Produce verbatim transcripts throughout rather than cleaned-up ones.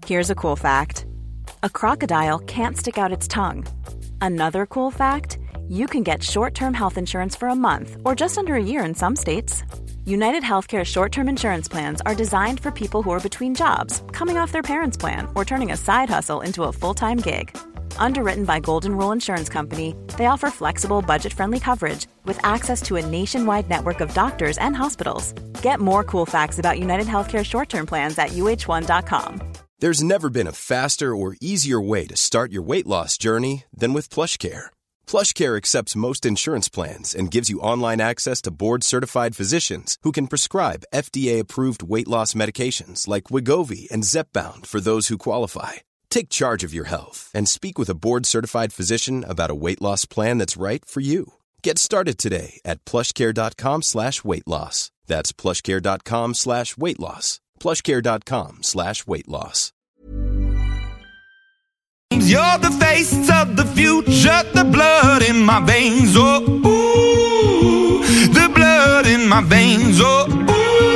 Here's a cool fact. A crocodile can't stick out its tongue. Another cool fact, you can get short-term health insurance for a month or just under a year in some states. United Healthcare short-term insurance plans are designed for people who are between jobs, coming off their parents' plan, or turning a side hustle into a full-time gig. Underwritten by Golden Rule Insurance Company, they offer flexible, budget-friendly coverage with access to a nationwide network of doctors and hospitals. Get more cool facts about United Healthcare short-term plans at U H one dot com. There's never been a faster or easier way to start your weight loss journey than with PlushCare. PlushCare accepts most insurance plans and gives you online access to board-certified physicians who can prescribe F D A-approved weight loss medications like Wegovy and Zepbound for those who qualify. Take charge of your health and speak with a board-certified physician about a weight loss plan that's right for you. Get started today at plushcare.com slash weight loss. That's plushcare.com slash weight loss. plushcare.com slash weight loss. You're the face of the future, the blood in my veins, oh, ooh, the blood in my veins, oh, ooh.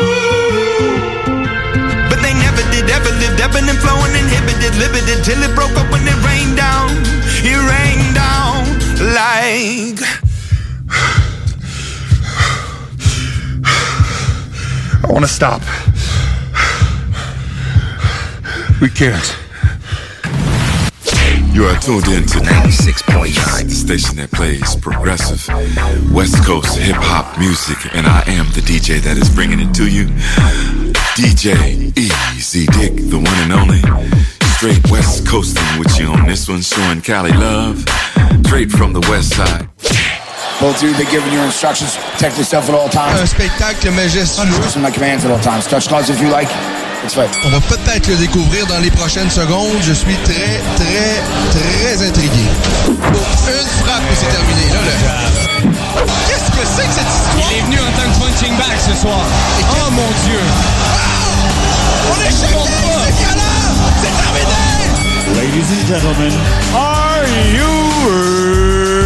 But they never did, ever lived, ebbing and flowing, inhibited, limited, till it broke up when it rained down, it rained down like... I want to stop. We can't. You are tuned in to ninety-six point nine, the station that plays progressive West Coast hip-hop music, and I am the D J that is bringing it to you. D J Easy Dick, the one and only. Straight West Coasting with you on this one, showing Cali love, straight from the West Side. Both of you, they're giving you instructions. Protect yourself at all times. Un spectacle majestueux. Listen to my commands at all times. Touch gloves if you like. It's right. On va peut-être le découvrir dans les prochaines secondes. Je suis très, très, très intrigué. Bon, une frappe et c'est terminé. Là, là. Qu'est-ce que c'est que cette histoire? Il est venu en tant que punching bag ce soir. Et oh quel... mon Dieu! Wow! On est choqués! C'est violent! C'est terminé! Ladies and gentlemen, are you ready?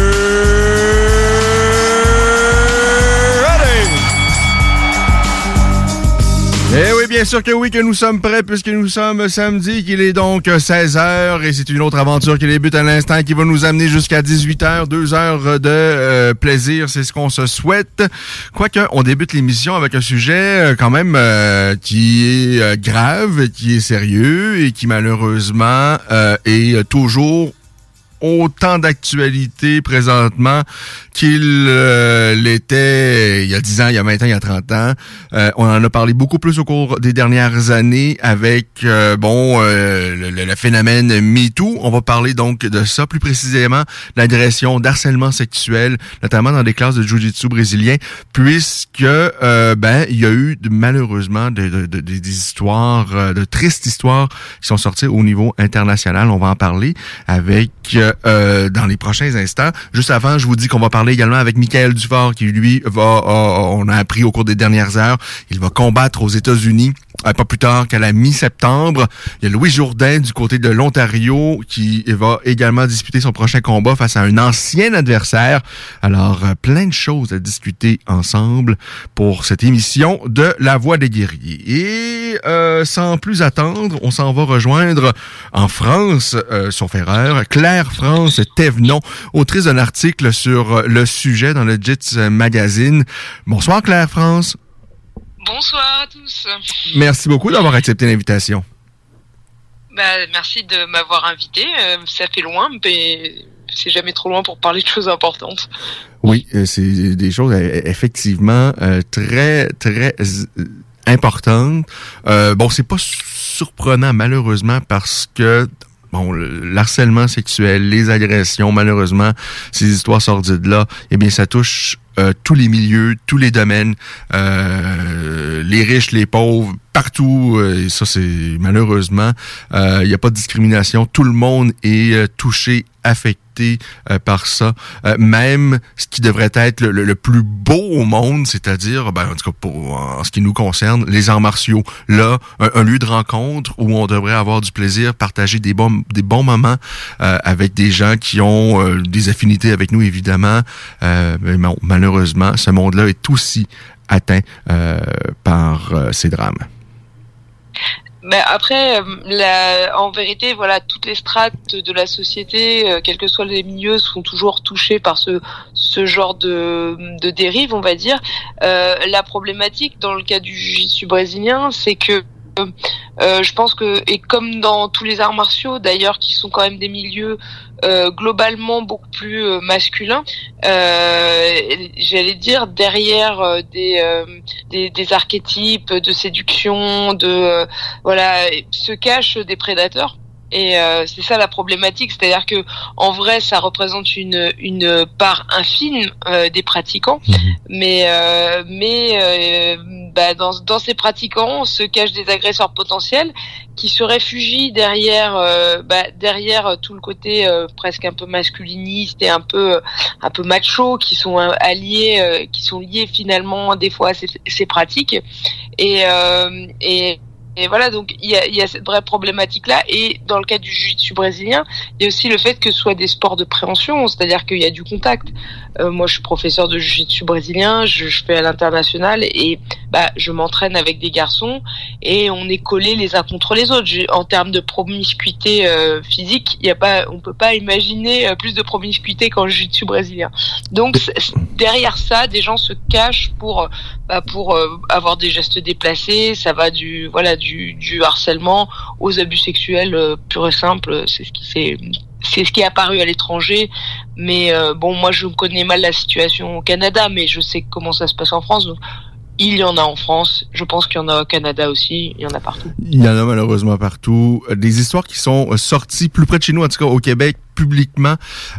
Eh oui, bien sûr que oui, que nous sommes prêts puisque nous sommes samedi, qu'il est donc seize heures et c'est une autre aventure qui débute à l'instant qui va nous amener jusqu'à dix-huit heures, deux heures de euh, plaisir, c'est ce qu'on se souhaite. Quoique, on débute l'émission avec un sujet euh, quand même euh, qui est euh, grave, qui est sérieux et qui malheureusement euh, est toujours autant d'actualité présentement qu'il euh, l'était il y a dix ans, il y a vingt ans, il y a trente ans. Euh, on en a parlé beaucoup plus au cours des dernières années avec euh, bon euh, le, le phénomène MeToo. On va parler donc de ça, plus précisément l'agression, d'harcèlement sexuel, notamment dans des classes de jiu-jitsu brésilien, puisque euh, ben il y a eu malheureusement de, de, de, des histoires, de tristes histoires qui sont sorties au niveau international. On va en parler avec euh, Euh, dans les prochains instants. Juste avant, je vous dis qu'on va parler également avec Michael Dufort qui, lui, va, a, on a appris au cours des dernières heures, il va combattre aux États-Unis, euh, pas plus tard qu'à la mi-septembre. Il y a Louis Jourdain du côté de l'Ontario qui va également disputer son prochain combat face à un ancien adversaire. Alors, euh, plein de choses à discuter ensemble pour cette émission de La Voix des guerriers. Et euh, sans plus attendre, on s'en va rejoindre en France, euh, sauf erreur, Claire France Thévenon, autrice d'un article sur le sujet dans le J I T S Magazine. Bonsoir Claire France. Bonsoir à tous. Merci beaucoup d'avoir accepté l'invitation. Bah, merci de m'avoir invité. Euh, ça fait loin, mais c'est jamais trop loin pour parler de choses importantes. Oui, c'est des choses effectivement euh, très, très euh, importantes. Euh, bon, c'est pas surprenant malheureusement parce que bon, l'harcèlement sexuel, les agressions, malheureusement, ces histoires sordides-là, eh bien, ça touche euh, tous les milieux, tous les domaines, euh, les riches, les pauvres, partout. Euh, et ça, c'est malheureusement, il euh, n'y a pas de discrimination. Tout le monde est euh, touché, affecté euh, par ça. Euh, même ce qui devrait être le, le, le plus beau au monde, c'est-à-dire, ben, en tout cas, pour, en ce qui nous concerne, les arts martiaux. Là, un, un lieu de rencontre où on devrait avoir du plaisir, partager des bons, des bons moments euh, avec des gens qui ont euh, des affinités avec nous, évidemment. Euh, mais bon, malheureusement, ce monde-là est aussi atteint euh, par euh, ces drames. Mais après, la, en vérité, voilà, toutes les strates de la société, euh, quels que soient les milieux, sont toujours touchées par ce ce genre de de dérive, on va dire. Euh, la problématique dans le cas du jiu-jitsu brésilien, c'est que euh, je pense que, et comme dans tous les arts martiaux d'ailleurs, qui sont quand même des milieux euh, globalement beaucoup plus euh, masculins, euh, j'allais dire derrière euh, des, euh, des des archétypes de séduction, de euh, voilà, se cachent des prédateurs. Et euh, c'est ça la problématique, c'est-à-dire que en vrai, ça représente une une part infime euh, des pratiquants, mais euh, mais euh, bah, dans dans ces pratiquants se cachent des agresseurs potentiels qui se réfugient derrière euh, bah, derrière tout le côté euh, presque un peu masculiniste et un peu un peu macho, qui sont alliés, euh, qui sont liés finalement des fois à ces, ces pratiques. Et euh, et Et voilà, donc il y a, il y a cette vraie problématique-là. Et dans le cas du jiu-jitsu brésilien, il y a aussi le fait que ce soit des sports de préhension, c'est-à-dire qu'il y a du contact. Euh, moi, je suis professeur de jiu-jitsu brésilien, je, je fais à l'international et bah, je m'entraîne avec des garçons et on est collés les uns contre les autres. J'ai, en termes de promiscuité euh, physique, il y a pas, on peut pas imaginer euh, plus de promiscuité qu'en jiu-jitsu brésilien. Donc c- derrière ça, des gens se cachent pour bah, pour euh, avoir des gestes déplacés. Ça va du voilà du, du harcèlement aux abus sexuels euh, pur et simple. C'est ce qui s'est C'est ce qui est apparu à l'étranger, mais euh, bon, moi je connais mal la situation au Canada, mais je sais comment ça se passe en France, donc il y en a en France, je pense qu'il y en a au Canada aussi, il y en a partout. Il y en a malheureusement partout. Des histoires qui sont sorties plus près de chez nous, en tout cas au Québec, publiquement,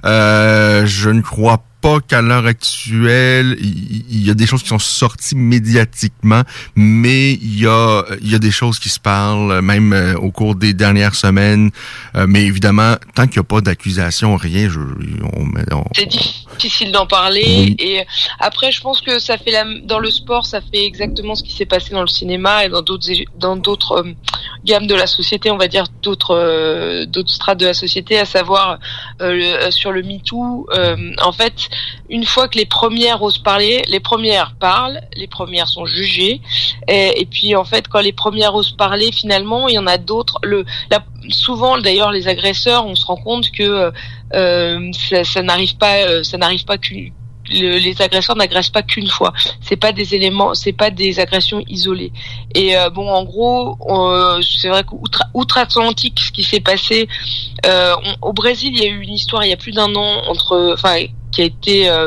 euh, je ne crois pas pas qu'à l'heure actuelle, il, il y a des choses qui sont sorties médiatiquement, mais il y a il y a des choses qui se parlent, même euh, au cours des dernières semaines. Euh, mais évidemment, tant qu'il n'y a pas d'accusation, rien, je, on, on, c'est difficile d'en parler. Oui. Et après, je pense que ça fait la, dans le sport, ça fait exactement ce qui s'est passé dans le cinéma et dans d'autres dans d'autres euh, gammes de la société, on va dire d'autres euh, d'autres strates de la société, à savoir euh, le, sur le MeToo. Euh, en fait, une fois que les premières osent parler, les premières parlent, les premières sont jugées, et, et puis en fait, quand les premières osent parler, finalement, il y en a d'autres. Le, la, souvent, d'ailleurs, les agresseurs, on se rend compte que euh, ça, ça n'arrive pas, ça n'arrive pas qu'une Le, les agresseurs n'agressent pas qu'une fois. C'est pas des éléments, c'est pas des agressions isolées. Et euh, bon, en gros, euh, c'est vrai qu'outre-Atlantique, ce qui s'est passé euh, on, au Brésil, il y a eu une histoire il y a plus d'un an entre, enfin, qui a été euh,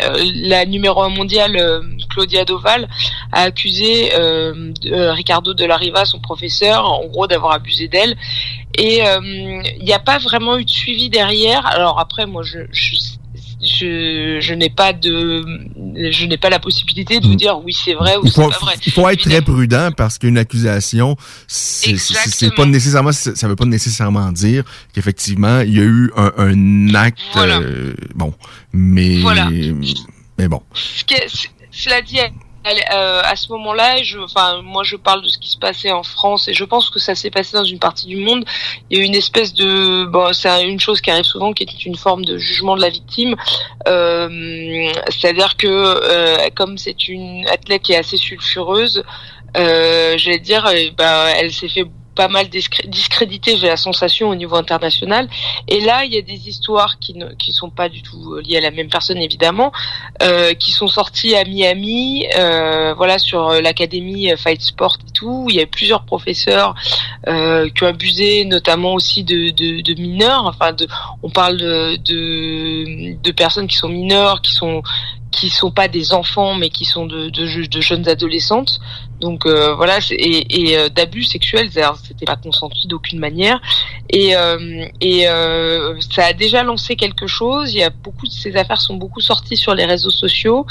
la numéro un mondiale, euh, Claudia Doval, a accusé euh, de, Ricardo de la Riva, son professeur, en gros d'avoir abusé d'elle. Et il euh, n'y a pas vraiment eu de suivi derrière. Alors après, moi, je, je Je, je n'ai pas de, je n'ai pas la possibilité de vous dire oui c'est vrai ou il faut, c'est pas vrai. Il faut être Évidemment. très prudent parce qu'une accusation, c'est, c'est, c'est pas nécessairement, ça veut pas nécessairement dire qu'effectivement il y a eu un, un acte, voilà. euh, bon, mais, voilà. mais bon. Ce que, cela dit. Euh, à ce moment-là, je, enfin, moi, je parle de ce qui se passait en France et je pense que ça s'est passé dans une partie du monde. Il y a eu une espèce de, bon, c'est une chose qui arrive souvent, qui est une forme de jugement de la victime. Euh, c'est-à-dire que, euh, comme c'est une athlète qui est assez sulfureuse, euh, j'allais dire, euh, bah, elle s'est fait pas mal discrédité, j'ai la sensation, au niveau international. Et là, il y a des histoires qui ne qui sont pas du tout liées à la même personne, évidemment, euh, qui sont sorties à Miami, euh, voilà, sur l'académie Fight Sport et tout. Il y a plusieurs professeurs euh, qui ont abusé, notamment aussi de de, de mineurs. Enfin, de, on parle de, de de personnes qui sont mineures, qui sont qui sont pas des enfants, mais qui sont de de, de jeunes adolescentes. Donc euh, voilà, et, et euh, d'abus sexuels, c'était pas consenti d'aucune manière, et euh, et euh, ça a déjà lancé quelque chose. Il y a beaucoup de ces affaires sont beaucoup sorties sur les réseaux sociaux,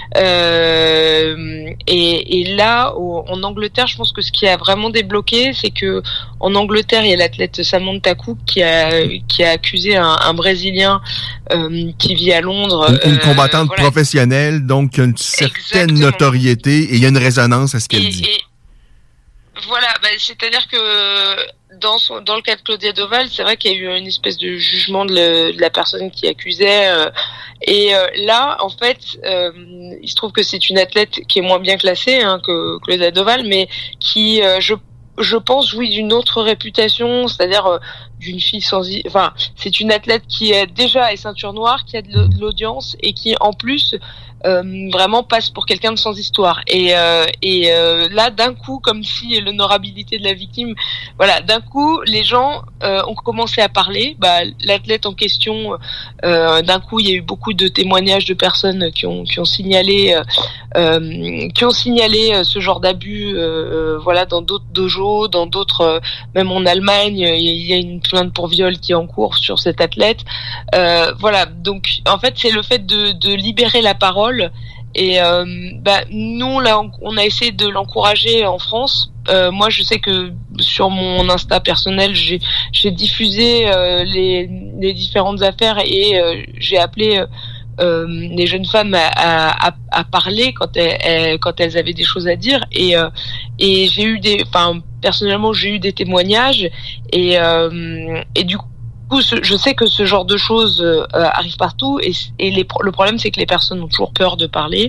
euh, et, et là, au, en Angleterre, je pense que ce qui a vraiment débloqué, c'est que en Angleterre, il y a l'athlète Samantha Cook qui a qui a accusé un, un Brésilien euh, qui vit à Londres, une, une combattante euh, voilà. professionnelle, donc une certaine Exactement. notoriété, et il y a une résonance à ce qu'elle. Et, et, voilà, bah, c'est-à-dire que dans son, dans le cas de Claudia Doval, c'est vrai qu'il y a eu une espèce de jugement de, le, de la personne qui accusait. Euh, et euh, là, en fait, euh, il se trouve que c'est une athlète qui est moins bien classée hein, que Claudia Doval, mais qui, euh, je je pense, jouit d'une autre réputation, c'est-à-dire euh, d'une fille sans, enfin, c'est une athlète qui est déjà est ceinture noire, qui a de l'audience et qui en plus euh, vraiment passe pour quelqu'un de sans histoire. Et euh, et euh, là, d'un coup, comme si l'honorabilité de la victime, voilà, d'un coup, les gens euh, ont commencé à parler. Bah, l'athlète en question, euh, d'un coup, il y a eu beaucoup de témoignages de personnes qui ont qui ont signalé, euh, qui ont signalé ce genre d'abus, euh, voilà, dans d'autres dojos, dans d'autres, euh, même en Allemagne, il y a une plainte pour viol qui est en cours sur cette athlète. Euh, voilà, donc en fait, c'est le fait de de libérer la parole. Et euh, bah, nous, là, on, on a essayé de l'encourager en France. Euh, moi, je sais que sur mon Insta personnel, j'ai, j'ai diffusé euh, les, les différentes affaires et euh, j'ai appelé euh, euh, les jeunes femmes à, à, à parler quand elles, elles, quand elles avaient des choses à dire. Et, euh, et j'ai eu des, enfin, personnellement, j'ai eu des témoignages et, euh, et du coup, je sais que ce genre de choses euh, arrive partout et, et les, le problème c'est que les personnes ont toujours peur de parler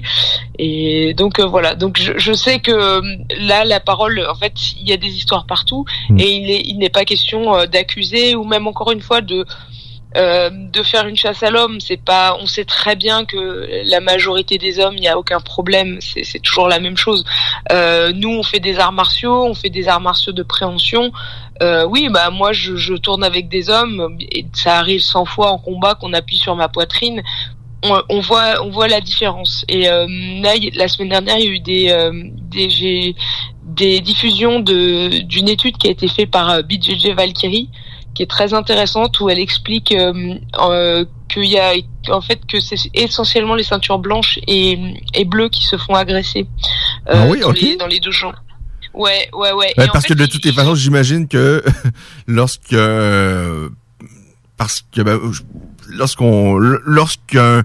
et donc euh, voilà, donc je, je sais que là la parole, en fait il y a des histoires partout mmh. et il, est, il n'est pas question euh, d'accuser ou même encore une fois de Euh, de faire une chasse à l'homme. C'est pas, on sait très bien que la majorité des hommes, il n'y a aucun problème, c'est, c'est toujours la même chose. Euh, nous on fait des arts martiaux, on fait des arts martiaux de préhension. Euh, oui, bah moi je, je tourne avec des hommes et ça arrive cent fois en combat qu'on appuie sur ma poitrine. On, on voit, on voit la différence. Et euh, là, la semaine dernière, il y a eu des, euh, des, j'ai, des diffusions de d'une étude qui a été faite par B J J Valkyrie, qui est très intéressante, où elle explique euh, euh, qu'il y a, en fait, que c'est essentiellement les ceintures blanches et, et bleues qui se font agresser euh, ah oui, dans, okay. les, dans les dojos. Ouais, ouais, ouais. ouais et parce en que fait, de toutes les il... façons, j'imagine que lorsque euh, parce que ben, lorsqu'on lorsqu'un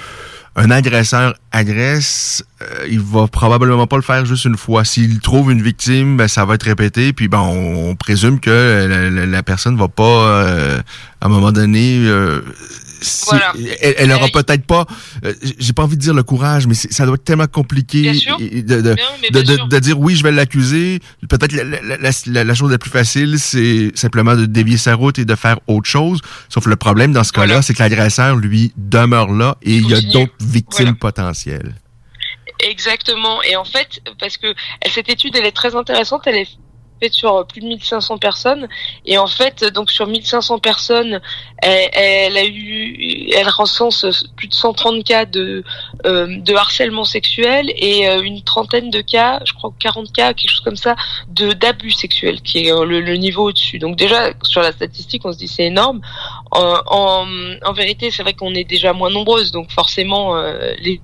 un agresseur agresse, euh, il va probablement pas le faire juste une fois. S'il trouve une victime, ben ça va être répété. Puis ben on, on présume que la, la, la personne va pas, euh, à un moment donné, euh, si, voilà. elle, elle aura peut-être pas. Euh, j'ai pas envie de dire le courage, mais c'est, ça doit être tellement compliqué bien sûr. de de, bien, de, de, de dire oui, je vais l'accuser. Peut-être la, la, la, la, la chose la plus facile, c'est simplement de dévier sa route et de faire autre chose. Sauf le problème dans ce voilà. cas-là, c'est que l'agresseur lui demeure là et il y a d'autres victimes voilà. potentielles. Exactement. Et en fait, parce que cette étude, elle est très intéressante, elle est faite sur plus de mille cinq cents personnes. Et en fait, donc sur mille cinq cents personnes, elle, elle a eu, elle recense plus de cent trente cas de, euh, de harcèlement sexuel et euh, une trentaine de cas, je crois quarante cas, quelque chose comme ça, de d'abus sexuels, qui est le, le niveau au-dessus. Donc déjà, sur la statistique, on se dit c'est énorme. En, en, en vérité, c'est vrai qu'on est déjà moins nombreuses, donc forcément, euh, les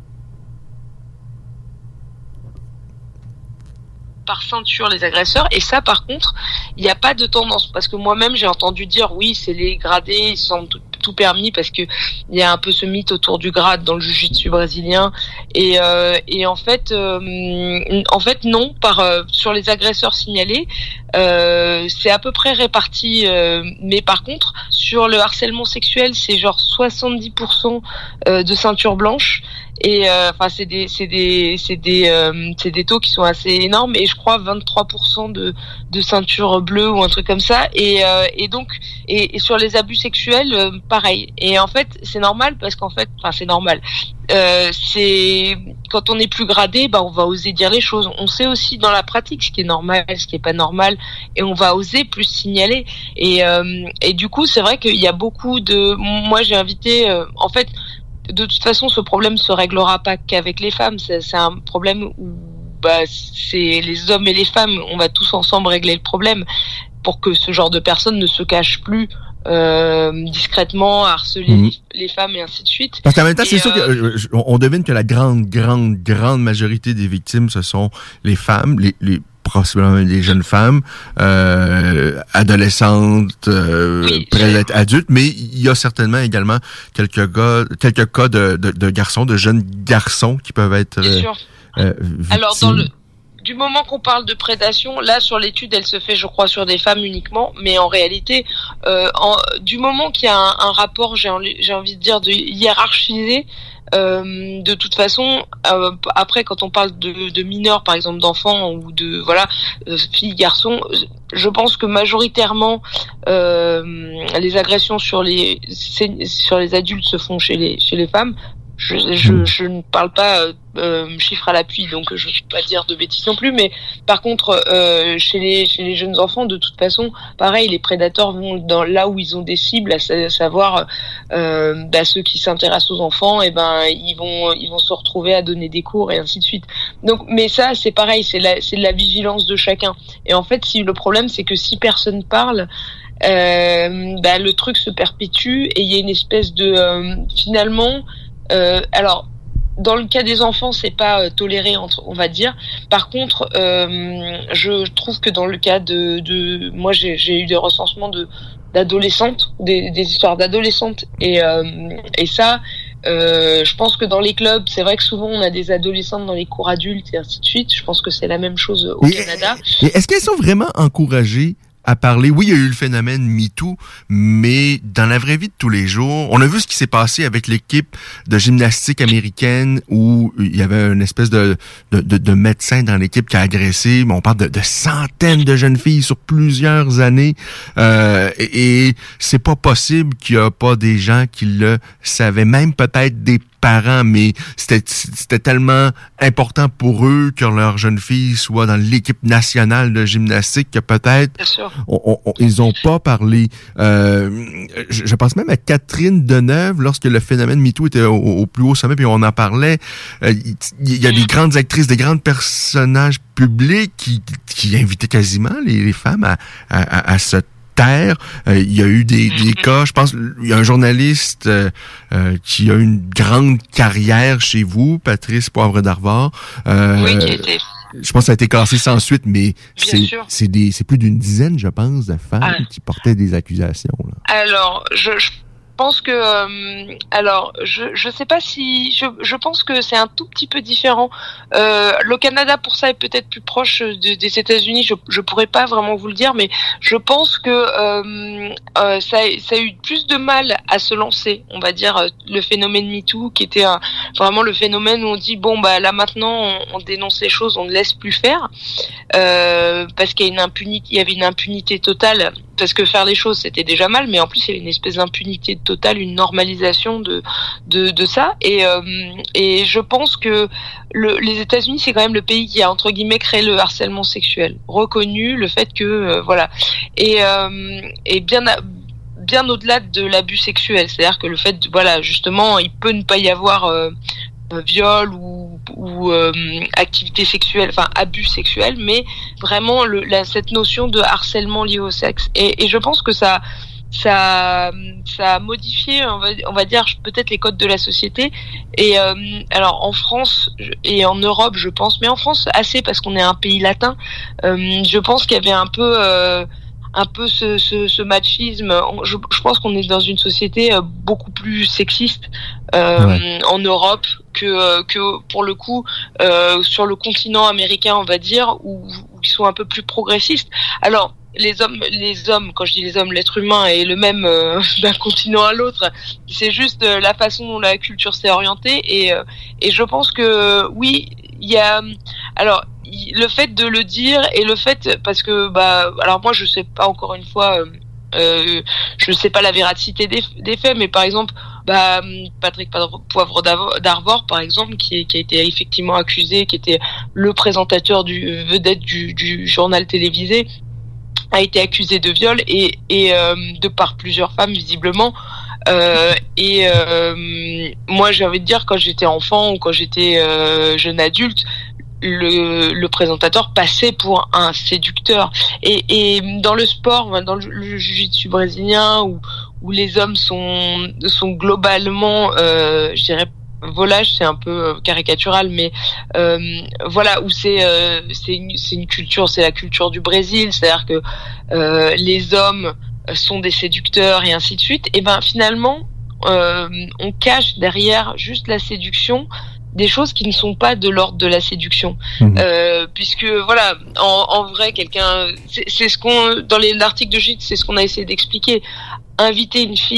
par ceinture les agresseurs, et ça par contre il n'y a pas de tendance, parce que moi-même j'ai entendu dire oui c'est les gradés, ils sont tout, tout permis, parce que il y a un peu ce mythe autour du grade dans le jiu-jitsu brésilien, et euh, et en fait euh, en fait non, par euh, sur les agresseurs signalés euh, c'est à peu près réparti, euh, mais par contre sur le harcèlement sexuel c'est genre soixante-dix pour cent de ceinture blanche. Et enfin euh, c'est des c'est des c'est des euh, c'est des taux qui sont assez énormes, et je crois vingt-trois pour cent de de ceinture bleue ou un truc comme ça, et euh, et donc et, et sur les abus sexuels euh, pareil. Et en fait c'est normal, parce qu'en fait enfin c'est normal euh, c'est quand on est plus gradé, bah on va oser dire les choses. On sait aussi dans la pratique ce qui est normal, ce qui est pas normal, et on va oser plus signaler. Et euh, et du coup c'est vrai qu'il y a beaucoup de, moi j'ai invité euh, en fait. De toute façon, ce problème se réglera pas qu'avec les femmes. C'est, c'est un problème où bah, c'est les hommes et les femmes, on va tous ensemble régler le problème pour que ce genre de personnes ne se cachent plus euh, discrètement à harceler mmh. les, les femmes et ainsi de suite. Parce qu'en même temps, et c'est euh, sûr qu'on devine que la grande, grande, grande majorité des victimes, ce sont les femmes, les, les possiblement les jeunes femmes, euh, adolescentes, euh, oui, près d'être adultes, mais il y a certainement également quelques gars, quelques cas de, de, de garçons, de jeunes garçons qui peuvent être Bien sûr. Euh, victimes. Alors dans le du moment qu'on parle de prédation, là sur l'étude, elle se fait, je crois, sur des femmes uniquement, mais en réalité, euh, en, du moment qu'il y a un, un rapport, j'ai, j'ai envie de dire, de hiérarchiser, euh, de toute façon, euh, après, quand on parle de, de mineurs, par exemple d'enfants ou de voilà euh, filles, garçons, je pense que majoritairement euh, les agressions sur les sur les adultes se font chez les chez les femmes. Je, je, je ne parle pas euh, chiffres à l'appui, donc je ne peux pas dire de bêtises non plus, mais par contre, euh, chez les chez les jeunes enfants, de toute façon, pareil, les prédateurs vont dans là où ils ont des cibles, à savoir euh, bah, ceux qui s'intéressent aux enfants, et ben ils vont ils vont se retrouver à donner des cours et ainsi de suite. Donc, mais ça, c'est pareil, c'est la c'est de la vigilance de chacun. Et en fait, si le problème, c'est que si personne parle, euh, bah, le truc se perpétue et il y a une espèce de euh, finalement. Euh, alors, dans le cas des enfants, c'est pas euh, toléré, entre, on va dire. Par contre, euh, je trouve que dans le cas de, de moi, j'ai, j'ai eu des recensements de d'adolescentes, des, des histoires d'adolescentes, et euh, et ça, euh, je pense que dans les clubs, c'est vrai que souvent on a des adolescentes dans les cours adultes et ainsi de suite. Je pense que c'est la même chose au et, Canada. Et est-ce qu'elles sont vraiment encouragées à parler? Oui, il y a eu le phénomène MeToo, mais dans la vraie vie de tous les jours, on a vu ce qui s'est passé avec l'équipe de gymnastique américaine où il y avait une espèce de, de, de, de médecin dans l'équipe qui a agressé, on parle de, de centaines de jeunes filles sur plusieurs années, euh, et, et c'est pas possible qu'il y a pas des gens qui le savaient, même peut-être des parents, mais c'était c'était tellement important pour eux que leur jeune fille soit dans l'équipe nationale de gymnastique que peut-être on, on, ils ont pas parlé. Euh, je, je pense même à Catherine Deneuve lorsque le phénomène MeToo était au, au plus haut sommet, puis on en parlait. Euh, il, il y a des grandes actrices, des grands personnages publics qui, qui invitaient quasiment les, les femmes à, à, à se terre. Euh, il y a eu des, des cas, je pense, il y a un journaliste euh, euh, qui a une grande carrière chez vous, Patrice Poivre d'Arvor. Euh, oui, qui était... Je pense que ça a été cassé sans suite, mais c'est, c'est, des, c'est plus d'une dizaine, je pense, de femmes ah. qui portaient des accusations. Là. Alors, je... je... Je pense que euh, alors je je sais pas si je je pense que c'est un tout petit peu différent. Euh, le Canada pour ça est peut-être plus proche de, des États-Unis. Je je pourrais pas vraiment vous le dire, mais je pense que euh, euh, ça ça a eu plus de mal à se lancer. On va dire le phénomène MeToo qui était un, vraiment le phénomène où on dit bon bah là maintenant on, on dénonce les choses, on ne laisse plus faire euh, parce qu'il y a une impunité, il y avait une impunité totale. Parce que faire les choses c'était déjà mal, mais en plus il y avait une espèce d'impunité totale, une normalisation de de, de ça. Et euh, et je pense que le, les États-Unis c'est quand même le pays qui a entre guillemets créé le harcèlement sexuel, reconnu le fait que euh, voilà et euh, et bien bien au-delà de l'abus sexuel, c'est-à-dire que le fait de, voilà justement il peut ne pas y avoir euh, viol ou, ou euh, activité sexuelle, enfin abus sexuel, mais vraiment le, la, cette notion de harcèlement lié au sexe. Et, et je pense que ça, ça, ça a modifié, on va, on va dire peut-être les codes de la société. Et euh, alors en France et en Europe, je pense, mais en France assez parce qu'on est un pays latin. Euh, je pense qu'il y avait un peu euh, un peu ce, ce, ce machisme. Je, je pense qu'on est dans une société beaucoup plus sexiste euh, ouais. en Europe que, que pour le coup euh, sur le continent américain, on va dire, où, où ils sont un peu plus progressistes. Alors les hommes, les hommes, quand je dis les hommes, l'être humain est le même euh, d'un continent à l'autre. C'est juste euh, la façon dont la culture s'est orientée et euh, et je pense que oui, il y a alors le fait de le dire et le fait parce que bah alors moi je sais pas encore une fois euh, euh, je sais pas la véracité des, des faits, mais par exemple bah Patrick Poivre d'Arvor par exemple qui, qui a été effectivement accusé, qui était le présentateur du vedette du, du journal télévisé, a été accusé de viol et et euh, de par plusieurs femmes visiblement. Euh, et euh, moi j'ai envie de dire quand j'étais enfant ou quand j'étais euh, jeune adulte, le, le présentateur passait pour un séducteur. Et, et dans le sport, dans le, le jiu-jitsu brésilien, où, où les hommes sont, sont globalement, euh, je dirais, volage, c'est un peu caricatural, mais euh, voilà, où c'est euh, c'est une, c'est une culture, c'est la culture du Brésil, c'est-à-dire que euh, les hommes sont des séducteurs et ainsi de suite. Et ben finalement, euh, on cache derrière juste la séduction des choses qui ne sont pas de l'ordre de la séduction, mmh. euh, puisque voilà, en, en vrai, quelqu'un, c'est, c'est ce qu'on dans les, l'article de Gîte, c'est ce qu'on a essayé d'expliquer. Inviter une fille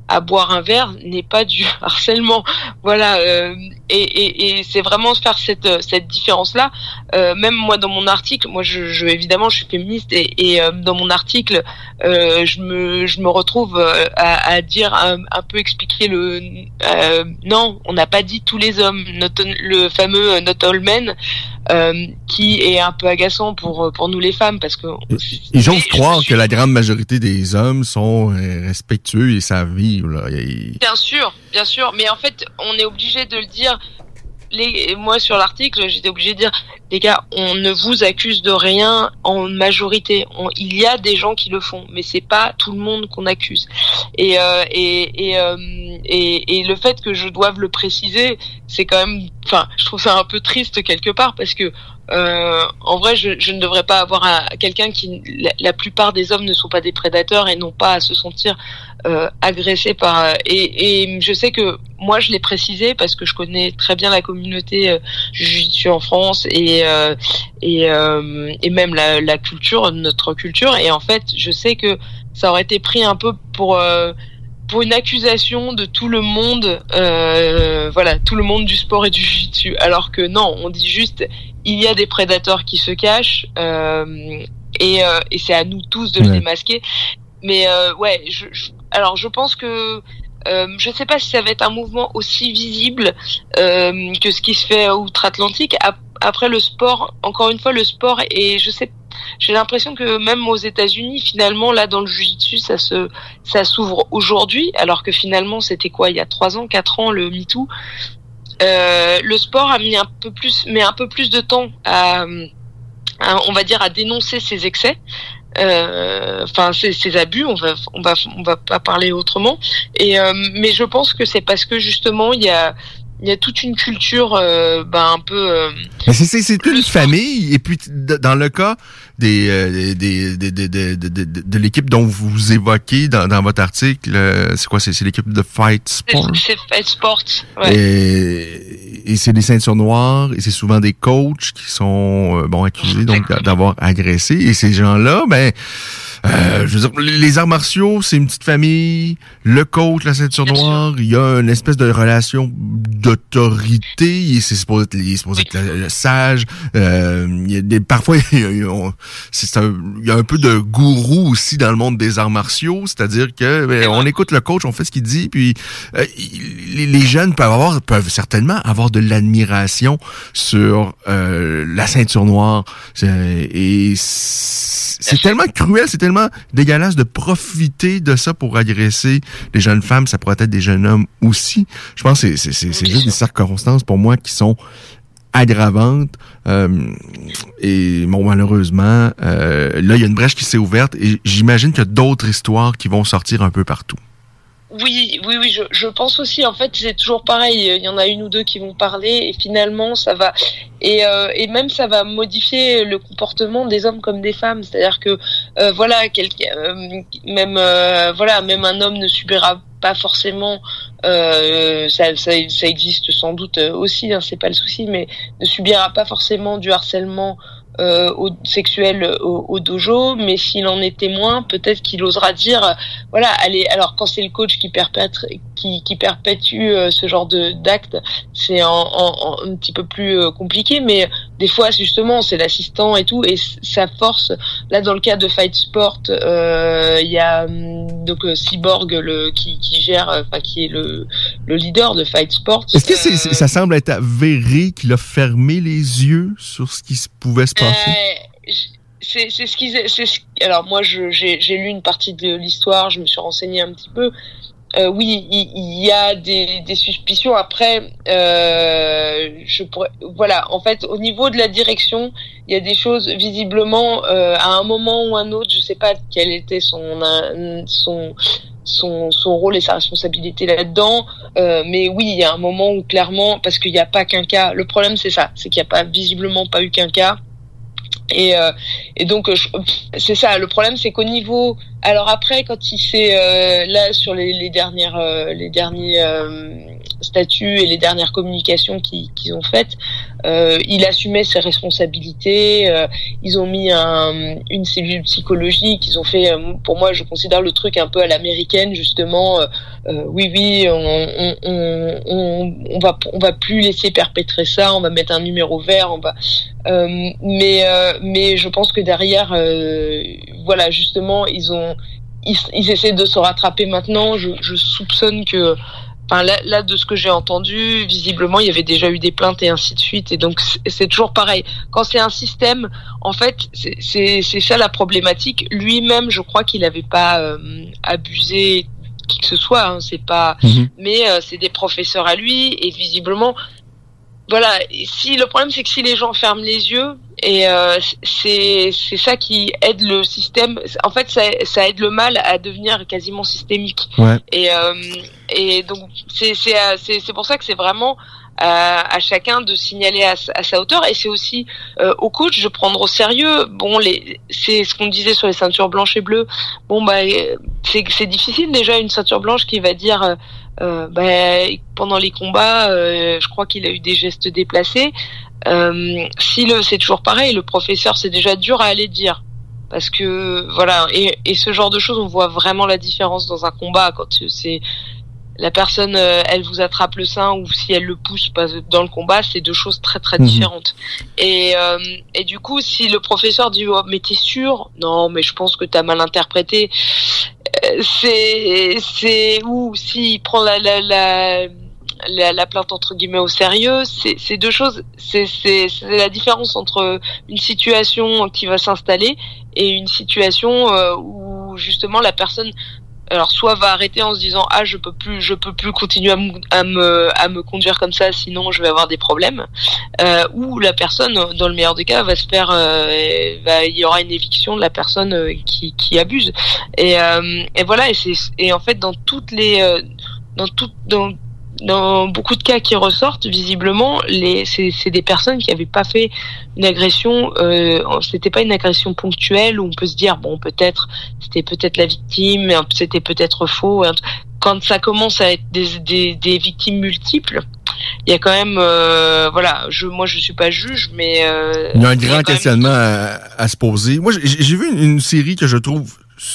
à boire un verre n'est pas du harcèlement. Voilà, euh, et, et, et c'est vraiment faire cette cette différence là. Euh, même moi dans mon article, moi je, je évidemment je suis féministe et, et euh, dans mon article, euh, je me je me retrouve à, à dire un, un peu expliquer le euh, non, on n'a pas dit tous les hommes, not, le fameux not all men. Euh, qui est un peu agaçant pour pour nous les femmes parce que et j'ose croire que la grande majorité des hommes sont respectueux et savent vivre là. Et... Bien sûr, bien sûr, mais en fait, on est obligé de le dire. Les, moi sur l'article, j'étais obligée de dire les gars, on ne vous accuse de rien en majorité. On, il y a des gens qui le font, mais c'est pas tout le monde qu'on accuse. Et euh, et et, euh, et et le fait que je doive le préciser, c'est quand même, enfin, je trouve ça un peu triste quelque part parce que euh, en vrai, je, je ne devrais pas avoir un, quelqu'un qui, la, la plupart des hommes ne sont pas des prédateurs et n'ont pas à se sentir euh, agressés par. Et, et je sais que moi, je l'ai précisé parce que je connais très bien la communauté euh, jiu-jitsu en France et euh, et euh, et même la, la culture, notre culture. Et en fait, je sais que ça aurait été pris un peu pour euh, pour une accusation de tout le monde, euh, voilà, tout le monde du sport et du jiu-jitsu. Alors que non, on dit juste il y a des prédateurs qui se cachent euh, et, euh, et c'est à nous tous de ouais. le démasquer. Mais euh, ouais, je, je, alors je pense que euh, je sais pas si ça va être un mouvement aussi visible euh, que ce qui se fait outre-Atlantique. Après le sport, encore une fois, le sport et je sais, j'ai l'impression que même aux États-Unis, finalement, là dans le jiu-jitsu, ça se, ça s'ouvre aujourd'hui, alors que finalement c'était quoi, il y a trois ans, quatre ans, le MeToo. Euh, le sport a mis un peu plus, mais un peu plus de temps à, à on va dire, à dénoncer ses excès. Enfin, euh, ces, ces abus, on va, on va, on va pas parler autrement. Et euh, mais je pense que c'est parce que justement il y a, il y a toute une culture, euh, ben un peu. Euh, mais c'est c'est, c'est une famille. Et puis dans le cas des euh, des des de de, de, de, de, de l'équipe dont vous évoquez dans, dans votre article, euh, c'est quoi, c'est, c'est l'équipe de Fight Sport. C'est, c'est Fight Sport. Ouais. Et, et c'est des ceintures noires et c'est souvent des coachs qui sont euh, bon accusés donc d'avoir agressé. Et ces gens-là, ben. Euh, je veux dire, les arts martiaux, c'est une petite famille. Le coach, la ceinture Bien noire, sûr. Il y a une espèce de relation d'autorité. Il est supposé être, il est supposé être le, le sage. Euh, il y a des, parfois, il y a, on, c'est un, il y a un peu de gourou aussi dans le monde des arts martiaux. C'est-à-dire que ben, on écoute le coach, on fait ce qu'il dit, puis euh, les, les jeunes peuvent avoir, peuvent certainement avoir de l'admiration sur euh, la ceinture noire. Et c'est, c'est tellement cruel, c'est tellement dégueulasse de profiter de ça pour agresser les jeunes femmes, ça pourrait être des jeunes hommes aussi. Je pense que c'est, c'est, c'est, c'est juste des circonstances pour moi qui sont aggravantes. Euh, et bon, malheureusement, euh, là, il y a une brèche qui s'est ouverte et j'imagine qu'il y a d'autres histoires qui vont sortir un peu partout. Oui, oui, oui, je, je pense aussi. En fait, c'est toujours pareil. Il y en a une ou deux qui vont parler et finalement, ça va et euh, et même ça va modifier le comportement des hommes comme des femmes. C'est-à-dire que euh, voilà, quelqu'un, euh, même euh, voilà, même un homme ne subira pas forcément. Euh, ça, ça, ça existe sans doute aussi. Hein, c'est pas le souci, mais ne subira pas forcément du harcèlement. Euh, au, sexuel au, au dojo, mais s'il en est témoin, peut-être qu'il osera dire, euh, voilà, allez. Alors quand c'est le coach qui perpètre, qui, qui perpétue euh, ce genre de d'acte, c'est en, en, en un petit peu plus euh, compliqué, mais des fois justement c'est l'assistant et tout, et ça force. Là dans le cas de Fight Sport, il euh, y a donc euh, Cyborg le qui, qui gère, enfin euh, qui est le le leader de Fight Sport. Est-ce que c'est, euh, ça semble être avéré qu'il a fermé les yeux sur ce qui se pouvait se passer? Euh, c'est, c'est ce qu'ils, c'est ce, alors moi je, j'ai, j'ai lu une partie de l'histoire, je me suis renseignée un petit peu. Euh, oui, il, il y a des, des suspicions. Après, euh, je pourrais, voilà, en fait, au niveau de la direction, il y a des choses visiblement euh, à un moment ou un autre, je sais pas quel était son son son son rôle et sa responsabilité là-dedans, euh, mais oui, il y a un moment où clairement, parce qu'il n'y a pas qu'un cas. Le problème, c'est ça, c'est qu'il n'y a pas visiblement pas eu qu'un cas. Et, euh, et donc je, c'est ça. Le problème, c'est qu'au niveau. Alors après, quand il s'est euh, là sur les, les dernières, euh, les derniers, euh, statuts et les dernières communications qu'ils, qu'ils ont faites, euh, il assumait ses responsabilités. Euh, ils ont mis un, une cellule psychologique. Ils ont fait, euh, pour moi, je considère le truc un peu à l'américaine, justement. Euh, euh, oui, oui, on, on, on, on, on va, on va plus laisser perpétrer ça. On va mettre un numéro vert. On va. Euh, mais, euh, mais je pense que derrière, euh, voilà, justement, ils ont, ils, ils essaient de se rattraper maintenant. Je, je soupçonne que. Enfin, là, là, de ce que j'ai entendu, visiblement, il y avait déjà eu des plaintes et ainsi de suite. Et donc, c'est, c'est toujours pareil. Quand c'est un système, en fait, c'est, c'est, c'est ça la problématique. Lui-même, je crois qu'il n'avait pas euh, abusé qui que ce soit. Hein, c'est pas. Mm-hmm. Mais euh, c'est des professeurs à lui et visiblement, voilà. Si le problème, c'est que si les gens ferment les yeux. Et euh, c'est c'est ça qui aide le système. En fait, ça ça aide le mal à devenir quasiment systémique. Ouais. Et euh, et donc c'est c'est c'est c'est pour ça que c'est vraiment à, à chacun de signaler à, à sa hauteur. Et c'est aussi euh, au coach de prendre au sérieux. Bon, les c'est ce qu'on disait sur les ceintures blanches et bleues. Bon bah c'est c'est difficile déjà une ceinture blanche qui va dire. Euh, Euh, bah, pendant les combats, euh, je crois qu'il a eu des gestes déplacés. Euh, si le, c'est toujours pareil, le professeur, c'est déjà dur à aller dire, parce que voilà, et, et ce genre de choses, on voit vraiment la différence dans un combat quand c'est la personne, euh, elle vous attrape le sein ou si elle le pousse dans le combat, c'est deux choses très très différentes. Mmh. Et euh, et du coup, si le professeur dit oh mais t'es sûr? Non, mais je pense que t'as mal interprété. C'est c'est ou s'il prend la la la la, la plainte entre guillemets au sérieux, c'est c'est deux choses. C'est c'est c'est la différence entre une situation qui va s'installer et une situation euh, où justement la personne alors soit va arrêter en se disant ah je peux plus je peux plus continuer à me à me, à me conduire comme ça sinon je vais avoir des problèmes euh, ou la personne dans le meilleur des cas va se faire euh, va il y aura une éviction de la personne euh, qui qui abuse et euh, et voilà et c'est et en fait dans toutes les euh, dans toutes dans dans beaucoup de cas qui ressortent, visiblement, les c'est c'est des personnes qui avaient pas fait une agression. Euh, c'était pas une agression ponctuelle où on peut se dire bon peut-être c'était peut-être la victime, c'était peut-être faux. Quand ça commence à être des des, des victimes multiples, il y a quand même euh, voilà. Je moi je suis pas juge, mais euh, il y a un grand questionnement à, à se poser. Moi j'ai, j'ai vu une, une série que je trouve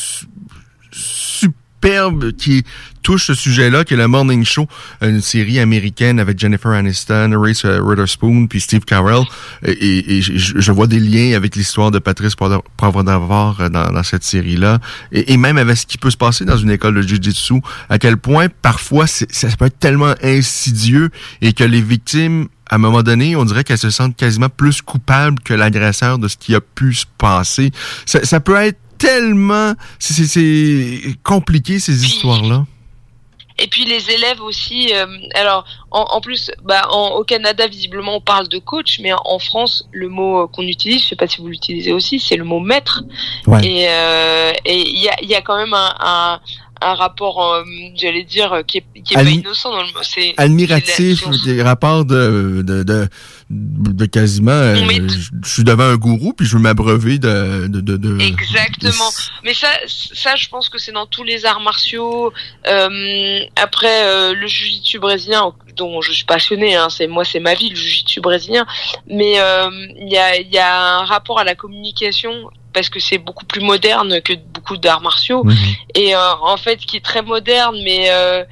superbe qui touche ce sujet-là, qui est le Morning Show, une série américaine avec Jennifer Aniston, Reese Witherspoon, puis Steve Carell. Et, et je, je vois des liens avec l'histoire de Patrice Poivre-d'Avar dans, dans cette série-là. Et, et même avec ce qui peut se passer dans une école de jiu-jitsu, à quel point, parfois, c'est, ça peut être tellement insidieux et que les victimes, à un moment donné, on dirait qu'elles se sentent quasiment plus coupables que l'agresseur de ce qui a pu se passer. Ça, ça peut être tellement... C'est, c'est, c'est compliqué, ces histoires-là. Et puis les élèves aussi. Euh, alors, en, en plus, bah, en, au Canada, visiblement, on parle de coach, mais en, en France, le mot qu'on utilise, je sais pas si vous l'utilisez aussi, c'est le mot maître. Ouais. Et euh, et il y a il y a quand même un, un un rapport, euh, j'allais dire, qui est, qui est Admi- pas innocent dans le mot. C'est admiratif, des rapports de de de, de quasiment. Euh, je, je suis devant un gourou puis je veux m'abreuver de de de. de Exactement. De... Mais ça, ça, je pense que c'est dans tous les arts martiaux. Euh, après, euh, le jiu-jitsu brésilien, dont je suis passionnée, hein, c'est moi, c'est ma vie, le jiu-jitsu brésilien. Mais il euh, y a il y a un rapport à la communication. Parce que c'est beaucoup plus moderne que beaucoup d'arts martiaux. Mmh. Et euh, en fait, qui est très moderne, mais euh,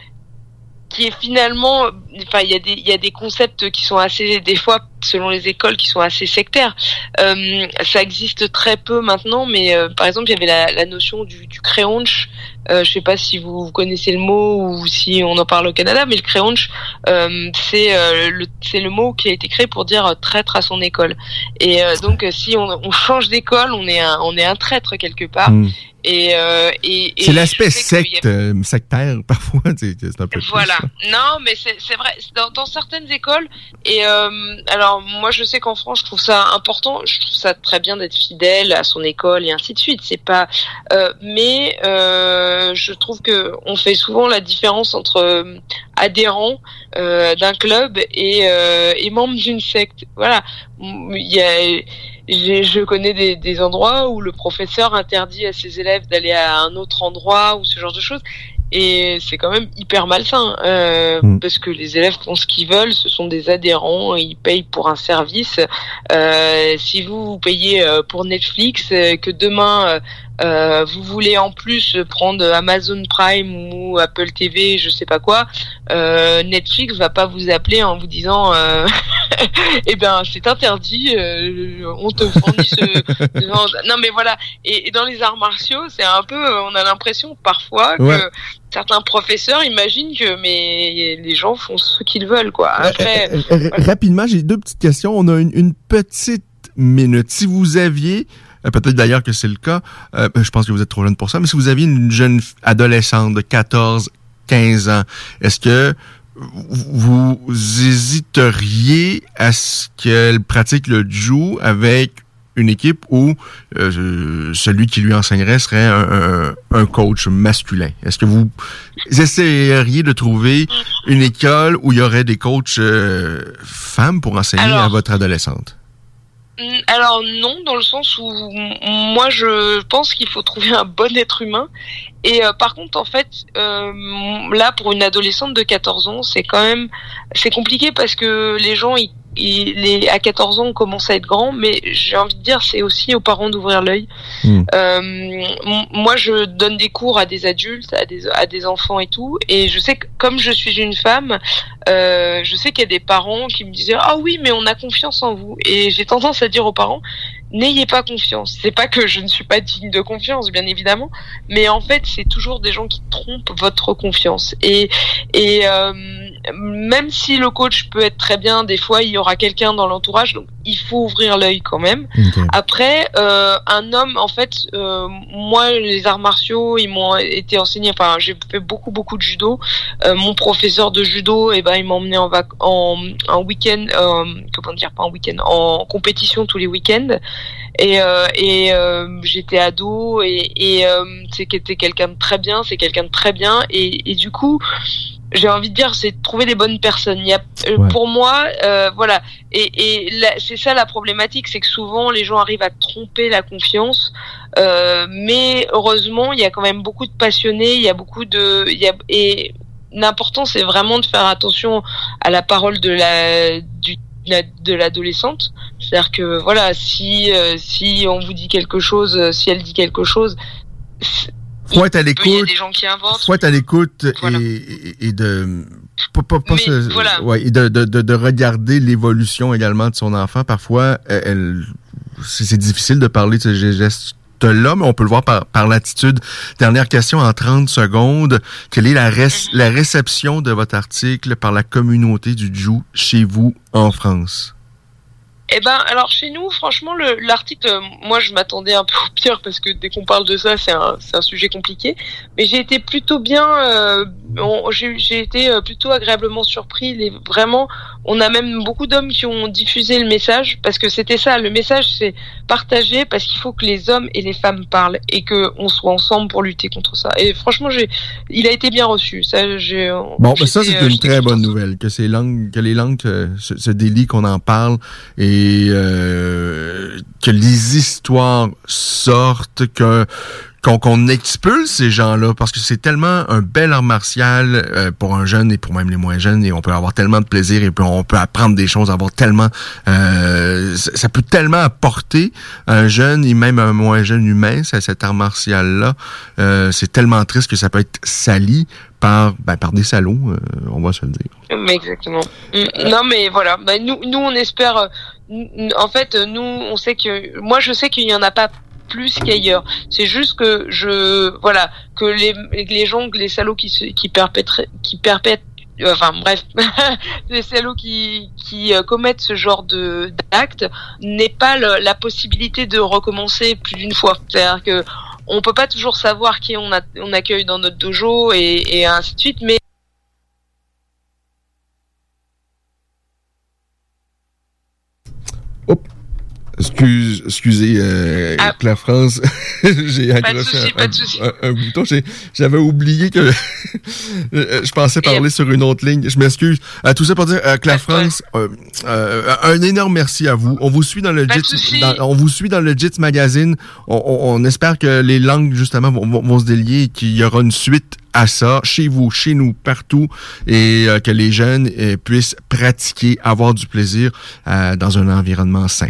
qui est finalement... Enfin, il y a des il y a des concepts qui sont assez, des fois, selon les écoles, qui sont assez sectaires. Euh, ça existe très peu maintenant, mais euh, par exemple, il y avait la, la notion du, du créonche. Euh, je sais pas si vous connaissez le mot ou si on en parle au Canada, mais le créonche, euh, c'est euh, le c'est le mot qui a été créé pour dire traître à son école. Et euh, donc, si on, on change d'école, on est un on est un traître quelque part. Mmh. Et, euh, et, et c'est l'aspect secte, a... sectaire parfois. C'est, c'est un peu voilà. Plus, non, mais c'est c'est vrai dans, dans certaines écoles. Et euh, alors moi, je sais qu'en France, je trouve ça important. Je trouve ça très bien d'être fidèle à son école et ainsi de suite. C'est pas, euh, mais euh, je trouve que on fait souvent la différence entre euh, adhérent euh, d'un club et, euh, et membre d'une secte. Voilà, il y a J'ai, je connais des, des endroits où le professeur interdit à ses élèves d'aller à un autre endroit ou ce genre de choses. Et c'est quand même hyper malsain, euh, mmh. parce que les élèves font ce qu'ils veulent, ce sont des adhérents, ils payent pour un service. Euh, si vous, vous payez pour Netflix, que demain euh, euh, vous voulez en plus prendre Amazon Prime ou Apple T V, je sais pas quoi, euh, Netflix va pas vous appeler en vous disant euh, eh ben c'est interdit, euh, on te fournit ce... non mais voilà. Et, et dans les arts martiaux, c'est un peu, on a l'impression parfois que ouais. certains professeurs imaginent que mais les gens font ce qu'ils veulent, quoi. Après, euh, euh, voilà. Rapidement, j'ai deux petites questions. On a une, une petite minute. Si vous aviez, euh, peut-être d'ailleurs que c'est le cas, euh, je pense que vous êtes trop jeune pour ça, mais si vous aviez une jeune adolescente de quatorze, quinze ans, est-ce que vous hésiteriez à ce qu'elle pratique le jiu avec une équipe où euh, celui qui lui enseignerait serait un, un, un coach masculin? Est-ce que vous essayeriez de trouver une école où il y aurait des coachs euh, femmes pour enseigner Alors, à votre adolescente? Alors non, dans le sens où moi je pense qu'il faut trouver un bon être humain. Et euh, par contre, en fait, euh, là pour une adolescente de quatorze ans, c'est quand même c'est compliqué parce que les gens ils Il, les, à quatorze ans, on commence à être grand, mais j'ai envie de dire, c'est aussi aux parents d'ouvrir l'œil. Mmh. Euh, m- moi, je donne des cours à des adultes, à des, à des enfants et tout, et je sais que, comme je suis une femme, euh, je sais qu'il y a des parents qui me disaient « Ah oui, mais on a confiance en vous ». Et j'ai tendance à dire aux parents « N'ayez pas confiance ». C'est pas que je ne suis pas digne de confiance, bien évidemment, mais en fait, c'est toujours des gens qui trompent votre confiance. Et, et euh, même si le coach peut être très bien, des fois, il y aura quelqu'un dans l'entourage, donc il faut ouvrir l'œil quand même. Okay. Après, euh, un homme, en fait, euh, moi, les arts martiaux, ils m'ont été enseignés, enfin, j'ai fait beaucoup, beaucoup de judo. Euh, mon professeur de judo, eh ben, il m'a emmené en, vac- en, en week-end, euh, comment dire, pas en week-end, en compétition tous les week-ends. Et, euh, et euh, j'étais ado, et, et euh, c'est c'était quelqu'un de très bien, c'est quelqu'un de très bien, et, et du coup, j'ai envie de dire, c'est de trouver les bonnes personnes. Il y a, euh, ouais. Pour moi, euh, voilà. Et, et là, c'est ça la problématique, c'est que souvent les gens arrivent à tromper la confiance. Euh, mais heureusement, il y a quand même beaucoup de passionnés. Il y a beaucoup de, il y a et l'important, c'est vraiment de faire attention à la parole de la du de l'adolescente. C'est-à-dire que voilà, si euh, si on vous dit quelque chose, si elle dit quelque chose. Faut être à l'écoute. Il y a des gens qui inventent. Faut être à l'écoute voilà. et, et, et de pas, pas, pas se, voilà. ouais, et de, de, de, de regarder l'évolution également de son enfant. Parfois, elle, c'est, c'est difficile de parler de ces gestes-là, mais on peut le voir par, par l'attitude. Dernière question en trente secondes. Quelle est la, ré- mm-hmm. la réception de votre article par la communauté du jiu chez vous en France? Eh ben, alors chez nous, franchement, le, l'article, euh, moi, je m'attendais un peu au pire parce que dès qu'on parle de ça, c'est un, c'est un sujet compliqué. Mais j'ai été plutôt bien, euh, on, j'ai, j'ai été plutôt agréablement surpris. Les, vraiment, on a même beaucoup d'hommes qui ont diffusé le message parce que c'était ça. Le message, c'est partager parce qu'il faut que les hommes et les femmes parlent et que on soit ensemble pour lutter contre ça. Et franchement, j'ai, il a été bien reçu. Ça, j'ai. Bon, ben ça, c'est une très bonne nouvelle que ces langues, que les langues se, se délient, qu'on en parle et Et euh, que les histoires sortent, que qu'on, qu'on expulse ces gens-là, parce que c'est tellement un bel art martial euh, pour un jeune et pour même les moins jeunes, et on peut avoir tellement de plaisir et puis on peut apprendre des choses, avoir tellement, euh, ça, ça peut tellement apporter un jeune et même un moins jeune humain, ça, cet art martial-là. Euh, c'est tellement triste que ça peut être sali par ben, par des salauds, euh, on va se le dire. Mais exactement. Non mais voilà, ben, nous nous on espère. En fait, nous on sait que moi je sais qu'il y en a pas plus qu'ailleurs. C'est juste que je voilà que les les gens, les salauds qui se, qui perpètrent qui perpètrent enfin bref, les salauds qui qui euh, commettent ce genre de d'actes n'aient pas le, la possibilité de recommencer plus d'une fois. C'est-à-dire que on peut pas toujours savoir qui on a on accueille dans notre dojo et, et ainsi de suite, mais Hop. Excuse, excusez, euh, ah. Claire France, j'ai accroché souci, un, un, un bouton. J'ai, j'avais oublié que je pensais parler Et... sur une autre ligne. Je m'excuse. Euh, tout ça pour dire, euh, Claire France, euh, euh, un énorme merci à vous. On vous suit dans le J I T, dans, on vous suit dans le J I T Magazine. On, on, on espère que les langues justement vont, vont, vont se délier et qu'il y aura une suite à ça, chez vous, chez nous, partout, et euh, que les jeunes euh, puissent pratiquer, avoir du plaisir euh, dans un environnement sain.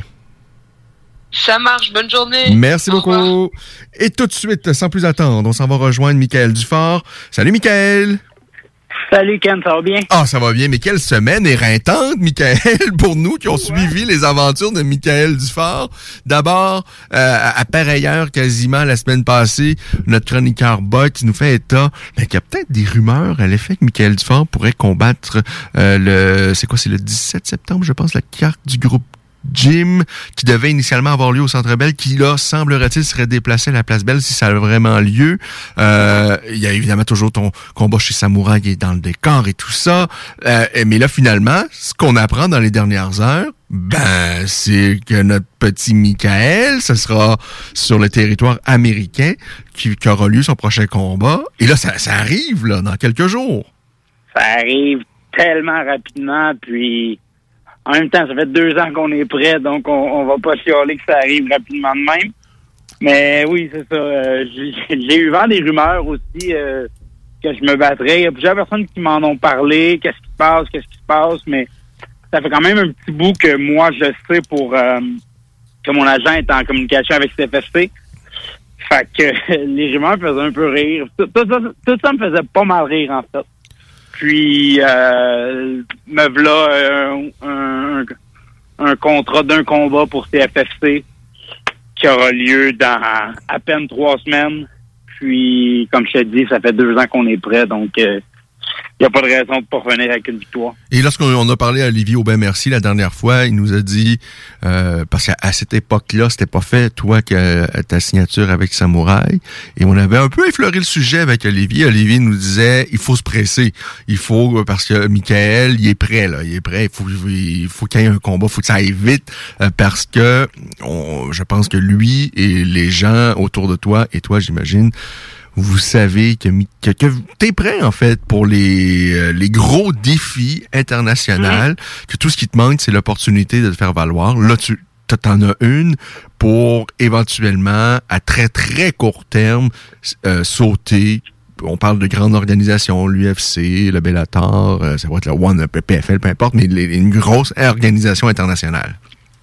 Ça marche, bonne journée. Merci Au beaucoup. revoir. Et tout de suite, sans plus attendre, on s'en va rejoindre Michael Dufort. Salut Michael. Salut Ken, ça va bien? Ah, ça va bien, mais quelle semaine éreintante, Michael, pour nous qui ont ouais. suivi les aventures de Michael Dufort. D'abord, euh, à pareille heure, quasiment la semaine passée, notre chroniqueur Buck qui nous fait état ben, qu'il y a peut-être des rumeurs à l'effet que Michael Dufort pourrait combattre euh, le... C'est quoi, c'est le dix-sept septembre, je pense, la carte du groupe Jim, qui devait initialement avoir lieu au Centre Bell, qui là, semblerait-il, serait déplacé à la Place Belle si ça a vraiment lieu. Euh, il y a évidemment toujours ton combat chez Samouraï qui est dans le décor et tout ça. Euh, mais là, finalement, ce qu'on apprend dans les dernières heures, ben, c'est que notre petit Michael, ce sera sur le territoire américain qui, qui aura lieu son prochain combat. Et là, ça, ça arrive, là, dans quelques jours. Ça arrive tellement rapidement, puis... En même temps, ça fait deux ans qu'on est prêt, donc on, on va pas chialer que ça arrive rapidement de même. Mais oui, c'est ça. Euh, j'ai, j'ai eu vent des rumeurs aussi euh, que je me battrais. Il y a plusieurs personnes qui m'en ont parlé. Qu'est-ce qui se passe, qu'est-ce qui se passe, mais ça fait quand même un petit bout que moi, je sais pour euh, que mon agent est en communication avec C F F C. Fait que les rumeurs me faisaient un peu rire. Tout, tout, ça, tout ça me faisait pas mal rire, en fait. Puis, euh, me v'là un, un, un contrat d'un combat pour C F F C qui aura lieu dans à peine trois semaines. Puis, comme je te dis, ça fait deux ans qu'on est prêt, donc il euh, n'y a pas de raison de ne pas revenir avec une victoire. Et lorsqu'on a parlé à Olivier Aubin-Mercier la dernière fois, il nous a dit, euh, parce qu'à cette époque-là, c'était pas fait, toi, que ta signature avec Samouraï, et on avait un peu effleuré le sujet avec Olivier. Olivier nous disait, il faut se presser. Il faut, parce que Michael, il est prêt, là. Il est prêt. Il faut, il faut qu'il y ait un combat. Il faut que ça aille vite, euh, parce que on, je pense que lui et les gens autour de toi, et toi, j'imagine, vous savez que, que, que t'es prêt, en fait, pour les, euh, les gros défis internationaux, mmh. que tout ce qui te manque, c'est l'opportunité de te faire valoir. Là, tu t'en as une pour éventuellement, à très, très court terme, euh, sauter. On parle de grandes organisations, l'U F C, le Bellator, euh, ça va être le One, le P F L, peu importe, mais les, une grosse organisation internationale.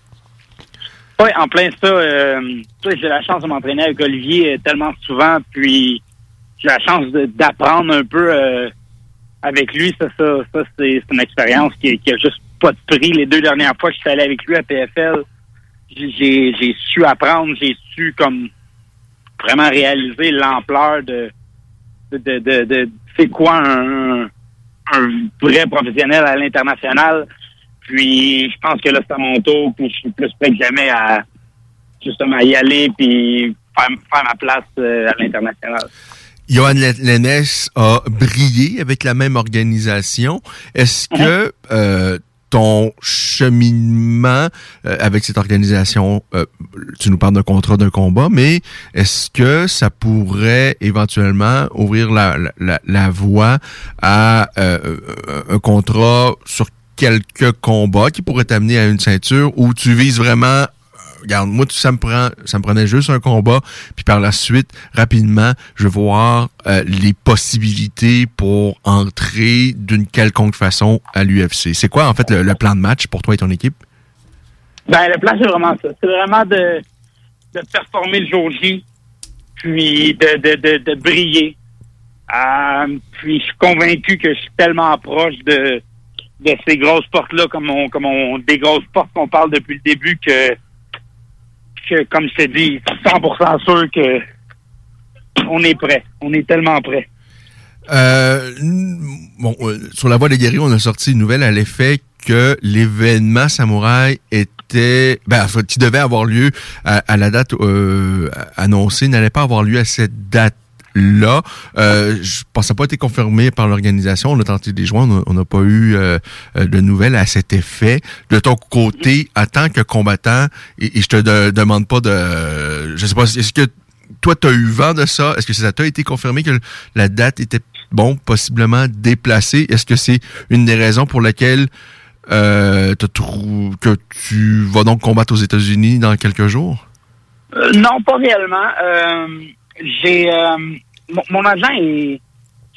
Oui, en plein ça. Euh, j'ai la chance de m'entraîner avec Olivier euh, tellement souvent, puis j'ai la chance de, d'apprendre un peu euh, avec lui. Ça, ça, ça c'est, c'est une expérience qui, qui a juste pas de prix. Les deux dernières fois que je suis allé avec lui à P F L, j'ai, j'ai su apprendre, j'ai su comme vraiment réaliser l'ampleur de de, de, de, de c'est quoi un, un vrai professionnel à l'international. Puis, je pense que là, c'est à mon tour, puis je suis plus prêt que jamais à, justement, y aller, puis faire, faire ma place euh, à l'international. Johan Lennes a brillé avec la même organisation. Est-ce que mm-hmm. euh, ton cheminement euh, avec cette organisation, euh, tu nous parles d'un contrat, d'un combat, mais est-ce que ça pourrait éventuellement ouvrir la, la, la voie à euh, un contrat sur quelques combats qui pourraient t'amener à une ceinture où tu vises vraiment, regarde, moi, ça me prend, ça me prenait juste un combat, puis par la suite, rapidement, je vais voir euh, les possibilités pour entrer d'une quelconque façon à l'U F C. C'est quoi, en fait, le, le plan de match pour toi et ton équipe? Ben, le plan, c'est vraiment ça. C'est vraiment de, de performer le jour J, puis de, de, de, de briller. Euh, puis je suis convaincu que je suis tellement proche de de ces grosses portes-là, comme on, comme on, des grosses portes qu'on parle depuis le début, que, que comme je t'ai dit, cent pour cent sûr que on est prêt. On est tellement prêt. Euh, bon, euh, sur la Voix des guerriers, on a sorti une nouvelle à l'effet que l'événement Samouraï était, ben, qui devait avoir lieu à, à la date euh, annoncée, n'allait pas avoir lieu à cette date. Là, euh, je pense que ça n'a pas été confirmé par l'organisation. On a tenté de les joindre, on n'a pas eu euh, de nouvelles à cet effet. De ton côté, en tant que combattant, et, et je te de, demande pas de... Je sais pas, est-ce que toi, tu as eu vent de ça? Est-ce que ça t'a été confirmé que la date était, bon, possiblement déplacée? Est-ce que c'est une des raisons pour lesquelles euh, t'as trou- que tu vas donc combattre aux États-Unis dans quelques jours? Euh, non, pas réellement. Euh, j'ai... Euh... Mon, mon agent est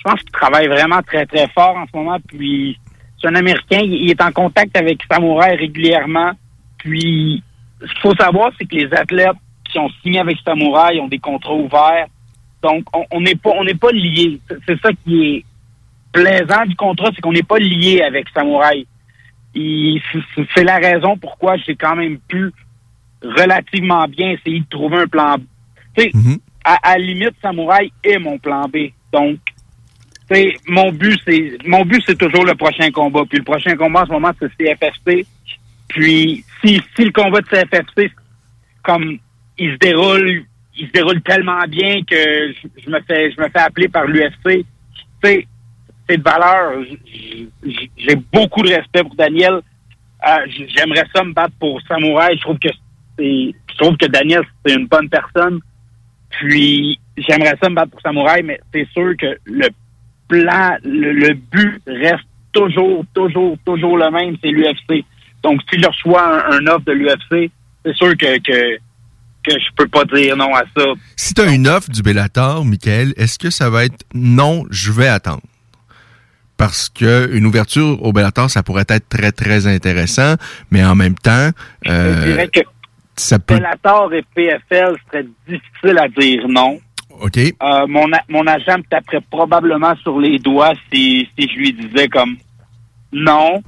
je pense qu'il travaille vraiment très, très fort en ce moment. Puis, c'est un Américain, il est en contact avec Samouraï régulièrement. Puis, ce qu'il faut savoir, c'est que les athlètes qui ont signé avec Samouraï ont des contrats ouverts. Donc, on n'est pas on n'est pas liés. C'est ça qui est plaisant du contrat, c'est qu'on n'est pas lié avec Samouraï. Il, c'est la raison pourquoi j'ai quand même pu relativement bien essayer de trouver un plan B. Tu sais, mm-hmm. à, à la limite, Samouraï est mon plan B. Donc, tu sais, mon but, c'est mon but, c'est toujours le prochain combat. Puis le prochain combat, en ce moment, c'est C F F C. Puis, si, si le combat de C F F C, comme il se déroule, il se déroule tellement bien que je, je me fais, je me fais appeler par l'U F C. Tu sais, c'est de valeur. J'ai beaucoup de respect pour Daniel. Euh, j'aimerais ça me battre pour Samouraï. Je trouve que c'est, je trouve que Daniel, c'est une bonne personne. Puis, j'aimerais ça me battre pour Samouraï, mais c'est sûr que le plan, le, le but reste toujours, toujours, toujours le même, c'est l'U F C. Donc, si je reçois un, un offre de l'U F C, c'est sûr que, que, que je peux pas dire non à ça. Si tu as une offre du Bellator, Michael, est-ce que ça va être non, je vais attendre? Parce que une ouverture au Bellator, ça pourrait être très, très intéressant, mais en même temps, euh, je dirais que ça peut... Bellator et P F L, serait difficile à dire non. OK. Euh, mon, a- mon agent me taperait probablement sur les doigts si, si je lui disais comme non.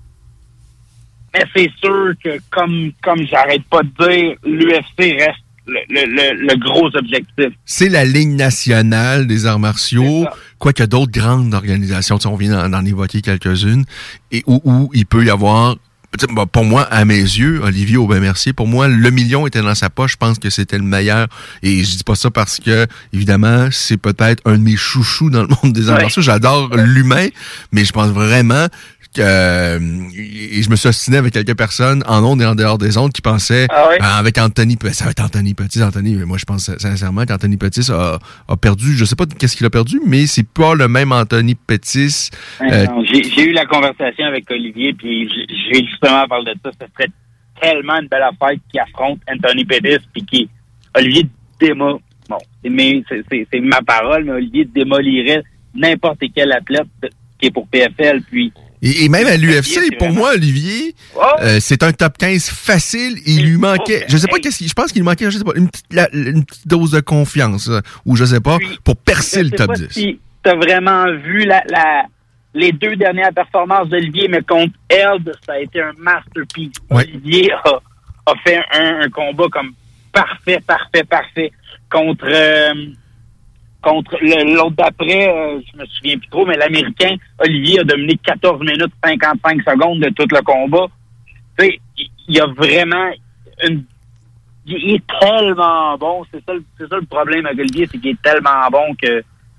Mais c'est sûr que, comme, comme j'arrête pas de dire, l'U F C reste le, le, le, le gros objectif. C'est la Ligue nationale des arts martiaux, quoique d'autres grandes organisations, on vient d'en évoquer quelques-unes, et où, où il peut y avoir... Pour moi, à mes yeux, Olivier Aubin-Mercier, pour moi, le million était dans sa poche. Je pense que c'était le meilleur. Et je dis pas ça parce que, évidemment, c'est peut-être un de mes chouchous dans le monde des arts martiaux. J'adore l'humain, mais je pense vraiment que... Euh, et je me suis ostiné avec quelques personnes en ondes et en dehors des ondes qui pensaient ah oui? euh, avec Anthony... Ça va être Anthony Pettis. Anthony, moi, je pense sincèrement qu'Anthony Pettis a, a perdu... Je sais pas qu'est-ce qu'il a perdu, mais c'est pas le même Anthony Pettis. Euh, non, j'ai, j'ai eu la conversation avec Olivier, puis j'ai justement parlé de ça. Ce serait tellement une belle affaire qui affronte Anthony Pettis, puis qui... Olivier démo... Bon, c'est, mes, c'est, c'est, c'est ma parole, mais Olivier démolirait n'importe quel athlète qui est pour P F L, puis... Et, et même à l'U F C, pour moi, Olivier, oh. euh, c'est un top quinze facile. Il lui manquait, je sais pas qu'est-ce qu'il, je pense qu'il lui manquait, je sais pas, une petite, la, une petite dose de confiance, ou je sais pas, puis, pour percer le top dix. Si t'as vraiment vu la, la, les deux dernières performances d'Olivier, mais contre Eld, ça a été un masterpiece. Ouais. Olivier a, a fait un, un combat comme parfait, parfait, parfait contre, euh, contre le, l'autre d'après, euh, je me souviens plus trop, mais l'Américain, Olivier a dominé quatorze minutes cinquante-cinq secondes de tout le combat. Tu sais, il, il a vraiment une... Il est tellement bon. C'est ça, c'est ça le problème avec Olivier, c'est qu'il est tellement bon que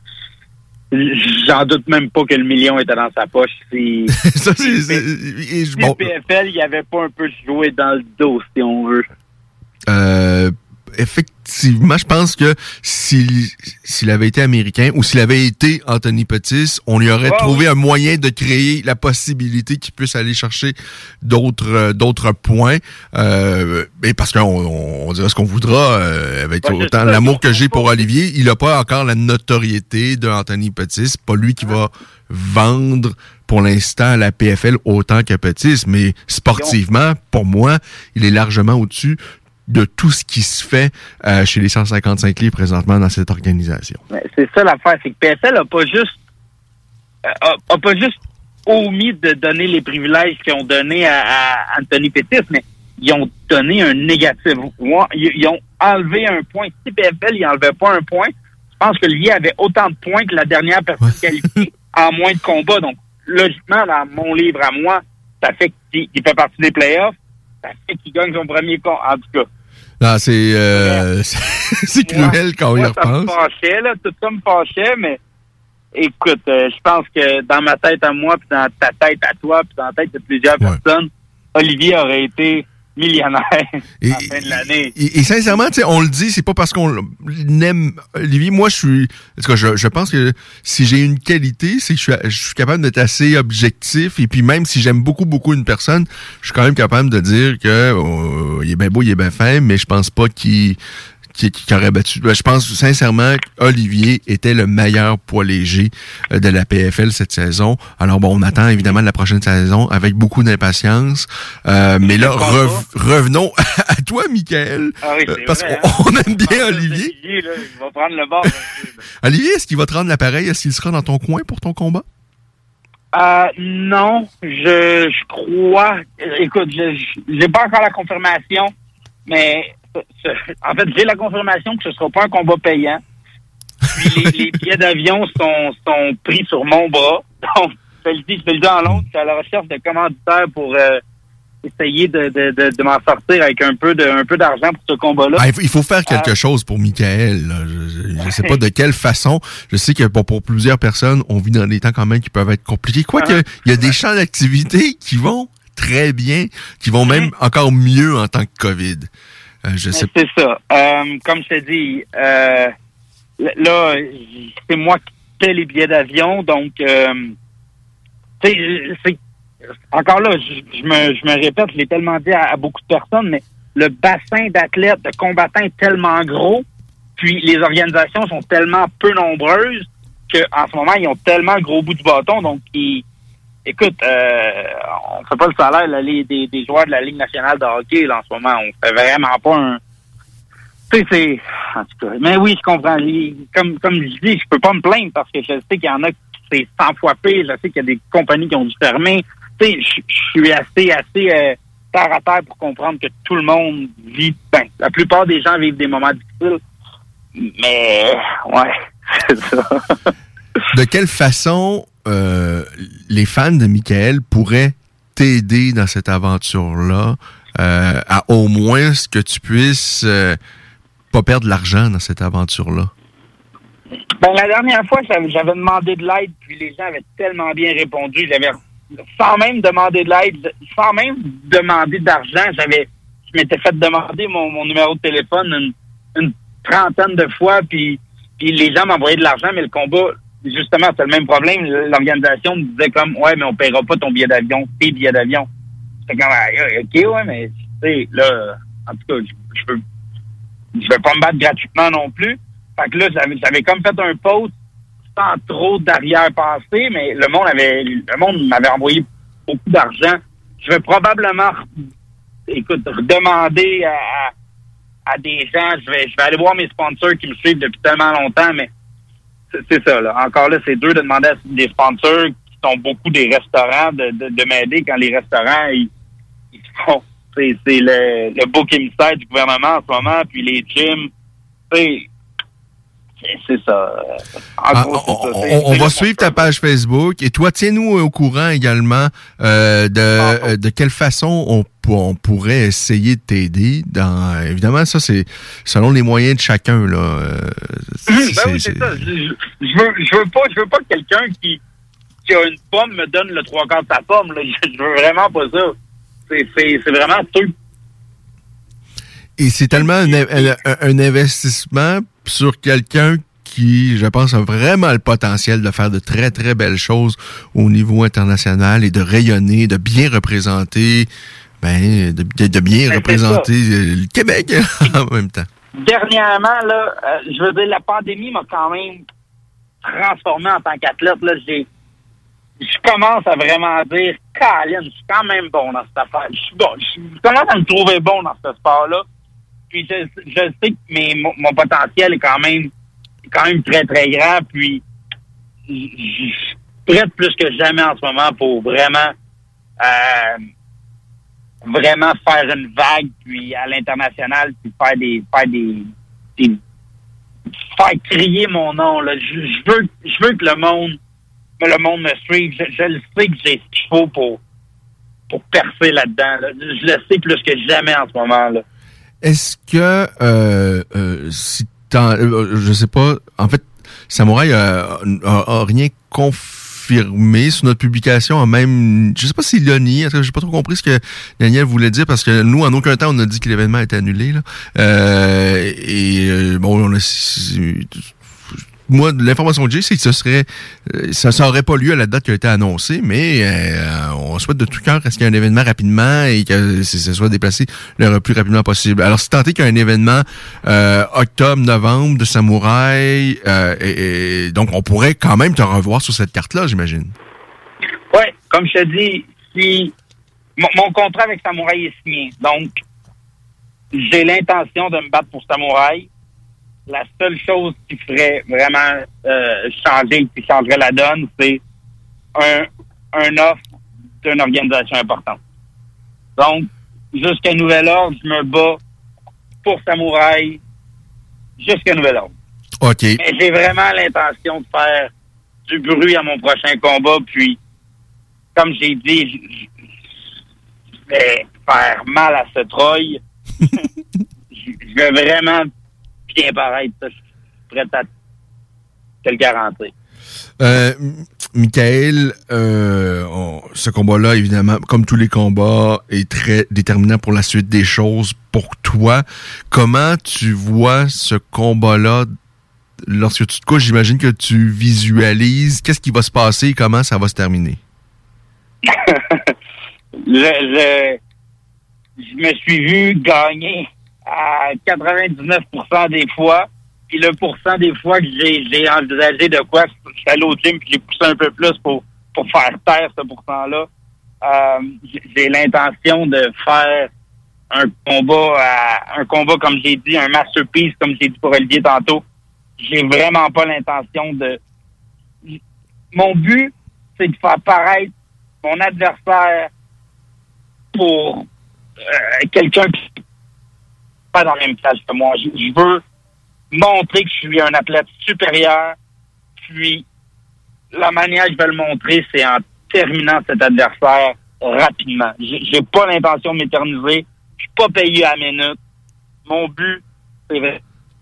j'en doute même pas que le million était dans sa poche. Si, ça, c'est, c'est, si bon. le P F L, il avait pas un peu joué dans le dos, si on veut. Euh... Effectivement, je pense que s'il, s'il avait été américain ou s'il avait été Anthony Pettis, on lui aurait oh, trouvé oui. un moyen de créer la possibilité qu'il puisse aller chercher d'autres d'autres points. Euh, et parce qu'on on, on dira ce qu'on voudra euh, avec ouais, autant l'amour que j'ai pour Olivier, il n'a pas encore la notoriété de Anthony Pettis. C'est pas lui qui va vendre pour l'instant la P F L autant que Pettis, mais sportivement, pour moi, il est largement au-dessus de tout ce qui se fait euh, chez les cent cinquante-cinq livres présentement dans cette organisation. C'est ça l'affaire, c'est que P F L a pas juste euh, a, a pas juste omis de donner les privilèges qu'ils ont donnés à, à Anthony Pettis, mais ils ont donné un négatif. Ils, ils ont enlevé un point. Si P F L il enlevait pas un point, je pense que lui avait autant de points que la dernière personne qualifiée en moins de combats. Donc, logiquement, dans mon livre à moi, ça fait qu'il il fait partie des playoffs, ça fait qu'il gagne son premier combat. En tout cas, non, c'est, euh, c'est, c'est cruel quand on y repense. Ça me fâchait, là. Tout ça me fâchait, mais écoute, euh, je pense que dans ma tête à moi, puis dans ta tête à toi, puis dans la tête de plusieurs ouais. personnes, Olivier aurait été millionnaire et, à la fin de l'année. Et, et sincèrement, tu sais, on le dit, c'est pas parce qu'on aime Olivier. Moi, je suis... En tout cas, je, je pense que si j'ai une qualité, c'est que je suis, je suis capable d'être assez objectif. Et puis même si j'aime beaucoup, beaucoup une personne, je suis quand même capable de dire que oh, il est bien beau, il est bien fin, mais je pense pas qu'il... qui, qui aurait battu. Je pense sincèrement qu'Olivier était le meilleur poids léger de la P F L cette saison. Alors bon, on attend évidemment la prochaine saison avec beaucoup d'impatience. Euh, mais là, rev- revenons à toi, Michael. Ah oui, parce vrai, qu'on hein? on aime bien Olivier. Olivier, là, il va prendre le bord. Olivier, est-ce qu'il va te rendre l'appareil? Est-ce qu'il sera dans ton coin pour ton combat? Euh, non, je, je crois. Écoute, je, j'ai pas encore la confirmation, mais ce, en fait, j'ai la confirmation que ce sera pas un combat payant. Puis les, les billets d'avion sont, sont pris sur mon bras. Donc, je te le dis, je te le dis en long, je suis à la recherche de commanditaires pour euh, essayer de, de, de, de m'en sortir avec un peu de un peu d'argent pour ce combat-là. Ah, il, faut, il faut faire quelque euh, chose pour Michael. Là. Je ne sais pas de quelle façon. Je sais que pour, pour plusieurs personnes, on vit dans des temps quand même qui peuvent être compliqués. Quoique, il y a des champs d'activité qui vont très bien, qui vont même encore mieux en tant que COVID. Euh, je sais C'est ça. Euh, comme je te dis, euh, là, c'est moi qui paie les billets d'avion, donc euh, tu sais, c'est encore là, je, je me je me répète, je l'ai tellement dit à, à beaucoup de personnes, mais le bassin d'athlètes, de combattants est tellement gros, puis les organisations sont tellement peu nombreuses qu'en ce moment, ils ont tellement le gros bout du bâton, donc ils écoute, euh, on fait pas le salaire là, les, des, des joueurs de la Ligue nationale de hockey là, en ce moment. On fait vraiment pas un... Tu sais, c'est... En tout cas, mais oui, je comprends. Comme, comme je dis, je peux pas me plaindre parce que je sais qu'il y en a qui c'est cent fois pire. Je sais qu'il y a des compagnies qui ont dû fermer. Tu sais, je, je suis assez, assez euh, terre à terre pour comprendre que tout le monde vit... Ben, la plupart des gens vivent des moments difficiles. Mais, ouais, c'est ça. De quelle façon... Euh, les fans de Michael pourraient t'aider dans cette aventure-là, euh, à au moins ce que tu puisses euh, pas perdre de l'argent dans cette aventure-là? Ben, la dernière fois, j'avais, j'avais demandé de l'aide, puis les gens avaient tellement bien répondu. J'avais, sans même demander de l'aide, sans même demander d'argent, j'avais, je m'étais fait demander mon, mon numéro de téléphone une, une trentaine de fois, puis, puis les gens m'envoyaient de l'argent, mais le combat... Justement, c'est le même problème. L'organisation me disait comme, ouais, mais on paiera pas ton billet d'avion, tes billets d'avion. C'était comme, ok, ouais, mais, tu sais, là, en tout cas, je, je veux, je veux pas me battre gratuitement non plus. Fait que là, j'avais, j'avais comme fait un post sans trop d'arrière-pensée, mais le monde avait, le monde m'avait envoyé beaucoup d'argent. Je vais probablement, écoute, demander à, à des gens, je vais, je vais aller voir mes sponsors qui me suivent depuis tellement longtemps, mais c'est ça, là. Encore là, c'est dur de demander à des sponsors qui sont beaucoup des restaurants de, de, de m'aider quand les restaurants, ils, ils font... C'est, c'est le, le beau émissaire du gouvernement en ce moment, puis les gyms. C'est, c'est ça. En ah, gros, c'est on, ça. On, C'est, on c'est va suivre ta page Facebook. Et toi, tiens-nous au courant également euh, de, euh, de quelle façon on, on pourrait essayer de t'aider. Dans, évidemment, ça, c'est selon les moyens de chacun. Là. Euh, c'est, ben c'est, oui, c'est, c'est ça. Je, je, veux, je, veux pas, je veux pas que quelqu'un qui, qui a une pomme me donne le trois quarts de sa pomme. Là. Je veux vraiment pas ça. C'est, c'est, c'est vraiment tout. Et c'est tellement un, un, un investissement sur quelqu'un qui, je pense, a vraiment le potentiel de faire de très, très belles choses au niveau international et de rayonner, de bien représenter, ben, de, de, de bien ben, représenter le Québec en même temps. Dernièrement, là, euh, je veux dire, la pandémie m'a quand même transformé en tant qu'athlète. Là, j'ai, je commence à vraiment dire, Caroline, je suis quand même bon dans cette affaire. Je suis bon, je commence à me trouver bon dans ce sport-là. Puis je, je sais que mes, mon, mon potentiel est quand même quand même très, très grand. Puis je, je suis prête plus que jamais en ce moment pour vraiment euh, vraiment faire une vague, puis à l'international, puis faire des faire des, des faire crier mon nom. Là. Je, je veux je veux que le monde le monde me suive. Je, je le sais que j'ai ce qu'il faut pour pour percer là-dedans. Là. Je le sais plus que jamais en ce moment. Là. Est-ce que, euh, euh, si t'en, euh, je sais pas, en fait, Samouraï a, a, a rien confirmé sur notre publication, a même, je sais pas s'il l'a nié, j'ai pas trop compris ce que Daniel voulait dire, parce que nous, en aucun temps, on a dit que l'événement était annulé, là. Euh, et, euh, bon, on a, moi, l'information que j'ai, c'est que ce serait, euh, ça n'aurait pas lieu à la date qui a été annoncée, mais euh, on souhaite de tout cœur à ce qu'il y ait un événement rapidement et que ce soit déplacé le plus rapidement possible. Alors, si tant est qu'il y a un événement euh, octobre-novembre de Samouraï, euh, et, et donc on pourrait quand même te revoir sur cette carte-là, j'imagine. Oui, comme je te dis, si mon, mon contrat avec Samouraï est signé, donc j'ai l'intention de me battre pour Samouraï. La seule chose qui ferait vraiment euh, changer, qui changerait la donne, c'est un, un offre d'une organisation importante. Donc, jusqu'à nouvel ordre, je me bats pour Samouraï jusqu'à nouvel ordre. OK. Mais j'ai vraiment l'intention de faire du bruit à mon prochain combat, puis, comme j'ai dit, je, je vais faire mal à ce Troy. Je vais vraiment bien paraître. Je suis prêt à te le garantir. Euh, Michael, euh, on, ce combat-là, évidemment, comme tous les combats, est très déterminant pour la suite des choses pour toi. Comment tu vois ce combat-là lorsque tu te couches? J'imagine que tu visualises qu'est-ce qui va se passer et comment ça va se terminer. je, je, je me suis vu gagner à quatre-vingt-dix-neuf pour cent des fois, puis le pourcent des fois que j'ai, j'ai envisagé de quoi, je suis allé au gym puis j'ai poussé un peu plus pour, pour faire taire ce pourcent-là. Euh, j'ai l'intention de faire un combat, à, un combat comme j'ai dit, un masterpiece comme j'ai dit pour Olivier tantôt. J'ai vraiment pas l'intention de... Mon but, c'est de faire paraître mon adversaire pour euh, quelqu'un qui pas dans le même place que moi. Je, je veux montrer que je suis un athlète supérieur, puis la manière que je vais le montrer, c'est en terminant cet adversaire rapidement. J'ai, j'ai pas l'intention de m'éterniser. Je suis pas payé à la minute. Mon but, c'est vrai.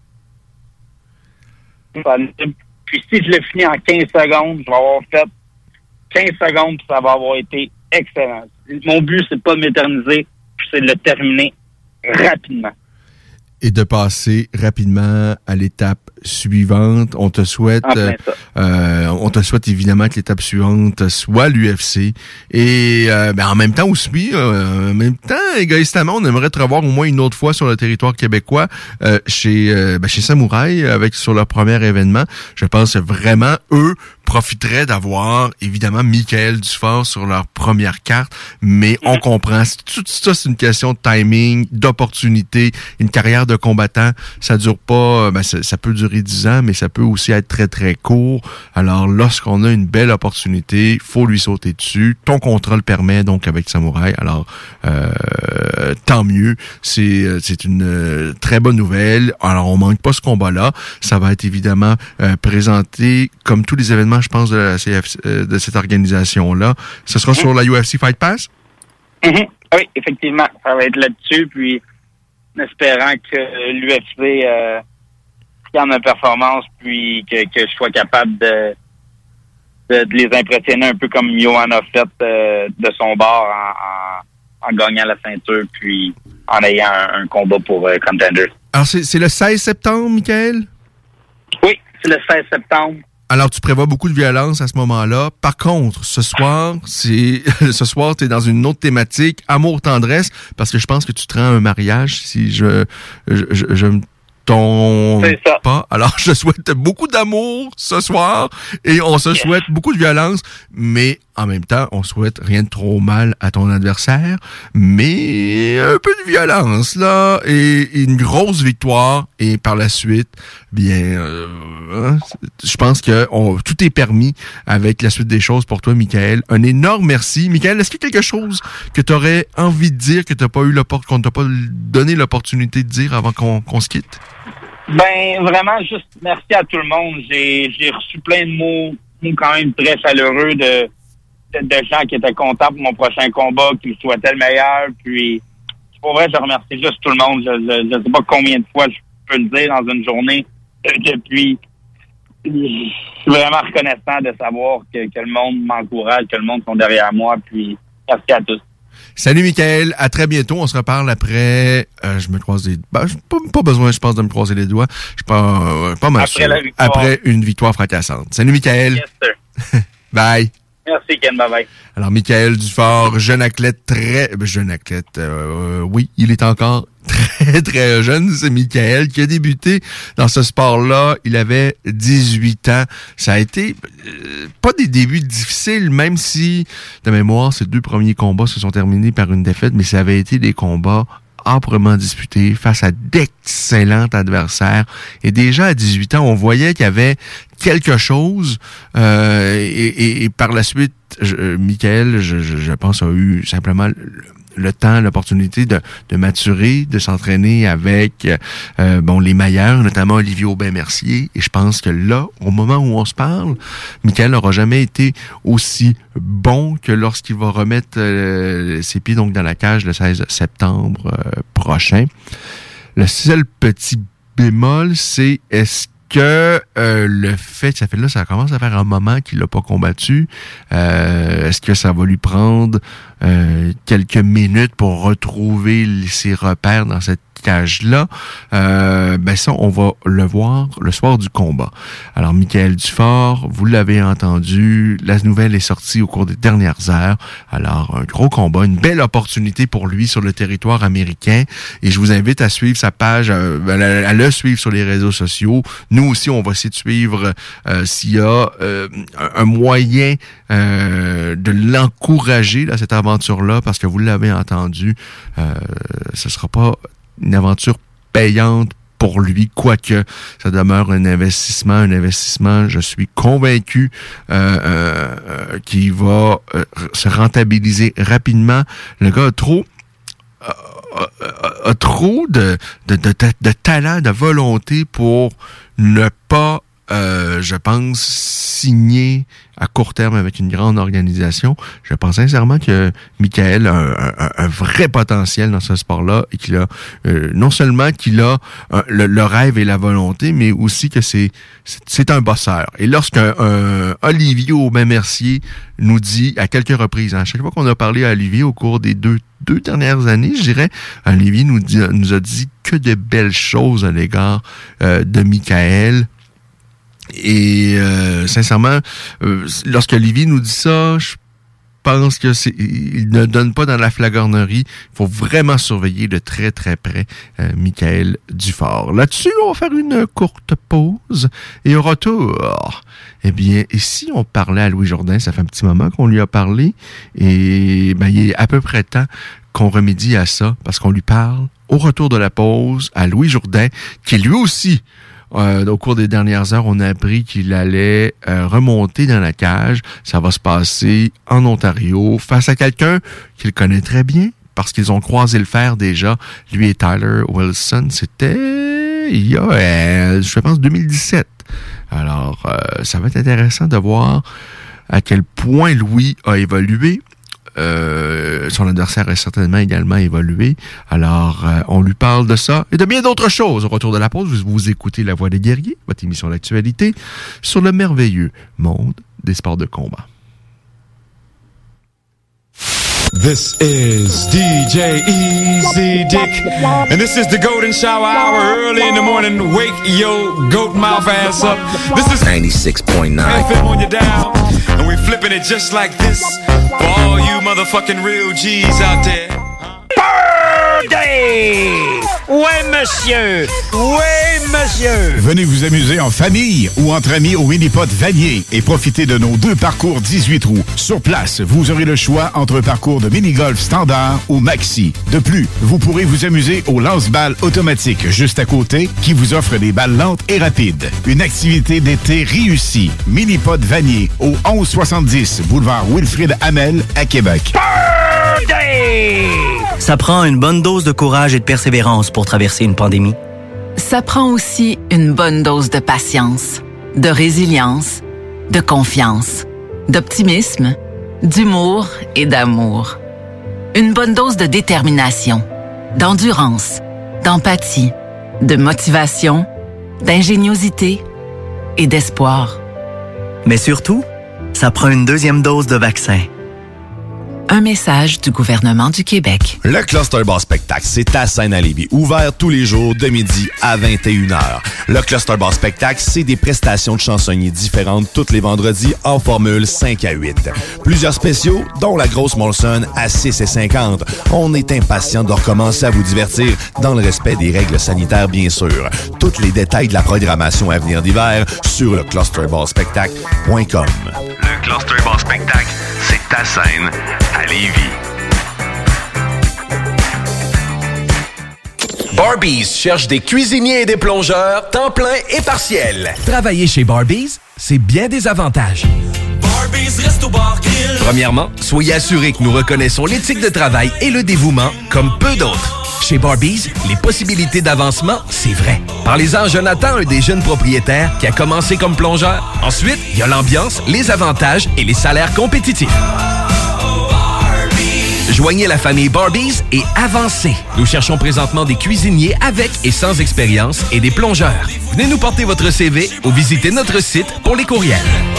Puis si je le finis en quinze secondes, je vais avoir fait quinze secondes, puis ça va avoir été excellent. Mon but, c'est pas de m'éterniser, puis c'est de le terminer rapidement. Et de passer rapidement à l'étape suivante. On te souhaite, euh, euh, on te souhaite évidemment que l'étape suivante soit l'U F C. Et euh, ben en même temps aussi, euh, en même temps, égoïstement, on aimerait te revoir au moins une autre fois sur le territoire québécois, euh, chez euh, ben, chez Samouraï, avec sur leur premier événement. Je pense que vraiment eux profiteraient d'avoir évidemment Michael Dufort sur leur première carte, mais on comprend, tout ça c'est une question de timing, d'opportunité, une carrière de combattant, ça dure pas, ben ça, ça peut durer dix ans, mais ça peut aussi être très très court. Alors lorsqu'on a une belle opportunité, faut lui sauter dessus. Ton contrat le permet donc avec Samouraï. Alors euh, tant mieux, c'est c'est une euh, très bonne nouvelle. Alors on manque pas ce combat-là, ça va être évidemment euh, présenté comme tous les événements, je pense, de la C F C, euh, de cette organisation-là. Ce sera mm-hmm. sur la U F C Fight Pass? Mm-hmm. Oui, effectivement, ça va être là-dessus, puis espérant que l'U F C euh, gagne ma performance, puis que, que je sois capable de, de, de les impressionner un peu comme Johan a fait euh, de son bord en, en, en gagnant la ceinture, puis en ayant un, un combat pour euh, Contender. Alors, c'est, c'est le seize septembre, Michael? Oui, c'est le seize septembre. Alors, tu prévois beaucoup de violence à ce moment-là. Par contre, ce soir, c'est ce soir, tu es dans une autre thématique, amour-tendresse, parce que je pense que tu te rends à un mariage, si je je, je, je me trompe pas. Alors, je souhaite beaucoup d'amour ce soir et on se souhaite beaucoup de violence, mais en même temps, on souhaite rien de trop mal à ton adversaire, mais un peu de violence, là, et une grosse victoire, et par la suite, bien, euh, hein, je pense que on, tout est permis avec la suite des choses pour toi, Michael. Un énorme merci. Michael, est-ce qu'il y a quelque chose que tu aurais envie de dire, que t'as pas eu l'oppor- qu'on t'a pas donné l'opportunité de dire avant qu'on, qu'on se quitte? Ben, vraiment, juste merci à tout le monde. J'ai, j'ai reçu plein de mots, mots quand même très chaleureux de de gens qui étaient contents pour mon prochain combat, qui me souhaitaient le meilleur. Puis, pour vrai, je remercie juste tout le monde. Je ne sais pas combien de fois je peux le dire dans une journée. Depuis, je suis vraiment reconnaissant de savoir que, que le monde m'encourage, que le monde sont derrière moi. Puis, merci à tous. Salut, Michael. À très bientôt. On se reparle après. Euh, je me croise les... Ben, pas, pas besoin, je pense, de me croiser les doigts. Je suis pas, euh, pas mal Après sûr. la victoire. Après une victoire fracassante. Salut, Michael. Yes, sir. Bye. Merci, Ken. Bye-bye. Alors, Michael Dufort, jeune athlète, très... Jeune athlète, euh, oui, il est encore très, très jeune. C'est Michael qui a débuté dans ce sport-là. Il avait dix-huit ans. Ça a été euh, pas des débuts difficiles, même si, de mémoire, ces deux premiers combats se sont terminés par une défaite, mais ça avait été des combats âprement disputés face à d'excellents adversaires. Et déjà à dix-huit ans, on voyait qu'il y avait quelque chose. Euh, et, et, et par la suite, je, Michael, je, je, je pense, a eu simplement le, le temps, l'opportunité de, de maturer, de s'entraîner avec euh, bon les meilleurs, notamment Olivier Aubin-Mercier. Et je pense que là, au moment où on se parle, Michael n'aura jamais été aussi bon que lorsqu'il va remettre euh, ses pieds donc dans la cage le seize septembre euh, prochain. Le seul petit bémol, c'est est-ce que euh, le fait, ça fait là, ça commence à faire un moment qu'il l'a pas combattu. Euh, est-ce que ça va lui prendre euh, quelques minutes pour retrouver ses repères dans cette cage-là? Euh, ben ça, on va le voir le soir du combat. Alors, Michael Dufort, vous l'avez entendu, la nouvelle est sortie au cours des dernières heures. Alors, un gros combat, une belle opportunité pour lui sur le territoire américain. Et je vous invite à suivre sa page, euh, à, à le suivre sur les réseaux sociaux. Nous aussi, on va essayer de suivre euh, s'il y a euh, un moyen euh, de l'encourager à cette aventure-là, parce que vous l'avez entendu, euh, ce sera pas une aventure payante pour lui, quoique ça demeure un investissement, un investissement, je suis convaincu, euh, euh, qui va euh, se rentabiliser rapidement. Le gars a trop... A, a, a trop de, de, de, de talent, de volonté pour ne pas, euh, je pense, signer à court terme avec une grande organisation. Je pense sincèrement que Michael a un, un, un vrai potentiel dans ce sport-là et qu'il a, euh, non seulement qu'il a euh, le, le rêve et la volonté, mais aussi que c'est c'est, c'est un bosseur. Et lorsqu'un un Olivier Aubin-Mercier nous dit à quelques reprises, hein, à chaque fois qu'on a parlé à Olivier au cours des deux deux dernières années, je dirais, Olivier nous, dit, nous a dit que de belles choses à l'égard euh, de Michael. Et euh, sincèrement, euh, lorsque Olivier nous dit ça, je pense que c'est, il ne donne pas dans la flagornerie. Il faut vraiment surveiller de très très près euh, Michael Dufort. Là-dessus, on va faire une courte pause et au retour, eh bien, et si on parlait à Louis Jourdain, ça fait un petit moment qu'on lui a parlé, et ben il est à peu près temps qu'on remédie à ça, parce qu'on lui parle au retour de la pause à Louis Jourdain, qui lui aussi, Euh, au cours des dernières heures, on a appris qu'il allait euh, remonter dans la cage. Ça va se passer en Ontario face à quelqu'un qu'il connaît très bien parce qu'ils ont croisé le fer déjà. Lui et Tyler Wilson, c'était il y a, euh, je pense, deux mille dix-sept. Alors, euh, ça va être intéressant de voir à quel point Louis a évolué. Euh, son adversaire a certainement également évolué. Alors, euh, on lui parle de ça et de bien d'autres choses. Au retour de la pause, vous, vous écoutez La Voix des guerriers, votre émission d'actualité, sur le merveilleux monde des sports de combat. This is D J Easy Dick, and this is the Golden Shower Hour. Early in the morning, wake your goat mouth ass up. This is ninety-six point nine. F M on your dial, and we're flipping it just like this for all you motherfucking real G's out there. Birthday! Ouais, monsieur! Ouais, monsieur! Venez vous amuser en famille ou entre amis au Minipod Vanier et profitez de nos deux parcours dix-huit trous. Sur place, vous aurez le choix entre un parcours de mini-golf standard ou maxi. De plus, vous pourrez vous amuser au lance-balles automatique juste à côté qui vous offre des balles lentes et rapides. Une activité d'été réussie. Minipod Vanier au onze soixante-dix boulevard Wilfrid Hamel à Québec. Birthday! Ça prend une bonne dose de courage et de persévérance pour traverser une pandémie. Ça prend aussi une bonne dose de patience, de résilience, de confiance, d'optimisme, d'humour et d'amour. Une bonne dose de détermination, d'endurance, d'empathie, de motivation, d'ingéniosité et d'espoir. Mais surtout, ça prend une deuxième dose de vaccin. Un message du gouvernement du Québec. Le Cluster Bar Spectacle, c'est à Sainte-Lévis, ouvert tous les jours de midi à vingt et une heures. Le Cluster Bar Spectacle, c'est des prestations de chansonniers différentes tous les vendredis en formule cinq à huit. Plusieurs spéciaux, dont la grosse Molson à six et cinquante. On est impatient de recommencer à vous divertir dans le respect des règles sanitaires, bien sûr. Tous les détails de la programmation à venir d'hiver sur le cluster bar spectacle point com. Le Cluster Bar Spectacle, c'est ta scène à Lévis. Barbies cherche des cuisiniers et des plongeurs, temps plein et partiel. Travailler chez Barbies, c'est bien des avantages. Premièrement, soyez assurés que nous reconnaissons l'éthique de travail et le dévouement comme peu d'autres. Chez Barbies, les possibilités d'avancement, c'est vrai. Parlez-en à Jonathan, un des jeunes propriétaires qui a commencé comme plongeur. Ensuite, il y a l'ambiance, les avantages et les salaires compétitifs. Joignez la famille Barbies et avancez. Nous cherchons présentement des cuisiniers avec et sans expérience et des plongeurs. Venez nous porter votre C V ou visitez notre site pour les courriels.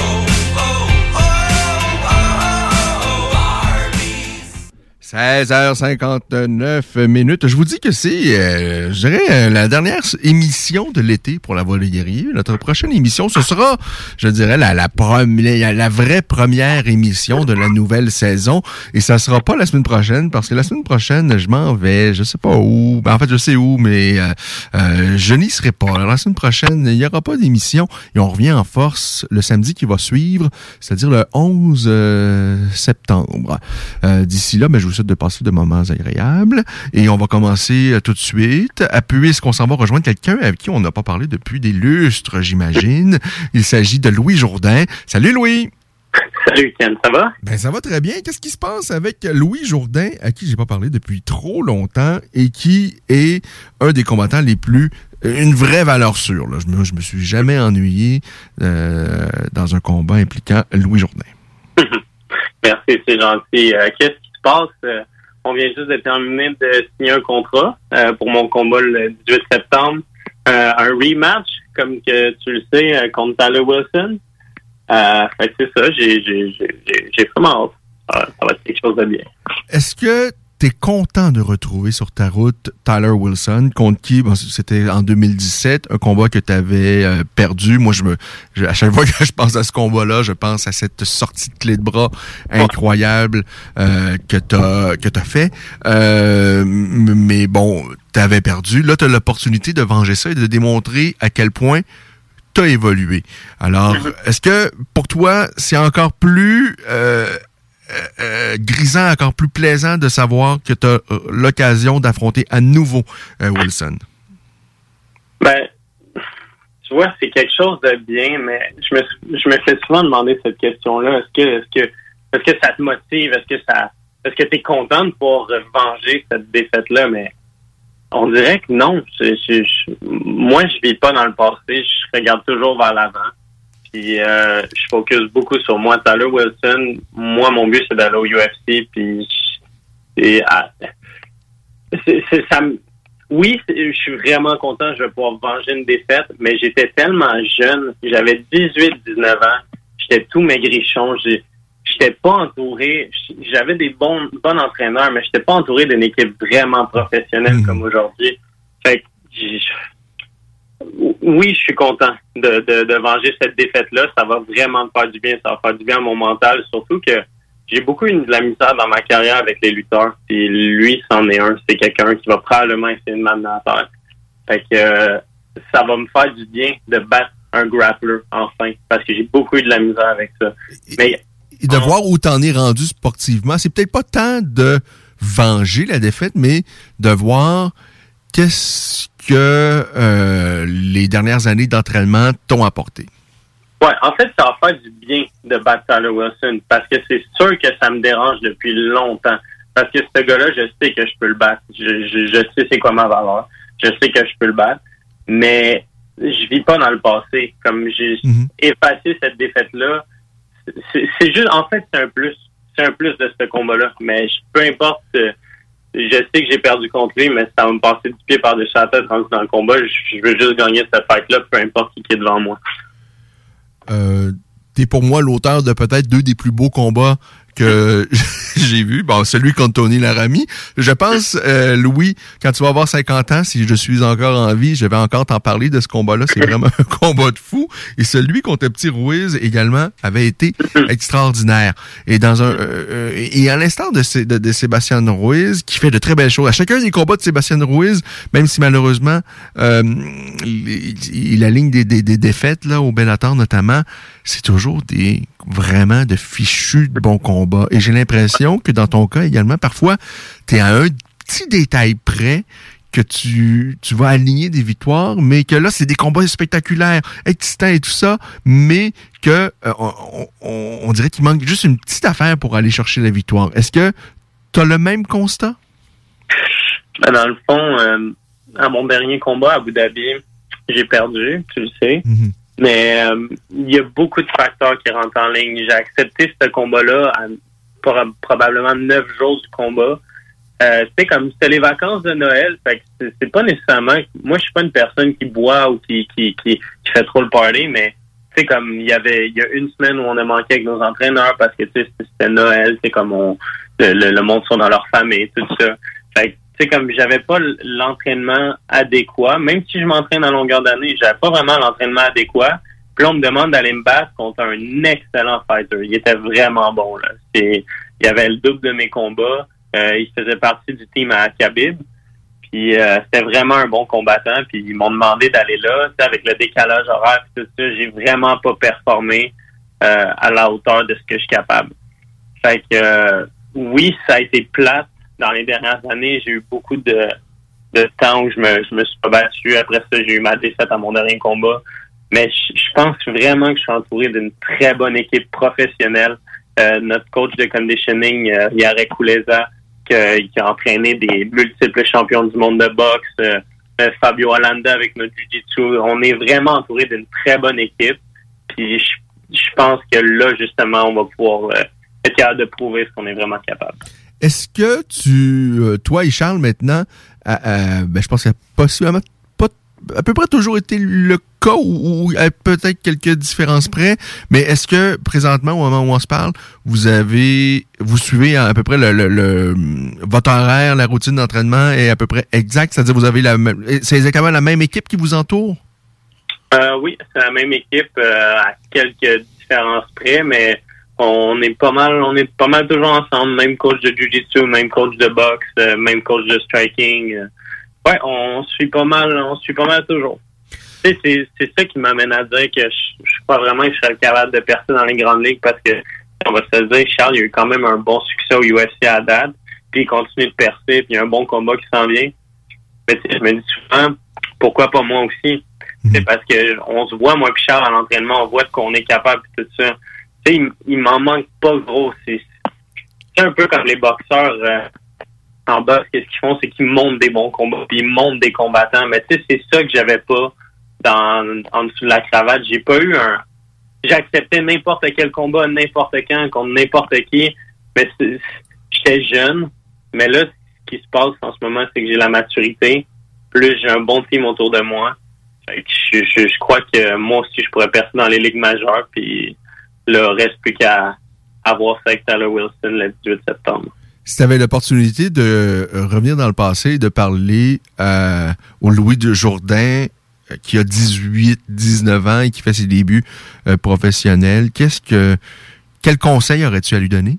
seize heures cinquante-neuf minutes. Je vous dis que c'est, euh, je dirais, euh, la dernière émission de l'été pour la Voix des guerriers. Notre prochaine émission, ce sera, je dirais, la, la, première, la vraie première émission de la nouvelle saison. Et ça sera pas la semaine prochaine, parce que la semaine prochaine, je m'en vais, je sais pas où. Ben, en fait, je sais où, mais euh, euh, je n'y serai pas. Alors, la semaine prochaine, il n'y aura pas d'émission. Et on revient en force le samedi qui va suivre, c'est-à-dire le onze septembre. Euh, d'ici là, ben, je vous souhaite de passer de moments agréables. Et on va commencer euh, tout de suite. À puisqu'on s'en va rejoindre quelqu'un avec qui on n'a pas parlé depuis des lustres, j'imagine. Il s'agit de Louis Jourdain. Salut Louis! Salut Ken, ça va? Ben ça va très bien. Qu'est-ce qui se passe avec Louis Jourdain, à qui j'ai pas parlé depuis trop longtemps et qui est un des combattants les plus... une vraie valeur sûre. Là. Je me, je me suis jamais ennuyé euh, dans un combat impliquant Louis Jourdain. Merci, c'est gentil. Euh, qu'est-ce qui se passe? Euh, on vient juste de terminer de signer un contrat euh, pour mon combat le dix-huit septembre. Euh, un rematch, comme que tu le sais, euh, contre Tyler Wilson. Euh, fait que c'est ça, j'ai, j'ai, j'ai, j'ai vraiment hâte. Euh, ça va être quelque chose de bien. Est-ce que t'es content de retrouver sur ta route Tyler Wilson, contre qui, bon, c'était en deux mille dix-sept, un combat que t'avais euh, perdu. Moi, je me, je, à chaque fois que je pense à ce combat-là, je pense à cette sortie de clé de bras incroyable euh, que t'as que t'as fait. Euh, mais bon, t'avais perdu. Là, t'as l'opportunité de venger ça et de démontrer à quel point t'as évolué. Alors, est-ce que pour toi, c'est encore plus euh, Euh, euh, grisant, encore plus plaisant de savoir que tu as euh, l'occasion d'affronter à nouveau euh, Wilson? Ben, tu vois, c'est quelque chose de bien, mais je me, je me fais souvent demander cette question-là. Est-ce que, est-ce que, est-ce que ça te motive? Est-ce que ça, est-ce que tu es content de pouvoir venger cette défaite-là? Mais on dirait que non. Je, je, je, moi, je vis pas dans le passé. Je regarde toujours vers l'avant. Puis euh, je focus beaucoup sur moi. Tyler Wilson, moi, mon but, c'est d'aller au U F C. Puis, et, ah, c'est, c'est, ça me... Oui, je suis vraiment content. Je vais pouvoir venger une défaite. Mais j'étais tellement jeune. J'avais dix-huit dix-neuf ans. J'étais tout maigrichon. J'ai, j'étais pas entouré. J'avais des bons, bons entraîneurs, mais j'étais pas entouré d'une équipe vraiment professionnelle mmh. comme aujourd'hui. Fait que j'ai... Oui, je suis content de, de, de venger cette défaite-là. Ça va vraiment me faire du bien. Ça va faire du bien à mon mental. Surtout que j'ai beaucoup eu de la misère dans ma carrière avec les lutteurs. Puis lui, c'en est un. C'est quelqu'un qui va probablement essayer de m'amener à terre. Fait que euh, ça va me faire du bien de battre un grappler, enfin. Parce que j'ai beaucoup eu de la misère avec ça. Mais, et de on... voir où t'en es rendu sportivement, c'est peut-être pas tant de venger la défaite, mais de voir qu'est-ce que euh, les dernières années d'entraînement t'ont apporté? Ouais, en fait, ça va faire du bien de battre Tyler Wilson parce que c'est sûr que ça me dérange depuis longtemps. Parce que ce gars-là, je sais que je peux le battre. Je, je, je sais c'est quoi ma valeur. Je sais que je peux le battre. Mais je vis pas dans le passé. Comme j'ai mm-hmm. effacé cette défaite-là, c'est, c'est juste, en fait, c'est un plus. C'est un plus de ce combat-là. Mais je, peu importe... Euh, je sais que j'ai perdu contre lui, mais ça va me passer du pied par-dessus la tête rendu dans le combat. Je, je veux juste gagner cette fight-là, peu importe qui est devant moi. Euh, t'es pour moi l'auteur de peut-être deux des plus beaux combats que j'ai vu, bon, celui contre Tony Laramie. Je pense, euh, Louis, quand tu vas avoir cinquante ans, si je suis encore en vie, je vais encore t'en parler de ce combat-là. C'est vraiment un combat de fou. Et celui contre le petit Ruiz également avait été extraordinaire. Et dans un euh, et à l'instar de, de, de Sébastien Ruiz, qui fait de très belles choses. À chacun des combats de Sébastien Ruiz, même si malheureusement euh, il, il aligne des, des, des défaites là au Bellator notamment, c'est toujours des vraiment de fichus de bons combats. Et j'ai l'impression que dans ton cas également, parfois, t'es à un petit détail près que tu, tu vas aligner des victoires, mais que là, c'est des combats spectaculaires, excitants et tout ça, mais que euh, on, on, on dirait qu'il manque juste une petite affaire pour aller chercher la victoire. Est-ce que tu as le même constat? Ben, dans le fond, euh, à mon dernier combat à Abu Dhabi, j'ai perdu, tu le sais. Mm-hmm. Mais euh, il y a beaucoup de facteurs qui rentrent en ligne. J'ai accepté ce combat-là à pro- probablement neuf jours du combat. Euh, c'était comme c'était les vacances de Noël, fait que c'est, c'est pas nécessairement. Moi, je suis pas une personne qui boit ou qui qui qui, qui fait trop le party, mais tu sais comme il y avait il y a une semaine où on a manqué avec nos entraîneurs parce que tu sais c'était Noël, c'est comme on le, le, le monde sont dans leur famille, tout ça. Fait que tu sais comme j'avais pas l'entraînement adéquat, même si je m'entraîne à longueur d'année, j'avais pas vraiment l'entraînement adéquat. Puis là, on me demande d'aller me battre contre un excellent fighter. Il était vraiment bon là. C'est il y avait le double de mes combats. Euh, il faisait partie du team à Khabib. Puis euh, c'était vraiment un bon combattant. Puis ils m'ont demandé d'aller là. Avec le décalage horaire et tout ça, j'ai vraiment pas performé euh, à la hauteur de ce que je suis capable. Fait que euh, oui, ça a été plate dans les dernières années. J'ai eu beaucoup de, de temps où je me, je me suis pas battu. Après ça, j'ai eu ma défaite à mon dernier combat. Mais je, je pense vraiment que je suis entouré d'une très bonne équipe professionnelle. Euh, notre coach de conditioning, euh, Yarek Kuleza, Que, qui a entraîné des multiples champions du monde de boxe, euh, euh, Fabio Hollanda avec notre jiu-jitsu. On est vraiment entouré d'une très bonne équipe. Puis je, je pense que là, justement, on va pouvoir euh, être capable de prouver ce qu'on est vraiment capable. Est-ce que tu, euh, toi et Charles, maintenant, euh, euh, ben, je pense qu'il y a possiblement pas à peu près toujours été le cas ou, ou peut-être quelques différences près, mais est-ce que présentement, au moment où on se parle, vous avez, vous suivez à peu près le, le, le votre horaire, la routine d'entraînement est à peu près exacte, c'est-à-dire vous avez la même, c'est exactement la même équipe qui vous entoure? Euh, oui, c'est la même équipe euh, à quelques différences près, mais on est pas mal, on est pas mal toujours ensemble, même coach de jiu-jitsu, même coach de boxe, euh, même coach de striking. Euh. Ouais, on suit pas mal, on suit pas mal toujours. Tu sais, c'est, c'est ça qui m'amène à dire que je, je suis pas vraiment que je serais capable de percer dans les grandes ligues parce que, on va se le dire, Charles, il y a eu quand même un bon succès au U F C à date, puis il continue de percer, puis il y a un bon combat qui s'en vient. Mais tu sais, je me dis souvent, pourquoi pas moi aussi? Mm-hmm. C'est parce que on se voit, moi puis Charles, à l'entraînement, on voit ce qu'on est capable et tout ça. Tu sais, il, il m'en manque pas gros. C'est, c'est un peu comme les boxeurs, euh, en boxe, qu'est-ce qu'ils font, c'est qu'ils montent des bons combats, puis ils montent des combattants. Mais tu sais, c'est ça que j'avais pas dans en dessous de la cravate. J'ai pas eu un... J'acceptais n'importe quel combat, n'importe quand, contre n'importe qui. Mais c'est... j'étais jeune. Mais là, ce qui se passe en ce moment, c'est que j'ai la maturité. Plus j'ai un bon team autour de moi. Fait que je, je, je crois que moi aussi, je pourrais percer dans les ligues majeures. Puis là, il reste plus qu'à avoir ça avec Tyler Wilson le dix-huit septembre. Si tu avais l'opportunité de revenir dans le passé et de parler euh, au Louis de Jourdain, qui a dix-huit dix-neuf ans et qui fait ses débuts euh, professionnels, qu'est-ce que quel conseil aurais-tu à lui donner?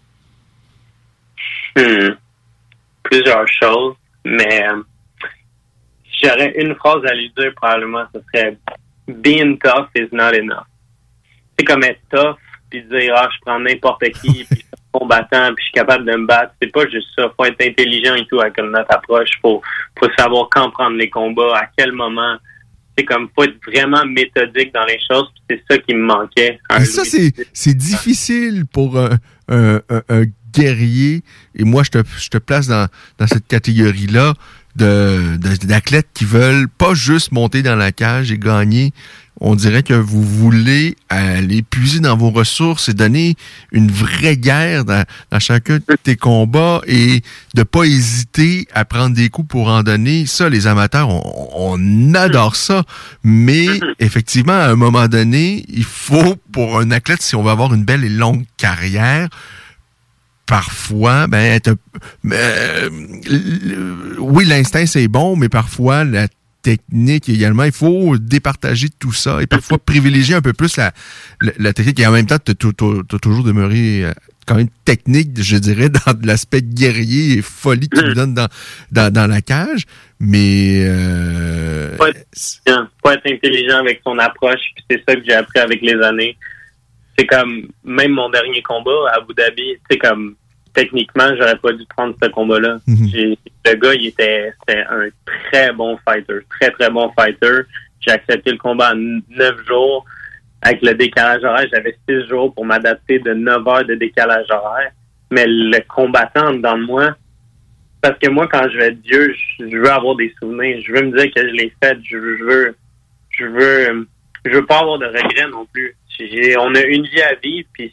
Hmm. Plusieurs choses, mais euh, j'aurais une phrase à lui dire probablement, ce serait « Being tough is not enough ». C'est comme être tough, puis dire « Ah, je prends n'importe qui, puis combattant, puis je suis capable de me battre ». C'est pas juste ça. Faut être intelligent et tout avec notre approche. Faut, faut savoir quand prendre les combats, à quel moment. C'est comme, faut être vraiment méthodique dans les choses, puis c'est ça qui me manquait. Et ça, c'est, c'est difficile pour un, un, un, un guerrier, et moi, je te, je te place dans, dans cette catégorie-là de, de, d'athlètes qui veulent pas juste monter dans la cage et gagner. On dirait que vous voulez aller puiser dans vos ressources et donner une vraie guerre dans, dans chacun de tes combats et de pas hésiter à prendre des coups pour en donner. Ça, les amateurs, on, on adore ça. Mais effectivement, à un moment donné, il faut, pour un athlète, si on veut avoir une belle et longue carrière, parfois, ben, être, euh, oui, l'instinct, c'est bon, mais parfois, la technique également, il faut départager tout ça et parfois privilégier un peu plus la, la, la technique et en même temps, tu as toujours demeuré quand même technique, je dirais, dans l'aspect guerrier et folie que tu nous donnes dans, dans, dans la cage, mais... Euh... Faut être, faut être intelligent avec son approche, puis c'est ça que j'ai appris avec les années. C'est comme, même mon dernier combat à Abu Dhabi, c'est comme, techniquement, j'aurais pas dû prendre ce combat-là. Mm-hmm. J'ai, le gars, il était, c'était un très bon fighter, très, très bon fighter. J'ai accepté le combat en neuf jours. Avec le décalage horaire, j'avais six jours pour m'adapter de neuf heures de décalage horaire. Mais le combattant dans moi, parce que moi, quand je vais être Dieu, je, je veux avoir des souvenirs. Je veux me dire que je l'ai fait. Je veux, je veux, je veux, je veux pas avoir de regrets non plus. J'ai, on a une vie à vivre, puis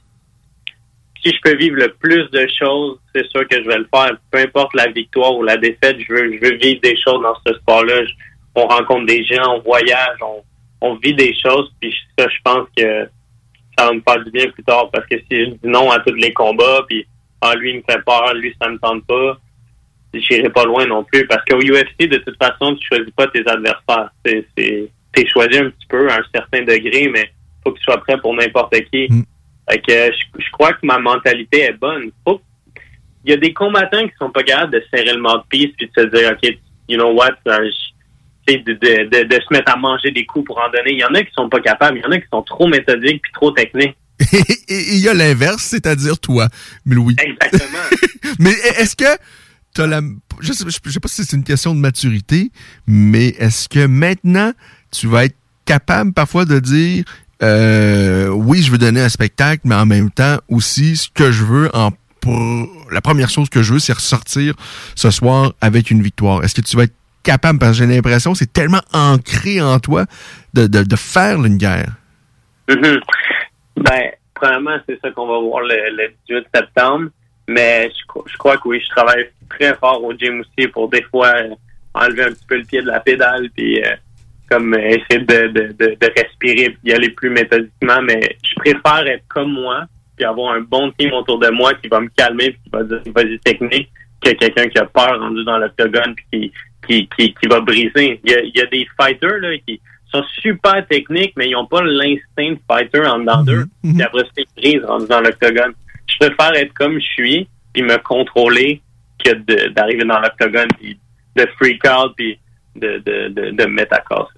si je peux vivre le plus de choses, c'est sûr que je vais le faire. Peu importe la victoire ou la défaite, je veux, je veux vivre des choses dans ce sport-là. Je, on rencontre des gens, on voyage, on, on vit des choses, puis ça, je pense que ça va me faire du bien plus tard, parce que si je dis non à tous les combats, puis ah, lui, il me fait peur, lui, ça me tente pas, j'irai pas loin non plus, parce qu'au U F C, de toute façon, tu choisis pas tes adversaires. C'est, c'est, t'es choisi un petit peu à un certain degré, mais faut que tu sois prêt pour n'importe qui. Mm. Fait que je, je crois que ma mentalité est bonne. Faut, il y a des combattants qui sont pas capables de serrer le mouthpiece puis de se dire, OK, you know what, euh, je, de, de, de, de se mettre à manger des coups pour en donner. Il y en a qui sont pas capables, il y en a qui sont trop méthodiques puis trop techniques. Et il y a l'inverse, c'est-à-dire toi, Louis. Exactement. Mais est-ce que t'as la, je sais, je sais pas si c'est une question de maturité, mais est-ce que maintenant, tu vas être capable parfois de dire, Euh, oui, je veux donner un spectacle, mais en même temps aussi, ce que je veux, en pour, la première chose que je veux, c'est ressortir ce soir avec une victoire. Est-ce que tu vas être capable, parce que j'ai l'impression que c'est tellement ancré en toi de, de, de faire une guerre? Mm-hmm. Ben, premièrement, c'est ça qu'on va voir le, le dix-huit septembre, mais je, je crois que oui, je travaille très fort au gym aussi pour des fois enlever un petit peu le pied de la pédale, puis euh, comme essayer de, de, de, de respirer et d'y aller plus méthodiquement, mais je préfère être comme moi puis avoir un bon team autour de moi qui va me calmer puis qui va dire vas-y technique que quelqu'un qui a peur rendu dans l'octogone puis qui, qui, qui, qui va briser. Il y a, il y a des fighters là qui sont super techniques, mais ils n'ont pas l'instinct de fighter en dedans d'eux. Mm-hmm. Puis après, c'est brise rendu dans l'octogone. Je préfère être comme je suis puis me contrôler que de, d'arriver dans l'octogone puis de freak out puis De, de, de, de me mettre à casser.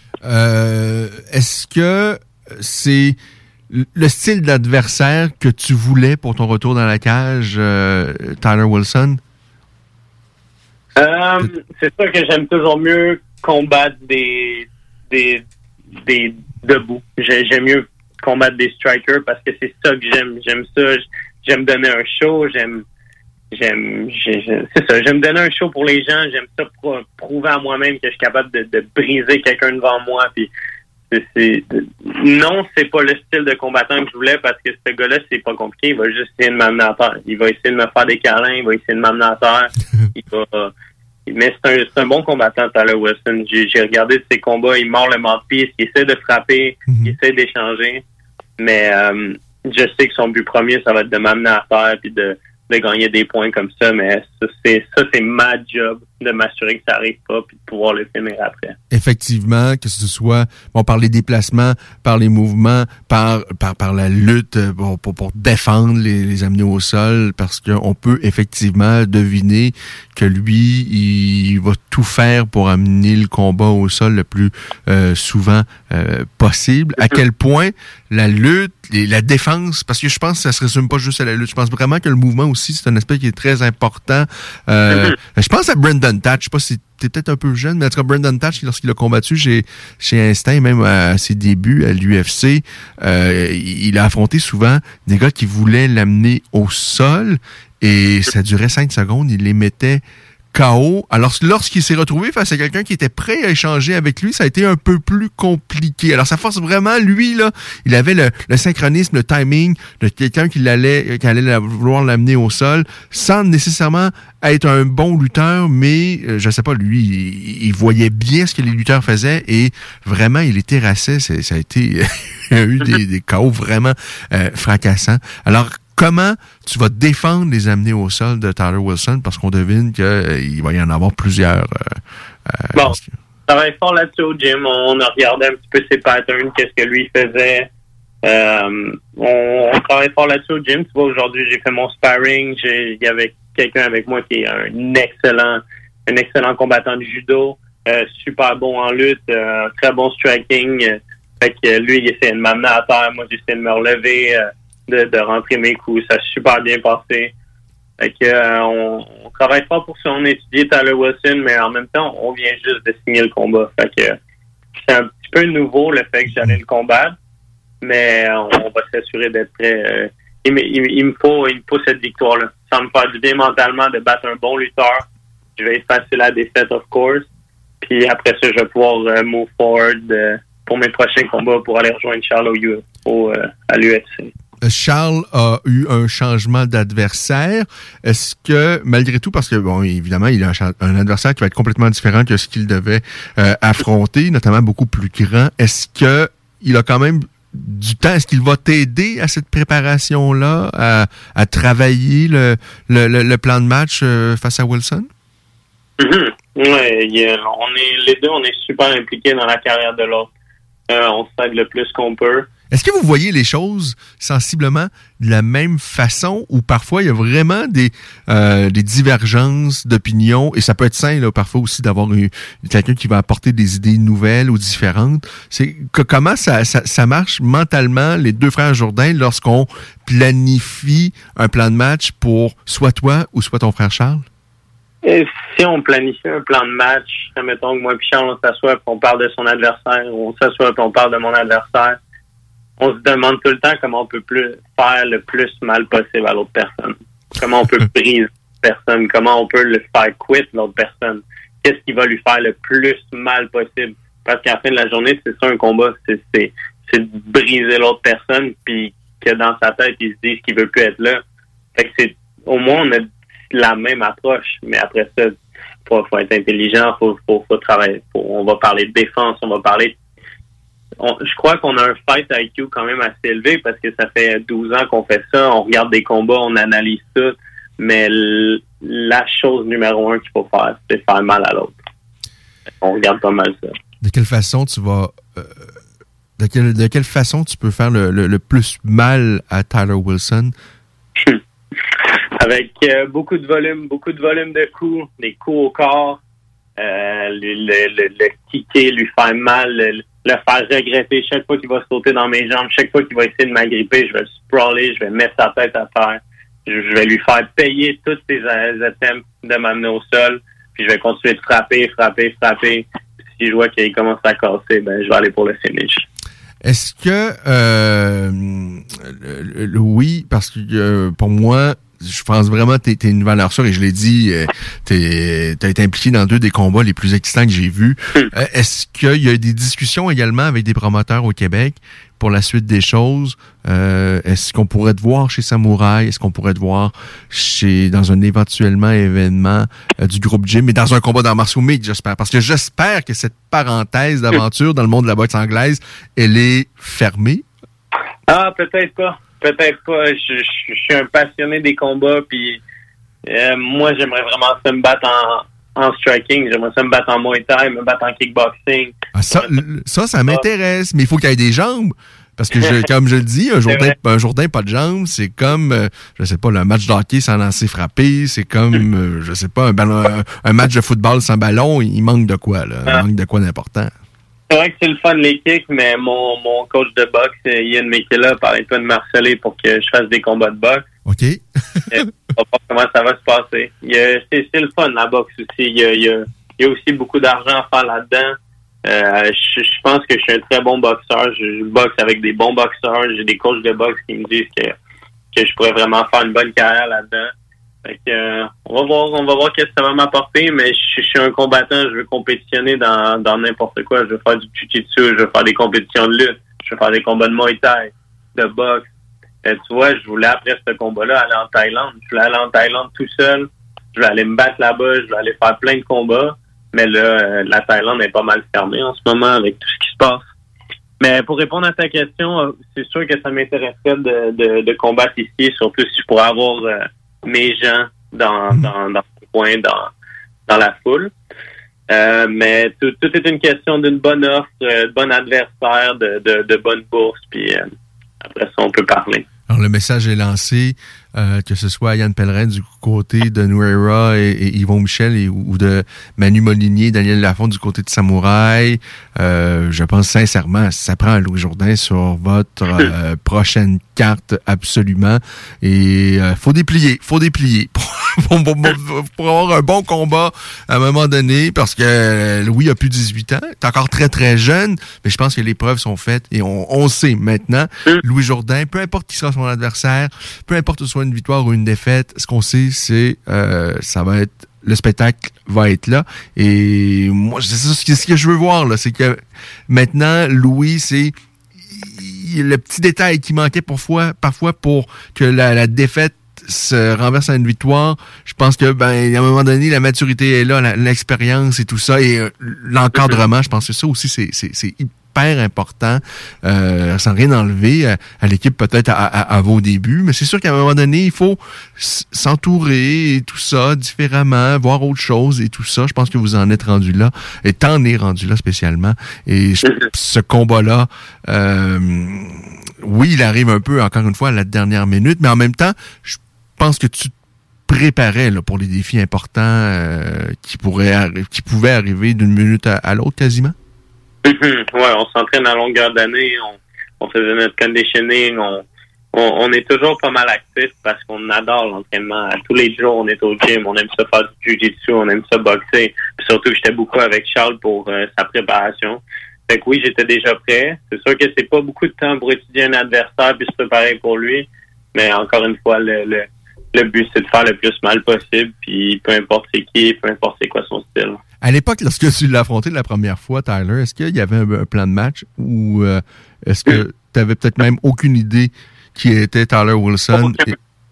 Euh, est-ce que c'est le style d'adversaire que tu voulais pour ton retour dans la cage, euh, Tyler Wilson? Euh, c'est sûr que j'aime toujours mieux combattre des, des, des debout. J'aime mieux combattre des strikers parce que c'est ça que j'aime. J'aime ça. J'aime donner un show. J'aime J'aime, j'aime, c'est ça, j'aime donner un show pour les gens, j'aime ça pour prouver à moi-même que je suis capable de, de briser quelqu'un devant moi. Puis c'est, c'est, non, c'est pas le style de combattant que je voulais parce que ce gars-là, c'est pas compliqué, il va juste essayer de m'amener à terre. Il va essayer de me faire des câlins, il va essayer de m'amener à terre. Il va, mais c'est un, c'est un bon combattant, Tyler Wilson. J'ai, j'ai regardé ses combats, il mord le mouthpiece, il essaie de frapper, mm-hmm. il essaie d'échanger. Mais euh, je sais que son but premier, ça va être de m'amener à terre puis de de gagner des points comme ça, mais ça c'est, ça, c'est ma job de m'assurer que ça arrive pas puis de pouvoir le finir après. Effectivement, que ce soit bon par les déplacements, par les mouvements, par par, par la lutte bon, pour, pour défendre, les, les amener au sol, parce qu'on peut effectivement deviner que lui, il va tout faire pour amener le combat au sol le plus euh, souvent euh, possible. À quel point la lutte, les, la défense, parce que je pense que ça se résume pas juste à la lutte, je pense vraiment que le mouvement aussi, c'est un aspect qui est très important. Euh, mm-hmm. Je pense à Brendan Thatch, je sais pas si t'es peut-être un peu jeune, mais en tout cas, Brendan Thatch, lorsqu'il a combattu chez, chez Instinct, même à ses débuts à l'U F C, euh, il a affronté souvent des gars qui voulaient l'amener au sol et ça durait cinq secondes, il les mettait K O. Alors, lorsqu'il s'est retrouvé face à quelqu'un qui était prêt à échanger avec lui, ça a été un peu plus compliqué. Alors, ça force vraiment, lui, là, il avait le, le synchronisme, le timing de quelqu'un qui allait, qui allait vouloir l'amener au sol, sans nécessairement être un bon lutteur, mais, euh, je sais pas, lui, il, il voyait bien ce que les lutteurs faisaient et vraiment, il les terrassait. C'est, ça a été, il y a eu des, des K O vraiment euh, fracassants. Alors, comment tu vas défendre les amener au sol de Tyler Wilson, parce qu'on devine qu'il euh, va y en avoir plusieurs. Euh, euh, bon, ça travaille fort là-dessus au gym. On a regardé un petit peu ses patterns, qu'est-ce que lui faisait. Euh, on, on travaille fort là-dessus au gym. Tu vois, aujourd'hui, j'ai fait mon sparring. Il y avait quelqu'un avec moi qui est un excellent, un excellent combattant de judo, euh, super bon en lutte, euh, très bon striking. Euh, fait que lui, il essayait de m'amener à terre. Moi, j'essayais de me relever, euh, de, de rentrer mes coups. Ça a super bien passé. Fait que, euh, on, on travaille fort pour ça. On a étudié Tyler Wilson, mais en même temps, on vient juste de signer le combat. Fait que c'est un petit peu nouveau le fait que j'allais le combattre, mais on, on va s'assurer d'être prêt. Euh, il, me, il, il me faut, il me faut cette victoire-là. Ça me fait du bien mentalement de battre un bon lutteur. Je vais effacer la défaite, of course. Puis après ça, je vais pouvoir euh, move forward euh, pour mes prochains combats pour aller rejoindre Charles au, au, euh, à l'U F C. Charles a eu un changement d'adversaire. Est-ce que, malgré tout, parce que, bon, évidemment, il a un, un adversaire qui va être complètement différent que ce qu'il devait euh, affronter, notamment beaucoup plus grand, est-ce que il a quand même du temps? Est-ce qu'il va t'aider à cette préparation-là, à, à travailler le, le, le, le plan de match euh, face à Wilson? Mm-hmm. Oui, yeah, on est, les deux, on est super impliqués dans la carrière de l'autre. Euh, on s'aide le plus qu'on peut. Est-ce que vous voyez les choses sensiblement de la même façon ou parfois il y a vraiment des, euh, des divergences d'opinion, et ça peut être sain là, parfois aussi d'avoir une, quelqu'un qui va apporter des idées nouvelles ou différentes. C'est que, comment ça, ça, ça marche mentalement, les deux frères Jourdain, lorsqu'on planifie un plan de match pour soit toi ou soit ton frère Charles? Et si on planifie un plan de match, admettons que moi et Charles, on s'assoit et on parle de son adversaire, ou on s'assoit et on parle de mon adversaire, on se demande tout le temps comment on peut plus faire le plus mal possible à l'autre personne. Comment on peut briser l'autre personne, comment on peut le faire quitter l'autre personne. Qu'est-ce qui va lui faire le plus mal possible? Parce qu'à la fin de la journée, c'est ça un combat, c'est, c'est, c'est de briser l'autre personne, puis que dans sa tête, il se dise qu'il veut plus être là. Fait que c'est, au moins, on a la même approche, mais après ça, faut, faut être intelligent, faut, faut, faut travailler, faut, on va parler de défense, on va parler On, je crois qu'on a un fight I Q quand même assez élevé parce que ça fait douze ans qu'on fait ça. On regarde des combats, on analyse tout. Mais l- la chose numéro un qu'il faut faire, c'est faire mal à l'autre. On regarde pas mal ça. De quelle façon tu vas... Euh, de, quelle, de quelle façon tu peux faire le, le, le plus mal à Tyler Wilson? Avec euh, beaucoup de volume, beaucoup de volume de coups, des coups au corps, euh, le, le, le, le kicker, lui faire mal, le, le faire regretter chaque fois qu'il va sauter dans mes jambes, chaque fois qu'il va essayer de m'agripper, je vais le sprawler, je vais mettre sa tête à terre, je, je vais lui faire payer tous ses attempts de m'amener au sol, puis je vais continuer de frapper, frapper, frapper. Si je vois qu'il commence à casser, ben je vais aller pour le finish. Est-ce que euh, le, le, oui, parce que euh, pour moi, je pense vraiment que t'es, t'es une valeur sûre, et je l'ai dit, euh, t'es, t'as été impliqué dans deux des combats les plus excitants que j'ai vus. Mm. Euh, est-ce qu'il y a des discussions également avec des promoteurs au Québec pour la suite des choses? Euh, est-ce qu'on pourrait te voir chez Samouraï? Est-ce qu'on pourrait te voir chez dans un éventuellement événement euh, du groupe Gym, et dans un combat d'arts martiaux mixtes, j'espère? Parce que j'espère que cette parenthèse d'aventure dans le monde de la boxe anglaise, elle est fermée. Ah, peut-être pas. Peut-être pas. Je, je, je suis un passionné des combats, puis euh, moi, j'aimerais vraiment ça me battre en, en striking. J'aimerais ça me battre en Muay Thai, me battre en kickboxing. Ah, ça, ça, ça m'intéresse, mais il faut qu'il y ait des jambes. Parce que, je, comme je le dis, un Jourdain, un Jourdain pas de jambes, c'est comme, euh, je sais pas, le match de hockey sans lancer frappé, c'est comme, euh, je sais pas, un, ballon, un, un match de football sans ballon, il manque de quoi, là. Il manque de quoi d'important. C'est vrai que c'est le fun, les kicks, mais mon, mon coach de boxe, Ian McKilla, parlait pas de me harceler pour que je fasse des combats de boxe. OK. On va voir comment ça va se passer. Il y a, c'est, c'est le fun, la boxe aussi. Il y a, il y a, il y a aussi beaucoup d'argent à faire là-dedans. Euh, je, je pense que je suis un très bon boxeur. Je, je boxe avec des bons boxeurs. J'ai des coachs de boxe qui me disent que, que je pourrais vraiment faire une bonne carrière là-dedans. Fait que, euh, on va voir, on va voir qu'est-ce que ça va m'apporter, mais je, je suis un combattant, je veux compétitionner dans, dans n'importe quoi. Je veux faire du jiu-jitsu, je veux faire des compétitions de lutte, je veux faire des combats de Muay Thai, de boxe. Et tu vois, je voulais, après ce combat-là, aller en Thaïlande. Je voulais aller en Thaïlande tout seul. Je voulais aller me battre là-bas, je voulais aller faire plein de combats. Mais là, la Thaïlande est pas mal fermée en ce moment avec tout ce qui se passe. Mais pour répondre à ta question, c'est sûr que ça m'intéresserait de, de, de combattre ici, surtout si je pourrais avoir euh, mes gens dans, mmh. dans, dans le coin, dans, dans la foule. Euh, mais tout, tout est une question d'une bonne offre, de bon adversaire, de, de, de bonne bourse, puis euh, après ça, on peut parler. Alors, le message est lancé, euh, que ce soit Yann Pellerin du côté de Nuera et, et Yvon Michel et, ou de Manu Molinier, Daniel Lafont du côté de Samouraï. Euh, je pense sincèrement, ça prend Louis Jourdain sur votre euh, prochaine carte, absolument. Et euh, faut déplier, faut déplier pour, pour, pour, pour avoir un bon combat à un moment donné, parce que Louis a plus de dix-huit ans, est encore très très jeune, mais je pense que les preuves sont faites et on, on sait maintenant, Louis Jourdain, peu importe qui sera son adversaire, peu importe que ce soit une victoire ou une défaite, ce qu'on sait, c'est euh, ça va être le spectacle va être là. Et moi, c'est ça ce que je veux voir, là, c'est que maintenant, Louis, c'est le petit détail qui manquait parfois, parfois pour que la, la défaite se renverse à une victoire. Je pense que, ben, à un moment donné, la maturité est là, la, l'expérience et tout ça, et euh, l'encadrement, je pense que ça aussi, c'est, c'est, c'est hyper important, euh, sans rien enlever à, à l'équipe peut-être à, à, à vos débuts, mais c'est sûr qu'à un moment donné, il faut s'entourer et tout ça différemment, voir autre chose et tout ça. Je pense que vous en êtes rendu là, et t'en es rendu là spécialement. Et je, ce combat-là, euh, oui, il arrive un peu, encore une fois, à la dernière minute, mais en même temps, je pense que tu te préparais là, pour les défis importants euh, qui pourraient arri- qui pouvaient arriver d'une minute à, à l'autre quasiment. Ouais, on s'entraîne à longueur d'année, on, on faisait notre conditioning, on, on, on est toujours pas mal actif parce qu'on adore l'entraînement. À tous les jours, on est au gym, on aime ça faire du jiu-jitsu, on aime ça boxer. Puis surtout, j'étais beaucoup avec Charles pour euh, sa préparation. Fait que oui, j'étais déjà prêt. C'est sûr que c'est pas beaucoup de temps pour étudier un adversaire puis se préparer pour lui. Mais encore une fois, le, le, le but, c'est de faire le plus mal possible. Puis peu importe c'est qui, peu importe c'est quoi son style. À l'époque, lorsque tu l'as affronté la première fois, Tyler, est-ce qu'il y avait un, un plan de match ou euh, est-ce que tu avais peut-être même aucune idée qui était Tyler Wilson? Et...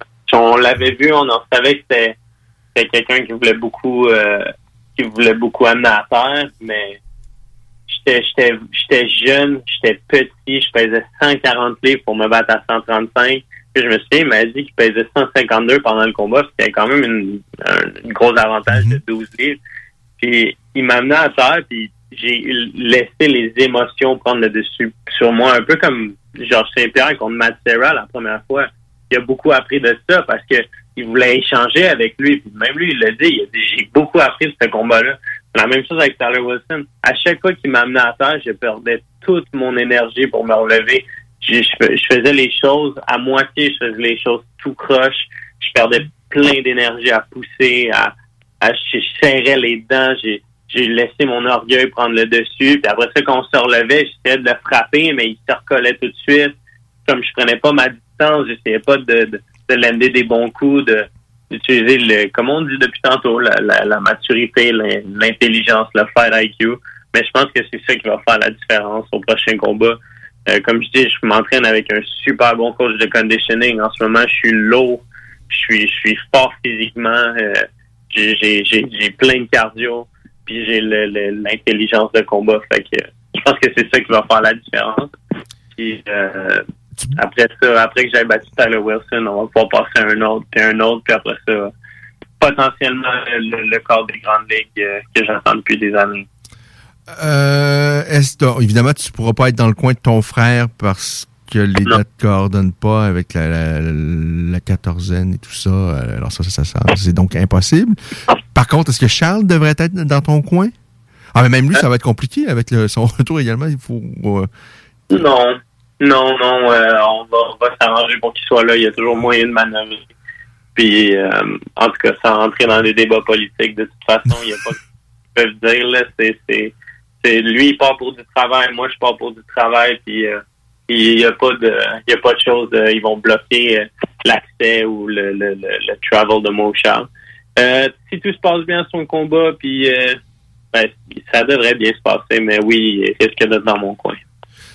On l'avait vu, on en savait que c'était, c'était quelqu'un qui voulait beaucoup euh, qui voulait beaucoup amener à terre, mais j'étais, j'étais, j'étais jeune, j'étais petit, je pesais cent quarante livres pour me battre à cent trente-cinq. Puis je me suis dit, il m'a dit qu'il pesait cent cinquante-deux pendant le combat, c'était quand même une, un, un gros avantage de douze livres. Puis il m'a amené à terre, puis j'ai laissé les émotions prendre le dessus sur moi, un peu comme Georges Saint-Pierre contre Matt Serra la première fois. Il a beaucoup appris de ça parce que il voulait échanger avec lui. Puis même lui, il l'a dit, il a dit, j'ai beaucoup appris de ce combat-là. C'est la même chose avec Tyler Wilson. À chaque fois qu'il m'a amené à terre, je perdais toute mon énergie pour me relever. Je, je, je faisais les choses à moitié, je faisais les choses tout croche. Je perdais plein d'énergie à pousser, à je serrais les dents, j'ai, j'ai laissé mon orgueil prendre le dessus, puis après ça, quand on se relevait, j'essayais de le frapper, mais il se recollait tout de suite. Comme je prenais pas ma distance, j'essayais pas de, de, de lander des bons coups, de, d'utiliser le, comme on dit depuis tantôt, la, la, la maturité, l'intelligence, le fight I Q. Mais je pense que c'est ça qui va faire la différence au prochain combat. Euh, comme je dis, je m'entraîne avec un super bon coach de conditioning. En ce moment, je suis lourd, je suis, je suis fort physiquement, euh, J'ai, j'ai, j'ai, j'ai plein de cardio, puis j'ai le, le, l'intelligence de combat. Fait que je pense que c'est ça qui va faire la différence. Puis euh, après ça, après que j'ai battu Tyler Wilson, on va pouvoir passer à un autre, puis un autre, puis après ça, potentiellement le, le corps des grandes ligues euh, que j'entends depuis des années. Euh, est-ce que, évidemment, tu pourras pas être dans le coin de ton frère parce que les dates ne coordonnent pas avec la, la, la quatorzaine et tout ça. Alors ça, ça, ça, ça, c'est donc impossible. Par contre, est-ce que Charles devrait être dans ton coin? Ah, mais même lui, ça va être compliqué avec le, son retour également. Il faut... Euh... Non, non, non. Euh, on, va, on va s'arranger pour qu'il soit là. Il y a toujours moyen de manœuvrer. Puis, euh, en tout cas, sans rentrer dans des débats politiques, de toute façon, il n'y a pas de peuvent dire. Là, c'est, c'est, c'est, lui, il part pour du travail. Moi, je pars pour du travail. Puis... Euh, Il n'y a pas de, il y a pas de chose, euh, ils vont bloquer euh, l'accès ou le, le, le, le travel de Mo Charles. Euh, si tout se passe bien sur le combat, puis euh, ben, ça devrait bien se passer, mais oui, il risque d'être dans mon coin.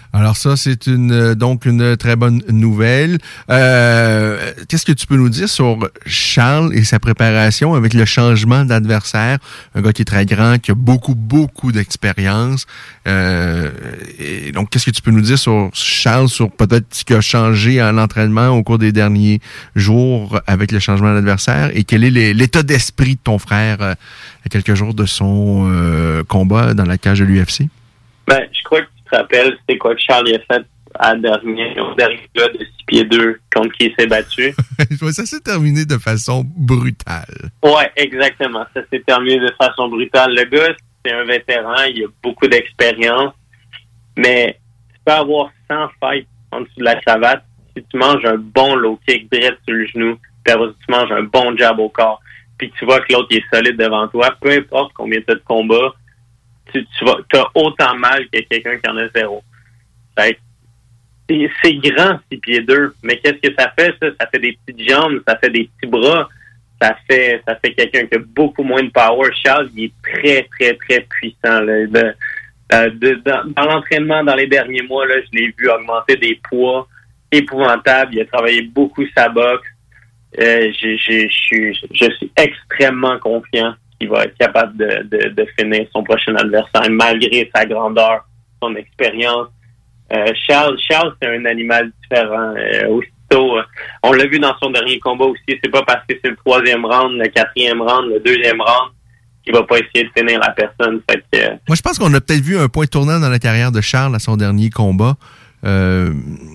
Alors ça, c'est une donc une très bonne nouvelle. Euh, qu'est-ce que tu peux nous dire sur Charles et sa préparation avec le changement d'adversaire? Un gars qui est très grand, qui a beaucoup, beaucoup d'expérience. Euh, et donc, qu'est-ce que tu peux nous dire sur Charles, sur peut-être ce qui a changé en entraînement au cours des derniers jours avec le changement d'adversaire? Et quel est les, l'état d'esprit de ton frère euh, à quelques jours de son euh, combat dans la cage de l'U F C? Ben, je crois que tu te rappelles, c'était quoi que Charles a fait à dernier, au dernier gars de six pieds deux contre qui il s'est battu. Ça s'est terminé de façon brutale. Ouais, exactement. Ça s'est terminé de façon brutale. Le gars, c'est un vétéran, il a beaucoup d'expérience, mais tu peux avoir cent fights en dessous de la cravate si tu manges un bon low kick direct sur le genou, puis après tu manges un bon jab au corps, puis tu vois que l'autre il est solide devant toi, peu importe combien tu as de combats, tu, tu vas, t'as autant mal que quelqu'un qui en a zéro. Fait que c'est, c'est grand, six pieds deux, mais qu'est-ce que ça fait, ça? Ça fait des petites jambes, ça fait des petits bras, ça fait ça fait quelqu'un qui a beaucoup moins de power. Charles, il est très, très, très puissant. Là. De, euh, de, dans, dans l'entraînement, dans les derniers mois, là, je l'ai vu augmenter des poids épouvantables. Il a travaillé beaucoup sa boxe. Euh, je, je, je, suis, je suis extrêmement confiant qu'il va être capable de, de, de finir son prochain adversaire, malgré sa grandeur, son expérience. Euh, Charles, Charles, c'est un animal différent. Euh, aussitôt, euh, on l'a vu dans son dernier combat aussi. C'est pas parce que c'est le troisième round, le quatrième round, le deuxième round qu'il va pas essayer de finir la personne. Fait que, euh, Moi, je pense qu'on a peut-être vu un point tournant dans la carrière de Charles à son dernier combat. Euh,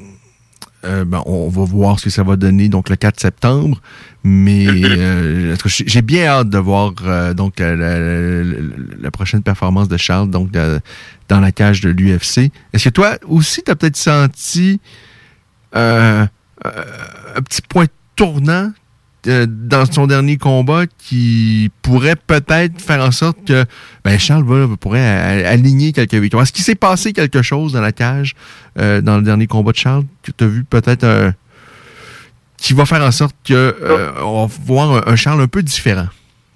euh, ben, on va voir ce que ça va donner donc le quatre septembre. Mais euh, j'ai bien hâte de voir euh, donc la, la, la, la prochaine performance de Charles donc de, dans la cage de l'U F C. Est-ce que toi aussi tu as peut-être senti euh, euh, un petit point tournant euh, dans son dernier combat qui pourrait peut-être faire en sorte que ben Charles va, pourrait a, aligner quelques victoires? Est-ce qu'il s'est passé quelque chose dans la cage euh, dans le dernier combat de Charles que tu as vu peut-être un euh, qui va faire en sorte que euh, on va voir un, un Charles un peu différent?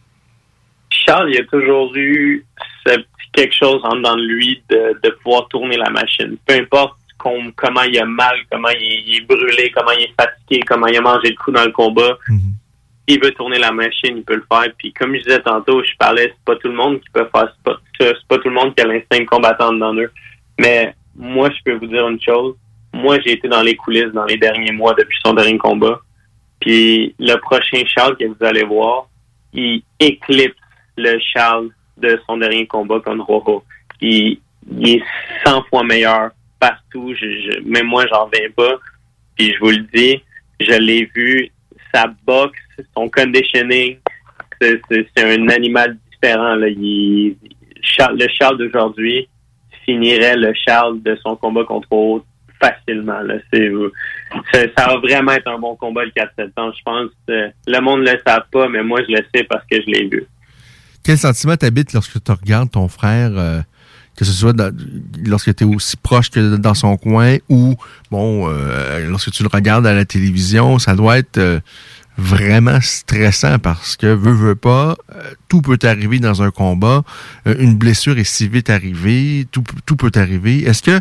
Charles, il a toujours eu ce petit quelque chose en dedans de lui de, de pouvoir tourner la machine. Peu importe com- comment il a mal, comment il, il est brûlé, comment il est fatigué, comment il a mangé le coup dans le combat. Mm-hmm. Il veut tourner la machine, il peut le faire. Puis comme je disais tantôt, je parlais, c'est pas tout le monde qui peut faire, c'est pas, c'est pas tout le monde qui a l'instinct combattant dans eux. Mais moi, je peux vous dire une chose. Moi, j'ai été dans les coulisses dans les derniers mois depuis son dernier combat. Puis le prochain Charles que vous allez voir, il éclipse le Charles de son dernier combat contre Rojo. Il, il est cent fois meilleur partout. Je, je, même moi, j'en reviens pas. Puis je vous le dis, je l'ai vu, sa boxe, son conditioning, c'est, c'est, c'est un animal différent. Là. Il, Charles, le Charles d'aujourd'hui finirait le Charles de son combat contre Rojo facilement. Là. C'est, c'est, ça va vraiment être un bon combat le quatre septembre, je pense. Le monde ne le sait pas, mais moi, je le sais parce que je l'ai vu. Quel sentiment t'habites lorsque tu regardes ton frère, euh, que ce soit dans, lorsque tu es aussi proche que dans son coin ou, bon, euh, lorsque tu le regardes à la télévision, ça doit être euh, vraiment stressant parce que, veux, veux pas, euh, tout peut arriver dans un combat. Euh, une blessure est si vite arrivée, tout, tout peut arriver. Est-ce que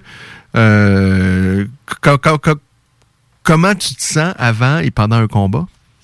Euh, co- co- co- comment tu te sens avant et pendant un combat?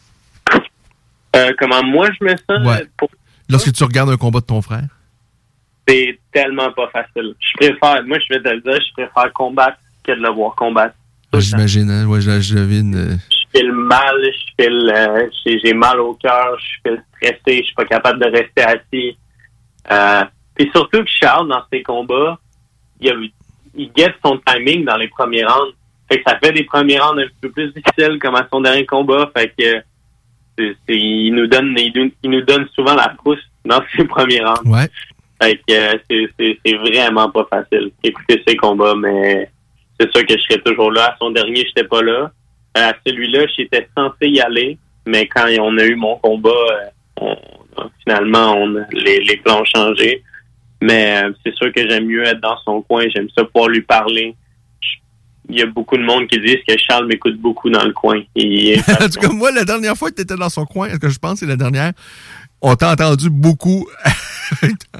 Euh, comment moi je me sens? Ouais. Pour... Lorsque tu regardes un combat de ton frère? C'est tellement pas facile. Je préfère, moi je vais te le dire, je préfère combattre que de le voir combattre. Ah, j'imagine, hein? Ouais, je, je devine. Euh... Je file mal, je file, euh, j'ai, j'ai mal au cœur, je file stressé, je suis pas capable de rester assis. Euh, puis surtout que Charles, dans ses combats, il a il guette son timing dans les premiers rounds. Fait que ça fait des premiers rounds un peu plus difficiles comme à son dernier combat. Fait que c'est, c'est, il nous donne il, il nous donne souvent la pousse dans ses premiers rounds. Ouais. Fait que euh, c'est, c'est, c'est vraiment pas facile d'écouter ses combats, mais c'est sûr que je serais toujours là. À son dernier, j'étais pas là. Euh, à celui-là, j'étais censé y aller, mais quand on a eu mon combat, on, on, finalement, on, les, les plans ont changé. Mais euh, c'est sûr que j'aime mieux être dans son coin. J'aime ça pouvoir lui parler. Il y a beaucoup de monde qui disent que Charles m'écoute beaucoup dans le coin. Et, en tout cas, moi, la dernière fois que tu étais dans son coin, ce que je pense, c'est la dernière, on t'a entendu beaucoup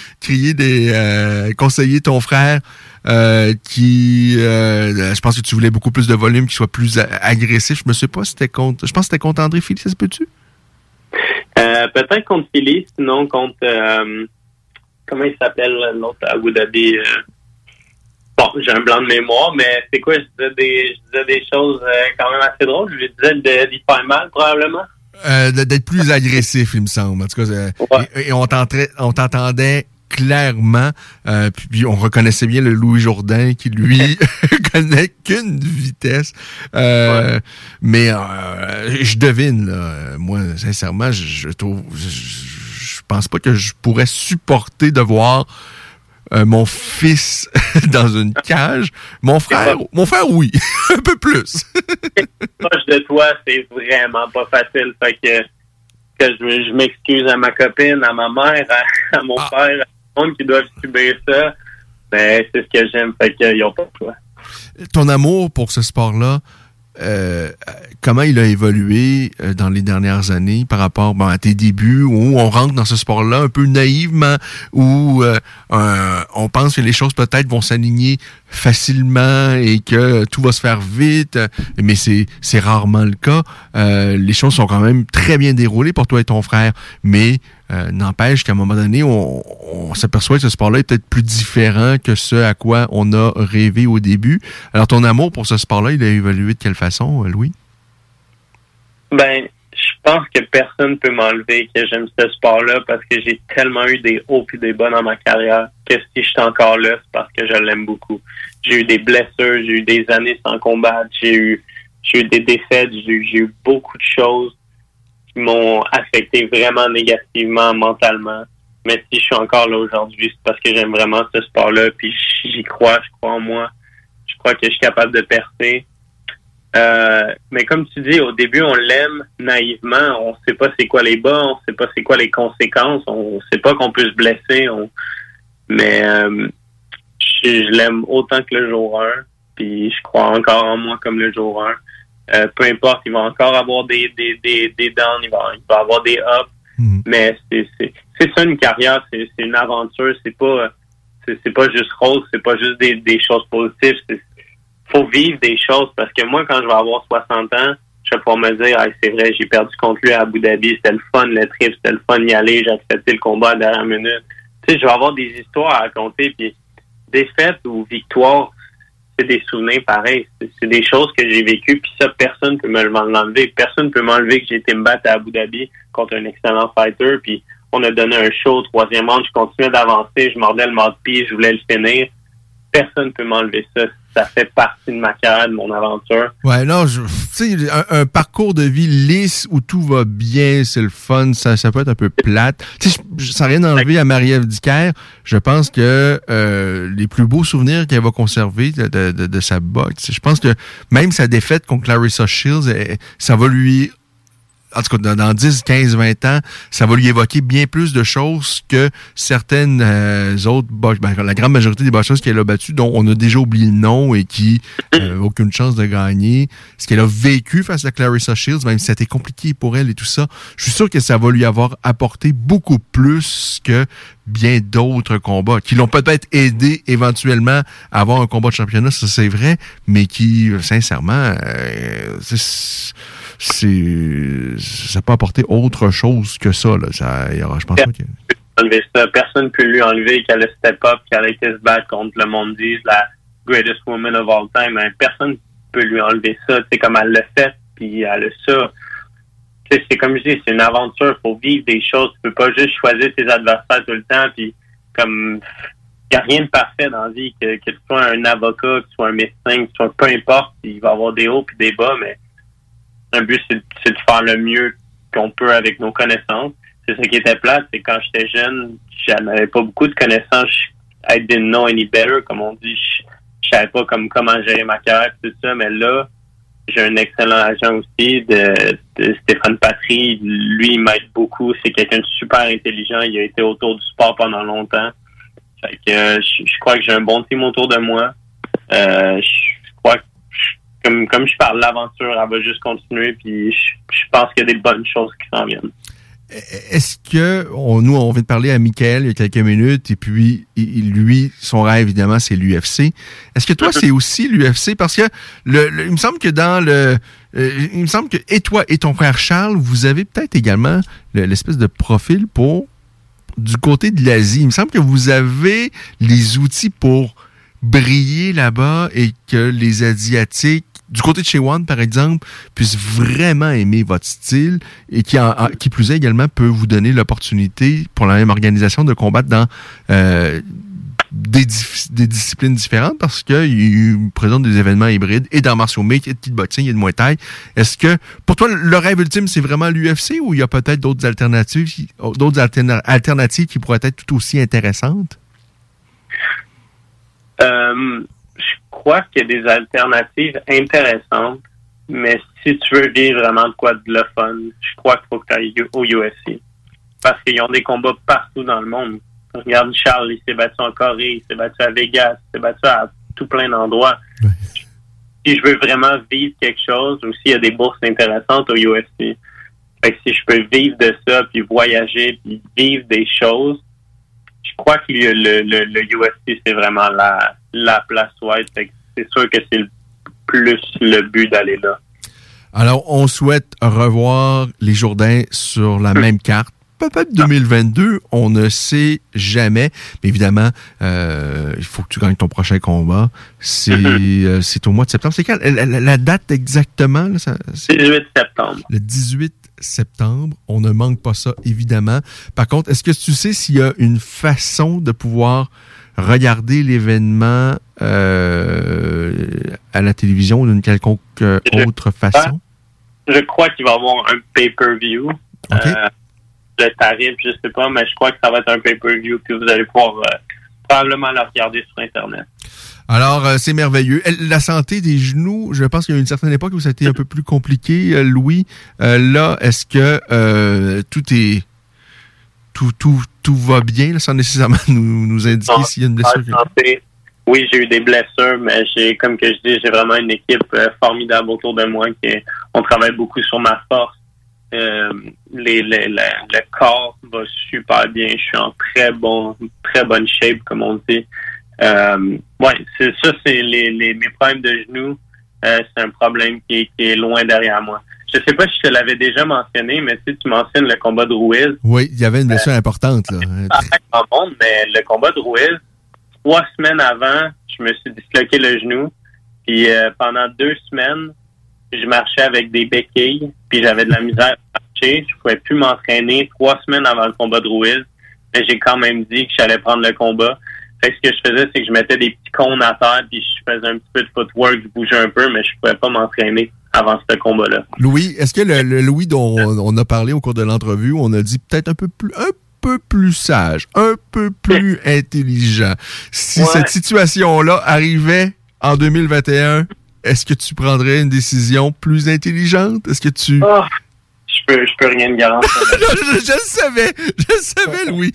crier des euh, conseiller ton frère euh, qui euh, je pense que tu voulais beaucoup plus de volume, qui soit plus a- agressif. Je me sais pas si c'était contre. Je pense que c'était contre André Philly, ça se peut-tu? Euh, peut-être contre Philly, sinon contre euh, comment il s'appelle l'autre à Abu Dhabi. Euh, bon, j'ai un blanc de mémoire, mais c'est quoi? Je disais des, je disais des choses euh, quand même assez drôles. Je disais de, d'y faire mal, probablement. Euh, d'être plus agressif, il me semble. En tout cas, euh, ouais. et, et on, t'entendait, on t'entendait clairement, euh, puis, puis on reconnaissait bien le Louis Jourdain qui, lui, connaît qu'une vitesse. Euh, ouais. Mais euh, je devine, là, moi, sincèrement, je, je trouve... Je, je pense pas que je pourrais supporter de voir euh, mon fils dans une cage. Mon frère, mon frère, oui, un peu plus. Proche de toi, c'est vraiment pas facile. Fait que, que je, je m'excuse à ma copine, à ma mère, à, à mon ah. père, à tout le monde qui doivent subir ça. Mais c'est ce que j'aime, fait qu'ils n'ont pas de choix. Ton amour pour ce sport-là, Euh, comment il a évolué euh, dans les dernières années par rapport bon, à tes débuts où on rentre dans ce sport-là un peu naïvement, où euh, euh, on pense que les choses peut-être vont s'aligner facilement et que tout va se faire vite, mais c'est, c'est rarement le cas. Euh, les choses sont quand même très bien déroulées pour toi et ton frère, mais Euh, n'empêche qu'à un moment donné, on, on s'aperçoit que ce sport-là est peut-être plus différent que ce à quoi on a rêvé au début. Alors, ton amour pour ce sport-là, il a évolué de quelle façon, Louis? Ben, je pense que personne ne peut m'enlever que j'aime ce sport-là parce que j'ai tellement eu des hauts et des bas dans ma carrière que si je suis encore là, c'est parce que je l'aime beaucoup. J'ai eu des blessures, j'ai eu des années sans combattre, j'ai eu, j'ai eu des défaites, j'ai eu, j'ai eu beaucoup de choses qui m'ont affecté vraiment négativement mentalement. Mais si je suis encore là aujourd'hui, c'est parce que j'aime vraiment ce sport-là, puis j'y crois, je crois en moi. Je crois que je suis capable de percer. Euh, mais comme tu dis, au début, on l'aime naïvement. On sait pas c'est quoi les bas, on sait pas c'est quoi les conséquences, on sait pas qu'on peut se blesser. On... Mais euh, je, je l'aime autant que le jour un, puis je crois encore en moi comme le jour un. Euh, peu importe, il va encore avoir des des des, des downs, il va, il va avoir des ups, mmh. mais c'est c'est c'est ça une carrière, c'est c'est une aventure, c'est pas c'est c'est pas juste rose, c'est pas juste des des choses positives, c'est faut vivre des choses parce que moi quand je vais avoir soixante ans, je vais pouvoir me dire ah, c'est vrai, j'ai perdu contre lui à Abu Dhabi, c'était le fun le trip, c'était le fun d'y aller, j'ai accepté le combat à la dernière minute. Tu sais, je vais avoir des histoires à raconter, puis défaite ou victoire, c'est des souvenirs pareils. C'est, c'est des choses que j'ai vécues, puis ça, personne ne peut me l'enlever. Personne ne peut m'enlever que j'ai été me battre à Abu Dhabi contre un excellent fighter, puis on a donné un show au troisième round, je continuais d'avancer, je mordais le mouthpiece, je voulais le finir. Personne ne peut m'enlever ça. Ça fait partie de ma carrière, de mon aventure. Ouais, non, tu sais, un, un parcours de vie lisse où tout va bien, c'est le fun, ça, ça peut être un peu plate. Tu sais, sans rien enlever à Marie-Ève Dicker, je pense que euh, les plus beaux souvenirs qu'elle va conserver de, de, de, de sa boxe, je pense que même sa défaite contre Clarissa Shields, elle, ça va lui... En tout cas, dans dix, quinze, vingt ans, ça va lui évoquer bien plus de choses que certaines euh, autres boxeurs, ben, la grande majorité des boxeurs qu'elle a battues, dont on a déjà oublié le nom et qui n'ont euh, aucune chance de gagner. Ce qu'elle a vécu face à Clarissa Shields, même si c'était compliqué pour elle et tout ça, je suis sûr que ça va lui avoir apporté beaucoup plus que bien d'autres combats, qui l'ont peut-être aidé éventuellement à avoir un combat de championnat, ça c'est vrai, mais qui, sincèrement, euh, c'est... c'est ça peut apporter autre chose que ça là. Ça il y aura, je pense pas que enlever ça. Personne ne peut lui enlever qu'elle a step up, qu'elle a été se battre contre le monde dit la greatest woman of all time. Hein. Personne ne peut lui enlever ça. C'est comme elle l'a fait, puis elle a ça. T'sais, c'est comme je dis, c'est une aventure. Faut vivre des choses. Tu peux pas juste choisir tes adversaires tout le temps. Puis comme il n'y a rien de parfait dans la vie. Que, que tu sois un avocat, que tu sois un médecin, que tu sois peu importe. Il va y avoir des hauts puis des bas, mais un but, c'est, c'est de faire le mieux qu'on peut avec nos connaissances. C'est ça qui était plate, c'est quand j'étais jeune, je n'avais pas beaucoup de connaissances. I didn't know any better, comme on dit. Je, je savais pas comme, comment gérer ma carrière, tout ça. Mais là, j'ai un excellent agent aussi, de, de Stéphane Patry. Lui, il m'aide beaucoup. C'est quelqu'un de super intelligent. Il a été autour du sport pendant longtemps. Fait que euh, je, je crois que j'ai un bon team autour de moi. Euh, je, je crois que Comme, comme je parle, l'aventure, elle va juste continuer, puis je, je pense qu'il y a des bonnes choses qui s'en viennent. est-ce que, on, nous, on vient de parler à Mickaël il y a quelques minutes, et puis, il, lui, son rêve, évidemment, c'est l'U F C. Est-ce que toi, c'est aussi l'U F C? Parce que, le, le, il me semble que dans le... Euh, il me semble que, et toi et ton frère Charles, vous avez peut-être également le, l'espèce de profil pour, du côté de l'Asie. Il me semble que vous avez les outils pour briller là-bas et que les Asiatiques, du côté de chez One, par exemple, puissent vraiment aimer votre style et qui, en, qui plus est également peut vous donner l'opportunité pour la même organisation de combattre dans euh, des, des disciplines différentes parce qu'ils présentent des événements hybrides et dans martial mix, et de kickboxing et de muay thai. Est-ce que, pour toi, le rêve ultime, c'est vraiment l'U F C ou il y a peut-être d'autres alternatives, d'autres alterna- alternatives qui pourraient être tout aussi intéressantes? Euh, je crois qu'il y a des alternatives intéressantes, mais si tu veux vivre vraiment de quoi de le fun, je crois qu'il faut que tu ailles au U F C. Parce qu'ils ont des combats partout dans le monde. Regarde Charles, il s'est battu en Corée, il s'est battu à Vegas, il s'est battu à tout plein d'endroits. Ouais. Si je veux vraiment vivre quelque chose, aussi il y a des bourses intéressantes au U F C. Fait que si je peux vivre de ça, puis voyager, puis vivre des choses, je crois que le, le, le, le U F C, c'est vraiment la, la place white. C'est sûr que c'est le plus le but d'aller là. Alors, on souhaite revoir les Jourdains sur la même carte. Peut-être deux mille vingt-deux, on ne sait jamais. Mais évidemment, euh, il faut que tu gagnes ton prochain combat. C'est, euh, c'est au mois de septembre. C'est quand la, la, la date exactement? Là, ça, c'est dix-huit septembre. Le dix-huit septembre. On ne manque pas ça, évidemment. Par contre, est-ce que tu sais s'il y a une façon de pouvoir regarder l'événement euh, à la télévision ou d'une quelconque euh, autre façon? Je crois qu'il va y avoir un pay-per-view. OK. Euh, le tarif, je sais pas, mais je crois que ça va être un pay-per-view que vous allez pouvoir euh, probablement le regarder sur Internet. Alors, euh, c'est merveilleux. La santé des genoux, je pense qu'il y a une certaine époque où ça a été un peu plus compliqué, euh, Louis. Euh, là, est-ce que euh, tout est... Tout, tout, tout va bien, là, sans nécessairement nous, nous indiquer non, s'il y a une blessure? Santé. Oui, j'ai eu des blessures, mais j'ai, comme que je dis, j'ai vraiment une équipe euh, formidable autour de moi. Qui, on travaille beaucoup sur ma force. Euh, les, les, les, le corps va super bien. Je suis en très bon, très bonne shape, comme on dit. Euh, ouais, c'est ça, c'est les, les mes problèmes de genoux. Euh, c'est un problème qui est, qui est loin derrière moi. Je sais pas si je te l'avais déjà mentionné, mais tu sais, tu mentionnes le combat de Ruiz. Oui, il y avait une blessure euh, importante, là. Pas en monde, mais le combat de Ruiz, trois semaines avant, je me suis disloqué le genou. Puis euh, pendant deux semaines, je marchais avec des béquilles, puis j'avais de la misère à marcher. Je pouvais plus m'entraîner trois semaines avant le combat de Ruiz. Mais j'ai quand même dit que j'allais prendre le combat. Fait que ce que je faisais, c'est que je mettais des petits cônes à terre, puis je faisais un petit peu de footwork, je bougeais un peu, mais je pouvais pas m'entraîner avant ce combat-là. Louis, est-ce que le, le Louis dont on, on a parlé au cours de l'entrevue, on a dit peut-être un peu plus, un peu plus sage, un peu plus intelligent. Si ouais. cette situation-là arrivait en deux mille vingt et un, est-ce que tu prendrais une décision plus intelligente? Est-ce que tu... Oh, je peux, je peux rien te garantir. je, je, je le savais, je le savais, Louis.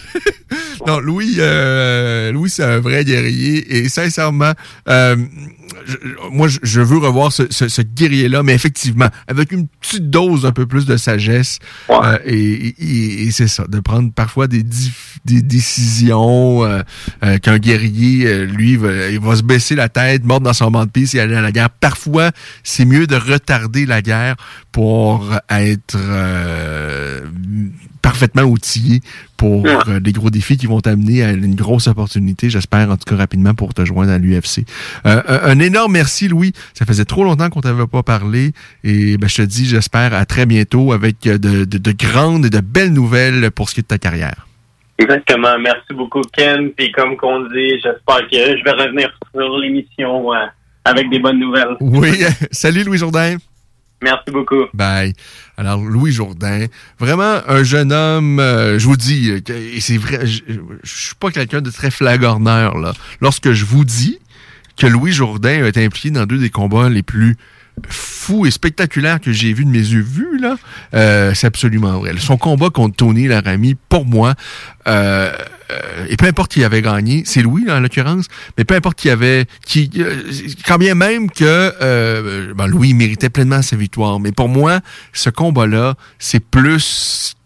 non, Louis, euh, Louis, c'est un vrai guerrier et sincèrement, euh, je, moi, je, je veux revoir ce, ce, ce guerrier-là, mais effectivement, avec une petite dose un peu plus de sagesse. Ouais. Euh, et, et, et c'est ça, de prendre parfois des, dif, des décisions euh, euh, qu'un guerrier, euh, lui, va, il va se baisser la tête, mordre dans son banc de piste et aller à la guerre. Parfois, c'est mieux de retarder la guerre pour être euh, parfaitement outillé pour euh, des gros défis qui vont t'amener à une grosse opportunité, j'espère, en tout cas rapidement, pour te joindre à l'U F C. Euh, un énorme merci, Louis. Ça faisait trop longtemps qu'on t'avait pas parlé et ben, je te dis, j'espère, à très bientôt avec de, de, de grandes et de belles nouvelles pour ce qui est de ta carrière. Exactement. Merci beaucoup, Ken. Puis comme qu'on dit, j'espère que je vais revenir sur l'émission euh, avec des bonnes nouvelles. Oui. Salut, Louis Jourdain. Merci beaucoup. Bye. Alors, Louis Jourdain, vraiment un jeune homme, euh, je vous dis, et c'est vrai, je, je suis pas quelqu'un de très flagorneur, là. Lorsque je vous dis que Louis Jourdain a été impliqué dans deux des combats les plus fous et spectaculaires que j'ai vus de mes yeux vus, là, euh, c'est absolument vrai. Son combat contre Tony Laramie, pour moi, euh, euh, et peu importe qui avait gagné, c'est Louis, là, en l'occurrence, mais peu importe qui avait, qui, euh, quand bien même que euh, ben Louis méritait pleinement sa victoire, mais pour moi, ce combat-là, c'est plus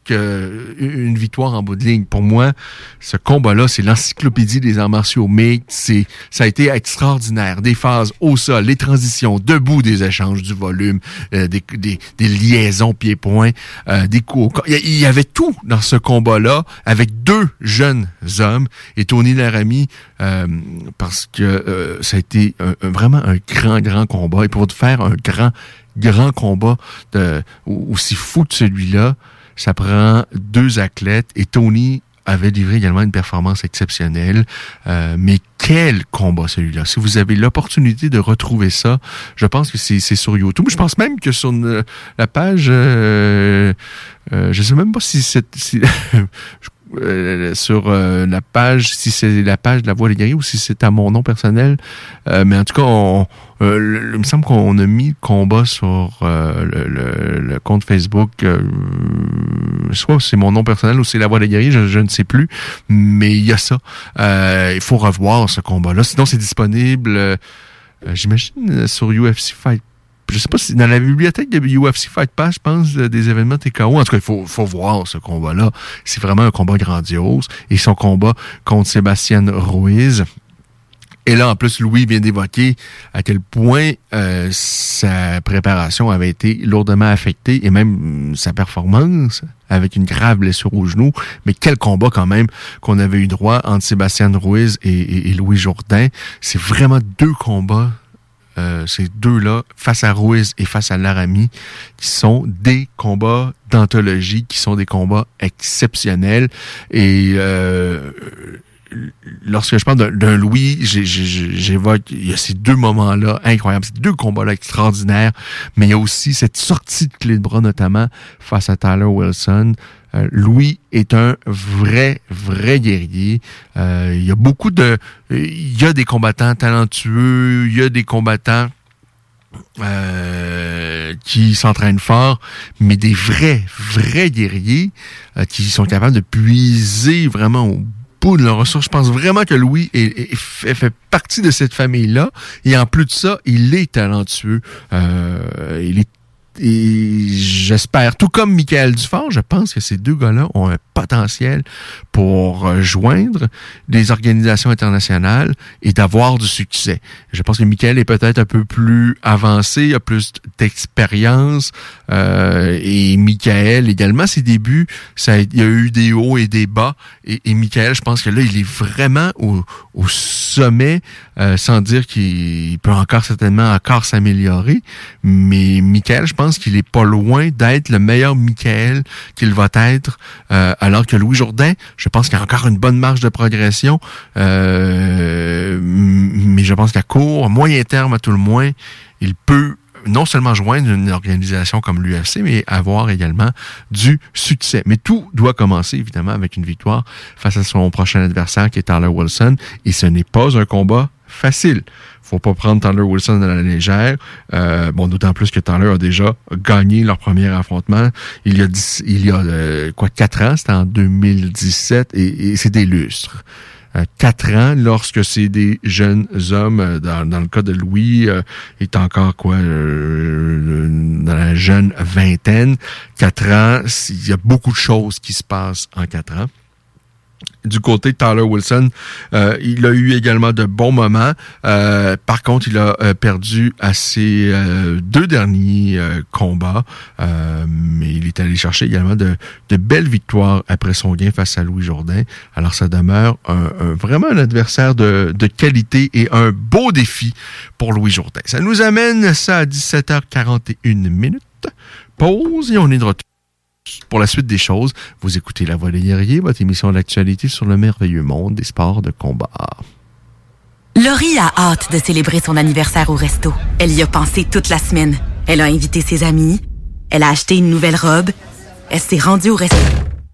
qu'une victoire en bout de ligne. Pour moi, ce combat-là, c'est l'encyclopédie des arts martiaux mixtes. C'est, ça a été extraordinaire. Des phases au sol, les transitions, debout, des échanges, du volume, euh, des, des, des liaisons pieds-points, euh, des coups au corps. Il y avait tout dans ce combat-là avec deux jeunes hommes et Tony Laramie, euh, parce que euh, ça a été un, un, vraiment un grand, grand combat. Et pour faire un grand, grand combat de, aussi fou que celui-là, ça prend deux athlètes et Tony avait livré également une performance exceptionnelle. Euh, mais quel combat celui-là! Si vous avez l'opportunité de retrouver ça, je pense que c'est, c'est sur YouTube. Je pense même que sur une, la page, euh, euh, je sais même pas si c'est si, euh, sur euh, la page, si c'est la page de La Voix des Guerriers ou si c'est à mon nom personnel. Euh, mais en tout cas, on, euh, le, il me semble qu'on a mis le combat sur euh, le, le, le compte Facebook. Euh, soit c'est mon nom personnel ou c'est La Voix des Guerriers, je, je ne sais plus. Mais il y a ça. Euh, il faut revoir ce combat-là. Sinon, c'est disponible, euh, j'imagine, sur U F C Fight. Je sais pas si dans la bibliothèque de U F C Fight Pass, je pense, des événements T K O. En tout cas, il faut, faut voir ce combat-là. C'est vraiment un combat grandiose. Et son combat contre Sébastien Ruiz. Et là, en plus, Louis vient d'évoquer à quel point euh, sa préparation avait été lourdement affectée et même sa performance avec une grave blessure au genou. Mais quel combat quand même qu'on avait eu droit entre Sébastien Ruiz et, et, et Louis Jourdain. C'est vraiment deux combats. Euh, ces deux-là, face à Ruiz et face à Laramie, qui sont des combats d'anthologie, qui sont des combats exceptionnels. Et euh, lorsque je parle d'un, d'un Louis, j'ai, j'ai, j'évoque, il y a ces deux moments-là incroyables, ces deux combats-là extraordinaires, mais il y a aussi cette sortie de clé de bras, notamment face à Tyler Wilson. Euh, Louis est un vrai, vrai guerrier. Euh, il y a beaucoup de... Il y a des combattants talentueux, il y a des combattants euh, qui s'entraînent fort, mais des vrais, vrais guerriers euh, qui sont capables de puiser vraiment au bout de leurs ressources. Je pense vraiment que Louis est, est, fait, fait partie de cette famille-là. Et en plus de ça, il est talentueux. Euh, il est Et j'espère, tout comme Michael Dufort, je pense que ces deux gars-là ont un potentiel pour joindre des organisations internationales et d'avoir du succès. Je pense que Michael est peut-être un peu plus avancé, a plus d'expérience. Euh, et Michael, également, ses débuts, ça, il y a eu des hauts et des bas. Et, et Michael, je pense que là, il est vraiment au, au sommet, euh, sans dire qu'il peut encore certainement encore s'améliorer. Mais Michael, je pense Je pense qu'il est pas loin d'être le meilleur Michael qu'il va être, euh, alors que Louis Jourdain, je pense qu'il a encore une bonne marge de progression, euh, mais je pense qu'à court, moyen terme à tout le moins, il peut non seulement joindre une organisation comme l'U F C, mais avoir également du succès. Mais tout doit commencer, évidemment, avec une victoire face à son prochain adversaire, qui est Tyler Wilson, et ce n'est pas un combat facile. Faut pas prendre Tyler Wilson à la légère. Euh, bon, d'autant plus que Tyler a déjà gagné leur premier affrontement il y a dix, il y a euh, quoi quatre ans, c'était en deux mille dix-sept, et, et c'est des lustres. Euh, quatre ans, lorsque c'est des jeunes hommes, euh, dans, dans le cas de Louis, euh, est encore quoi euh, dans la jeune vingtaine. Quatre ans, il y a beaucoup de choses qui se passent en quatre ans. Du côté de Tyler Wilson, euh, il a eu également de bons moments. Euh, par contre, il a euh, perdu à ses euh, deux derniers euh, combats. Euh, mais il est allé chercher également de, de belles victoires après son gain face à Louis Jourdain. Alors, ça demeure un, un, vraiment un adversaire de, de qualité et un beau défi pour Louis Jourdain. Ça nous amène ça à dix-sept heures quarante et une minutes. Pause et on est de retour. Pour la suite des choses, vous écoutez La Voix des Guerriers, votre émission d'actualité sur le merveilleux monde des sports de combat. Laurie a hâte de célébrer son anniversaire au resto. Elle y a pensé toute la semaine. Elle a invité ses amis. Elle a acheté une nouvelle robe. Elle s'est rendue au resto.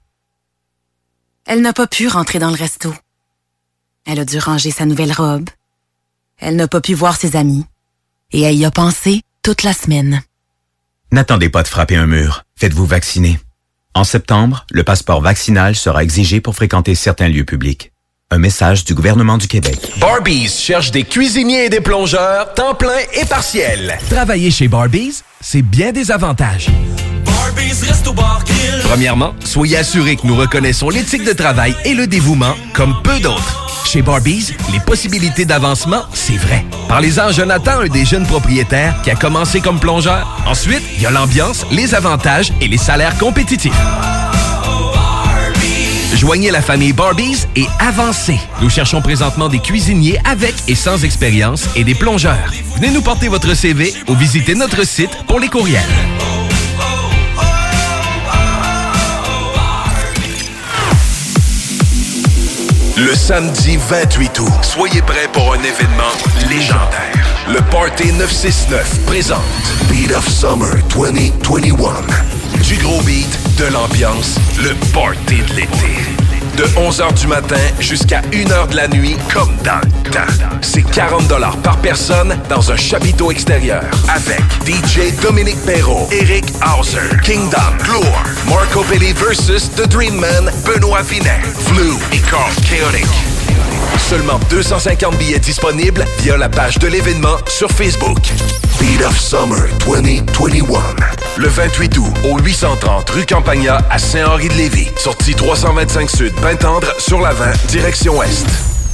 Elle n'a pas pu rentrer dans le resto. Elle a dû ranger sa nouvelle robe. Elle n'a pas pu voir ses amis. Et elle y a pensé toute la semaine. N'attendez pas de frapper un mur. Faites-vous vacciner. En septembre, le passeport vaccinal sera exigé pour fréquenter certains lieux publics. Un message du gouvernement du Québec. Barbies cherche des cuisiniers et des plongeurs, temps plein et partiel. Travailler chez Barbies, c'est bien des avantages. Barbies, resto, bar, grill, Premièrement, soyez assurés que nous reconnaissons l'éthique de travail et le dévouement comme peu d'autres. Chez Barbies, les possibilités d'avancement, c'est vrai. Parlez-en à Jonathan, un des jeunes propriétaires qui a commencé comme plongeur. Ensuite, il y a l'ambiance, les avantages et les salaires compétitifs. Joignez la famille Barbies et avancez. Nous cherchons présentement des cuisiniers avec et sans expérience et des plongeurs. Venez nous porter votre C V ou visitez notre site pour les courriels. Le samedi vingt-huit août, soyez prêts pour un événement légendaire. Le Party neuf cent soixante-neuf présente Beat of Summer vingt vingt-et-un. Du gros beat, de l'ambiance, le party de l'été. De onze heures du matin jusqu'à une heure de la nuit, comme dans le temps. C'est quarante dollars par personne dans un chapiteau extérieur. Avec D J Dominique Perrault, Eric Hauser, Kingdom, Gloire, Marco Belli versus The Dream Man, Benoît Vinet, Flu et Carl Chaotic. Seulement deux cent cinquante billets disponibles via la page de l'événement sur Facebook. Beat of Summer vingt vingt-et-un. Le vingt-huit août, au huit cent trente rue Campagna à Saint-Henri-de-Lévis. Sortie trois cent vingt-cinq Sud, Pintendre, sur la vingt, direction Ouest.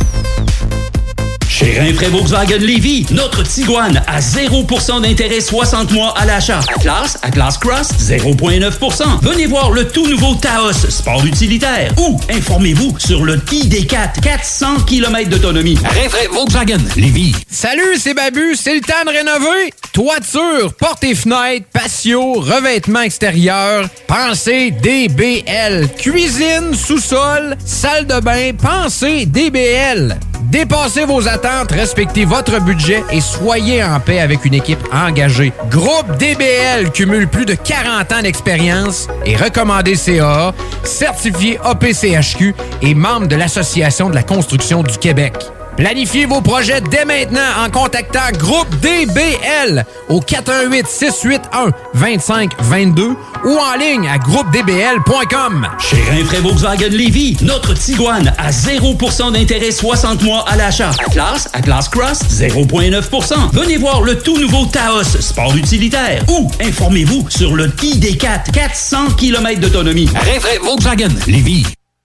Chez Rinfraie Volkswagen Lévis, notre Tiguan à zéro pour cent d'intérêt soixante mois à l'achat. Atlas, Atlas Cross, zéro virgule neuf pour cent. Venez voir le tout nouveau Taos, sport utilitaire. Ou informez-vous sur le I D quatre, quatre cents kilomètres d'autonomie. Rinfraie Volkswagen Lévis. Salut, c'est Babu, c'est le temps de rénover. Toiture, portes et fenêtres, patio, revêtement extérieur. Pensez D B L. Cuisine, sous-sol, salle de bain, pensez D B L. Dépassez vos attentes, respectez votre budget et soyez en paix avec une équipe engagée. Groupe D B L cumule plus de quarante ans d'expérience et recommandé C A A, certifié A P C H Q et membre de l'Association de la construction du Québec. Planifiez vos projets dès maintenant en contactant Groupe D B L au quatre un huit, six huit un, deux cinq deux deux ou en ligne à groupe d b l point com. Chez Rinfraie Volkswagen Lévis, notre Tiguan à zéro pour cent d'intérêt soixante mois à l'achat. Atlas, Atlas Cross, zéro virgule neuf pour cent. Venez voir le tout nouveau Taos, sport utilitaire. Ou informez-vous sur le I D quatre, quatre cents kilomètres d'autonomie. Rinfraie Volkswagen Lévis.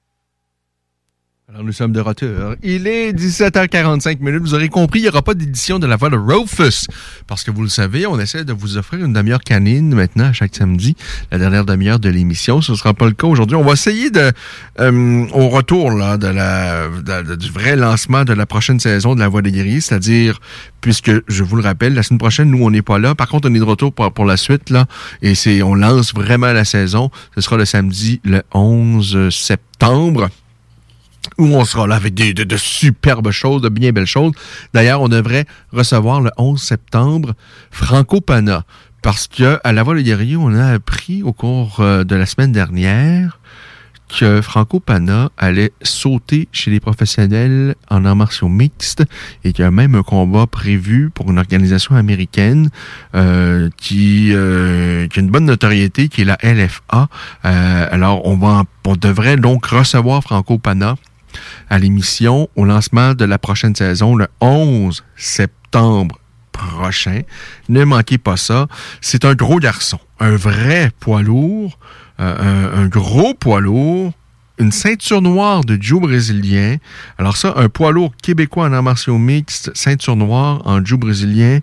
Alors, nous sommes de retour. Il est dix-sept heures quarante-cinq minutes. Vous aurez compris, il n'y aura pas d'édition de la voix de Rufus. Parce que vous le savez, on essaie de vous offrir une demi-heure canine maintenant, à chaque samedi, la dernière demi-heure de l'émission. Ce ne sera pas le cas aujourd'hui. On va essayer de, euh, au retour là, de la, de, de, du vrai lancement de la prochaine saison de la Voix des guerriers, c'est-à-dire, puisque, je vous le rappelle, la semaine prochaine, nous, on n'est pas là. Par contre, on est de retour pour, pour la suite, là, et c'est, on lance vraiment la saison. Ce sera le samedi, le onze septembre. Où on sera là avec des, de, de superbes choses, de bien belles choses. D'ailleurs, on devrait recevoir le onze septembre Franco Pana. Parce que à la Voix des guerriers, on a appris au cours euh, de la semaine dernière que Franco Pana allait sauter chez les professionnels en arts martiaux mixtes et qu'il y a même un combat prévu pour une organisation américaine euh, qui, euh, qui a une bonne notoriété, qui est la L F A. Euh, alors, on va, on devrait donc recevoir Franco Pana à l'émission au lancement de la prochaine saison le onze septembre prochain. Ne manquez pas ça. C'est un gros garçon, un vrai poids lourd, euh, un, un gros poids lourd, une ceinture noire de jiu brésilien. Alors ça, un poids lourd québécois en arts martiaux mixtes, ceinture noire en jiu brésilien,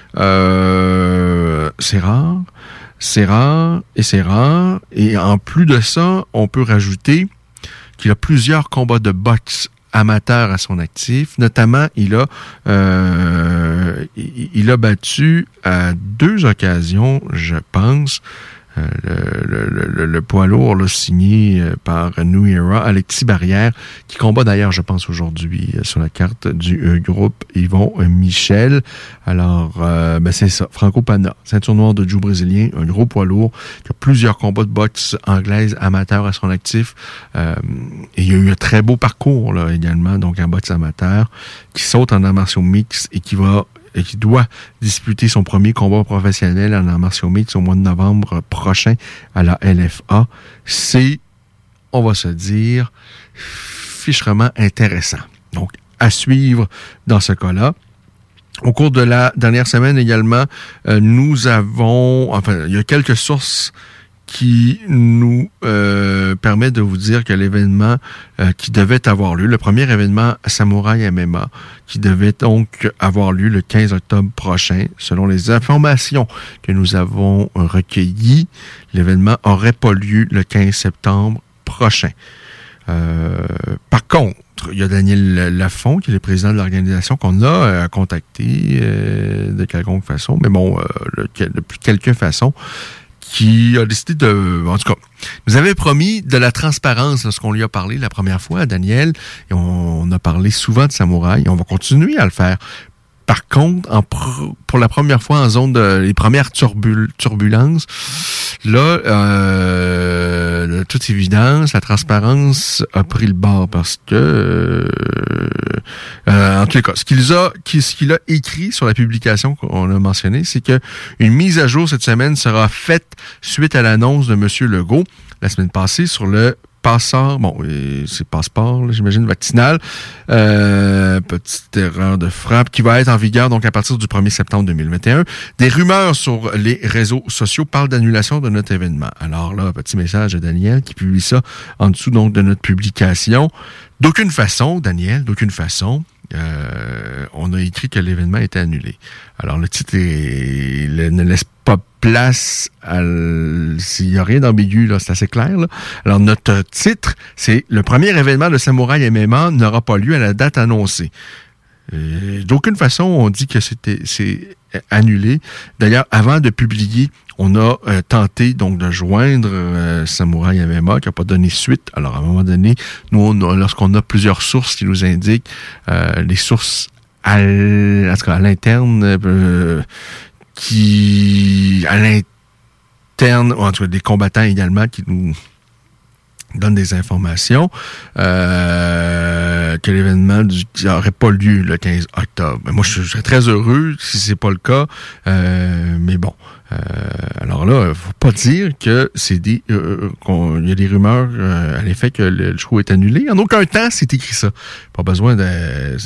euh, c'est rare, c'est rare et c'est rare. Et en plus de ça, on peut rajouter qu'il a plusieurs combats de boxe amateurs à son actif. Notamment, il a euh, il a battu à deux occasions, je pense, euh, le, le, le, le poids lourd là, signé par New Era, Alexis Barrière, qui combat d'ailleurs, je pense, aujourd'hui euh, sur la carte du euh, groupe Yvon euh, Michel. Alors, euh, ben c'est ça, Franco Pana, ceinture noire de jiu brésilien, un gros poids lourd, qui a plusieurs combats de boxe anglaise amateur à son actif. Euh, et il y a eu un très beau parcours là également, donc en boxe amateur, qui saute en arts martiaux mixtes et qui va et qui doit disputer son premier combat professionnel en arts martiaux mixtes au mois de novembre prochain à la L F A. C'est, on va se dire, fichement intéressant. Donc, à suivre dans ce cas-là. Au cours de la dernière semaine également, euh, nous avons, enfin, il y a quelques sources qui nous euh, permet de vous dire que l'événement euh, qui devait avoir lieu, le premier événement Samouraï M M A, qui devait donc avoir lieu le quinze octobre prochain, selon les informations que nous avons recueillies, l'événement n'aurait pas lieu le quinze septembre prochain. Euh, par contre, il y a Daniel Lafont, qui est le président de l'organisation, qu'on a euh, contacté euh, de quelconque façon, mais bon, euh, le, depuis quelques façons, qui a décidé de... En tout cas, nous avait promis de la transparence lorsqu'on lui a parlé la première fois à Daniel, et on, on a parlé souvent de Samouraï, et on va continuer à le faire. Par contre, en pr- pour la première fois en zone de les premières turbul- turbulences, là, euh, de toute évidence, la transparence a pris le bord parce que, euh, euh, en tous les cas, ce qu'il a, ce qu'il a écrit sur la publication qu'on a mentionné, c'est que une mise à jour cette semaine sera faite suite à l'annonce de M. Legault la semaine passée sur le passeport, bon, c'est passeport, là, j'imagine, vaccinal, euh, petite erreur de frappe, qui va être en vigueur donc à partir du premier septembre deux mille vingt et un. Des rumeurs sur les réseaux sociaux parlent d'annulation de notre événement. Alors là, petit message de Daniel qui publie ça en dessous donc de notre publication. D'aucune façon, Daniel, d'aucune façon, euh, on a écrit que l'événement était annulé. Alors le titre est, le, ne laisse pas place à... S'il n'y a rien d'ambigu, là, c'est assez clair. Là. Alors notre titre, c'est « Le premier événement de Samouraï M M A n'aura pas lieu à la date annoncée ». D'aucune façon, on dit que c'était c'est annulé. D'ailleurs, avant de publier, on a euh, tenté donc de joindre euh, Samouraï M M A qui n'a pas donné suite. Alors, à un moment donné, nous, on a, lorsqu'on a plusieurs sources qui nous indiquent, euh, les sources à, l', en tout cas, à l'interne, euh, qui, à l'interne, en tout cas, des combattants également qui nous donne des informations euh, que l'événement n'aurait pas lieu le quinze octobre. Mais moi, je serais très heureux si c'est pas le cas, euh, mais bon. Euh, alors là, faut pas dire que c'est des, euh, qu'on, il y a des rumeurs euh, à l'effet que le, le show est annulé. En aucun temps, c'est écrit ça. Pas besoin de...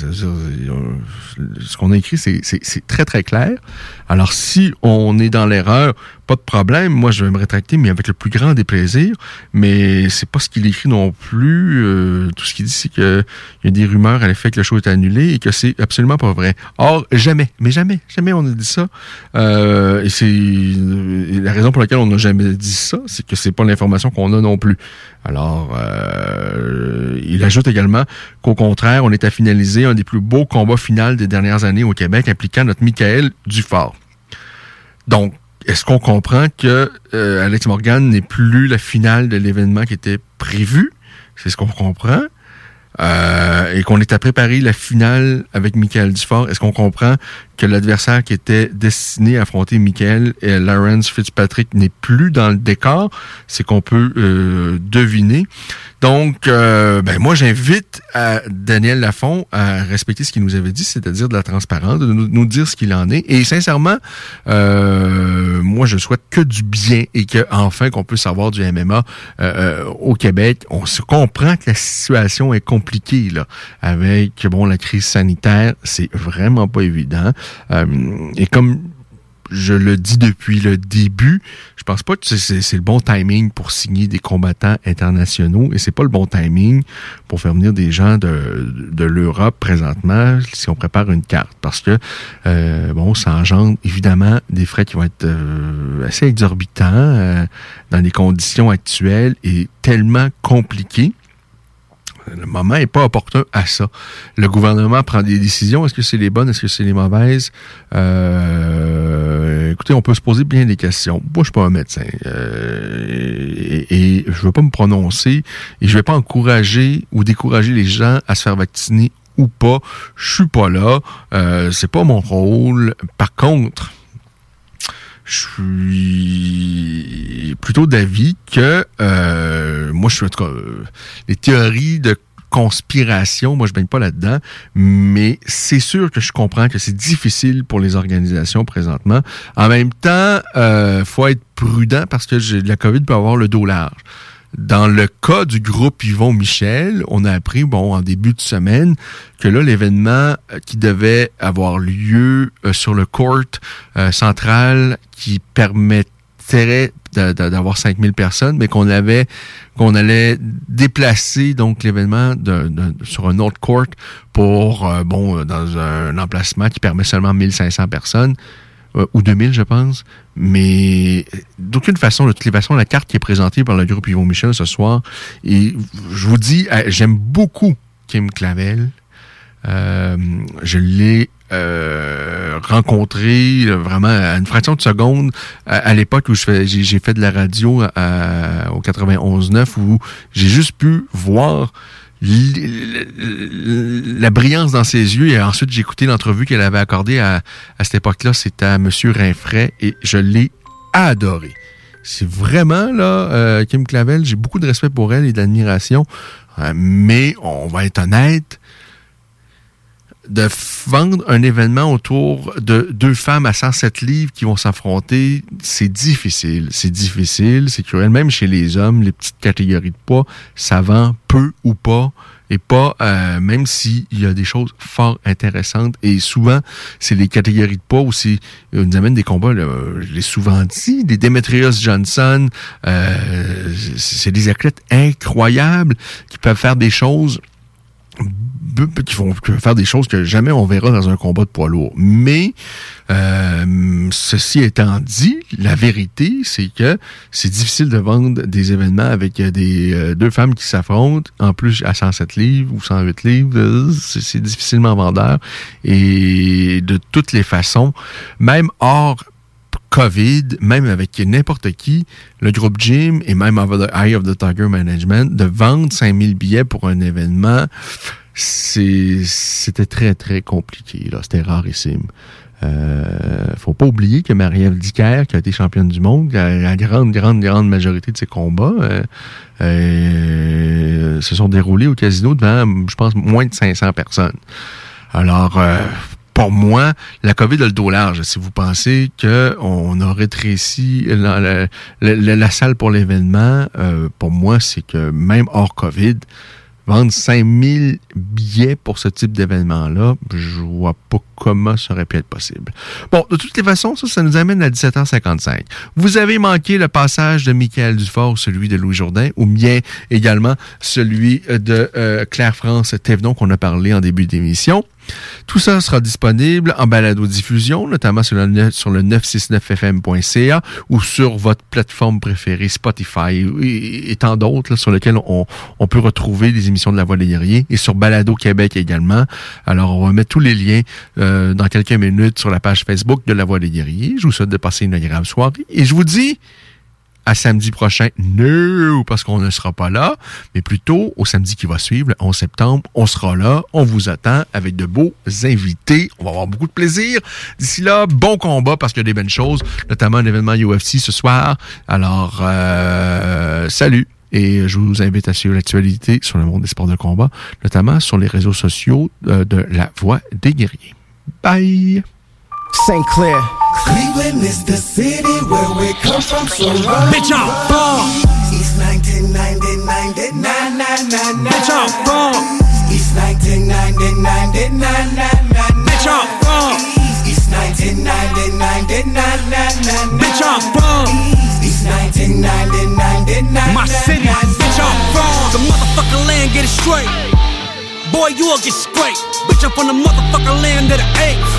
Ce qu'on a écrit, c'est, c'est, c'est très, très clair. Alors, si on est dans l'erreur, pas de problème. Moi, je vais me rétracter, mais avec le plus grand des plaisirs. Mais c'est pas ce qu'il écrit non plus. Euh, tout ce qu'il dit, c'est qu'il y a des rumeurs à l'effet que le show est annulé et que c'est absolument pas vrai. Or, jamais, mais jamais, jamais on a dit ça. Euh, et c'est la raison pour laquelle on n'a jamais dit ça, c'est que c'est pas l'information qu'on a non plus. Alors, euh, il ajoute également qu'au contraire, on est à finaliser un des plus beaux combats finaux des dernières années au Québec, impliquant notre Michael Dufort. Donc, est-ce qu'on comprend que euh, Alex Morgan n'est plus la finale de l'événement qui était prévu? C'est ce qu'on comprend. Euh, et qu'on est à préparer la finale avec Michael Dufort. Est-ce qu'on comprend que l'adversaire qui était destiné à affronter Michael et Lawrence Fitzpatrick n'est plus dans le décor? C'est qu'on peut euh, deviner. Donc, euh, ben moi, j'invite à Daniel Lafont à respecter ce qu'il nous avait dit, c'est-à-dire de la transparence, de nous, nous dire ce qu'il en est. Et sincèrement, euh, moi, je souhaite que du bien et que enfin qu'on puisse avoir du M M A euh, au Québec. On se comprend que la situation est compliquée là, avec bon la crise sanitaire, c'est vraiment pas évident. Euh, et comme je le dis depuis le début, je pense pas que c'est, c'est le bon timing pour signer des combattants internationaux et c'est pas le bon timing pour faire venir des gens de, de l'Europe présentement si on prépare une carte parce que euh, bon, ça engendre évidemment des frais qui vont être euh, assez exorbitants euh, dans les conditions actuelles et tellement compliquées. Le moment n'est pas opportun à ça. Le gouvernement prend des décisions. Est-ce que c'est les bonnes? Est-ce que c'est les mauvaises? Euh, écoutez, on peut se poser bien des questions. Moi, je suis pas un médecin. Euh, et, et je veux pas me prononcer. Et je vais pas encourager ou décourager les gens à se faire vacciner ou pas. Je suis pas là. Euh, c'est pas mon rôle. Par contre, je suis plutôt d'avis que euh, moi je suis en tout cas euh, les théories de conspiration, moi je baigne pas là-dedans, mais c'est sûr que je comprends que c'est difficile pour les organisations présentement. En même temps, euh, faut être prudent parce que j'ai, la COVID peut avoir le dos large. Dans le cas du groupe Yvon Michel, on a appris, bon, en début de semaine, que là, l'événement qui devait avoir lieu euh, sur le court euh, central qui permettrait de, de, d'avoir cinq mille personnes, mais qu'on avait qu'on allait déplacer donc l'événement de, de, sur un autre court pour euh, bon dans un emplacement qui permet seulement mille cinq cents personnes euh, ou deux mille, je pense. Mais d'aucune façon, de toutes les façons, la carte qui est présentée par le groupe Yvon Michel ce soir, et je vous dis, j'aime beaucoup Kim Clavel. Euh, je l'ai euh, rencontré vraiment à une fraction de seconde à, à l'époque où je fais, j'ai, j'ai fait de la radio à, au quatre-vingt-onze neuf, où j'ai juste pu voir la brillance dans ses yeux, et ensuite j'ai écouté l'entrevue qu'elle avait accordée à, à cette époque-là. C'était à M. Rinfret, et je l'ai adoré. C'est vraiment, là, euh, Kim Clavel, j'ai beaucoup de respect pour elle et d'admiration, euh, mais on va être honnête, de vendre un événement autour de deux femmes à cent sept livres qui vont s'affronter, c'est difficile. C'est difficile, c'est cruel. Même chez les hommes, les petites catégories de poids, ça vend peu ou pas. Et pas, euh, même s'il y a des choses fort intéressantes. Et souvent, c'est les catégories de poids où c'est, ils nous amènent des combats, là, je l'ai souvent dit, des Demetrius Johnson, euh, c'est des athlètes incroyables qui peuvent faire des choses qui vont faire des choses que jamais on verra dans un combat de poids lourd. Mais, euh, ceci étant dit, la vérité, c'est que c'est difficile de vendre des événements avec des euh, deux femmes qui s'affrontent, en plus à cent sept livres ou cent huit livres, c'est, c'est difficilement vendeur. Et de toutes les façons, même hors COVID, même avec n'importe qui, le groupe Jim et même The Eye of the Tiger Management, de vendre cinq mille billets pour un événement, c'est, c'était très, très compliqué, là. C'était rarissime. Euh, faut pas oublier que Marie-Ève Dicker, qui a été championne du monde, la, la grande, grande, grande majorité de ses combats euh, euh, se sont déroulés au casino devant, je pense, moins de cinq cents personnes. Alors, euh, pour moi, la COVID a le dos large. Si vous pensez qu'on a rétréci la, la, la, la salle pour l'événement, euh, pour moi, c'est que même hors COVID, vendre cinq mille billets pour ce type d'événement-là, je vois pas comment ça aurait pu être possible. Bon, de toutes les façons, ça, ça nous amène à dix-sept heures cinquante-cinq. Vous avez manqué le passage de Michael Dufort, celui de Louis Jourdain, ou bien également celui de euh, Claire-France Thévenon qu'on a parlé en début d'émission. Tout ça sera disponible en balado-diffusion, notamment sur le, sur le neuf cent soixante-neuf F M point C A ou sur votre plateforme préférée, Spotify et, et tant d'autres là, sur lesquelles on, on peut retrouver des émissions de La Voix des Guerriers, et sur Balado Québec également. Alors, on va mettre tous les liens euh, dans quelques minutes sur la page Facebook de La Voix des Guerriers. Je vous souhaite de passer une agréable soirée et je vous dis à samedi prochain, non, parce qu'on ne sera pas là, mais plutôt au samedi qui va suivre, le onze septembre, on sera là, on vous attend avec de beaux invités, on va avoir beaucoup de plaisir. D'ici là, bon combat, parce qu'il y a des belles choses, notamment un événement U F C ce soir. Alors, euh, salut, et je vous invite à suivre l'actualité sur le monde des sports de combat, notamment sur les réseaux sociaux de, de La Voix des Guerriers. Bye! Saint Clair. Cleveland is the city where we come from, so run. Bitch, I'm born. It's nineteen ninety-nine, nine nine nine. Bitch, I'm born. It's nineteen ninety-nine, nine nine nine. Bitch, I'm born. It's nineteen ninety-nine, nine nine nine. Bitch, I'm born. It's nineteen ninety-nine, nine. My city, bitch, I'm born. The motherfucking land, get it straight. Boy, you'll get scraped. Bitch, I'm from the motherfucking land of the apes.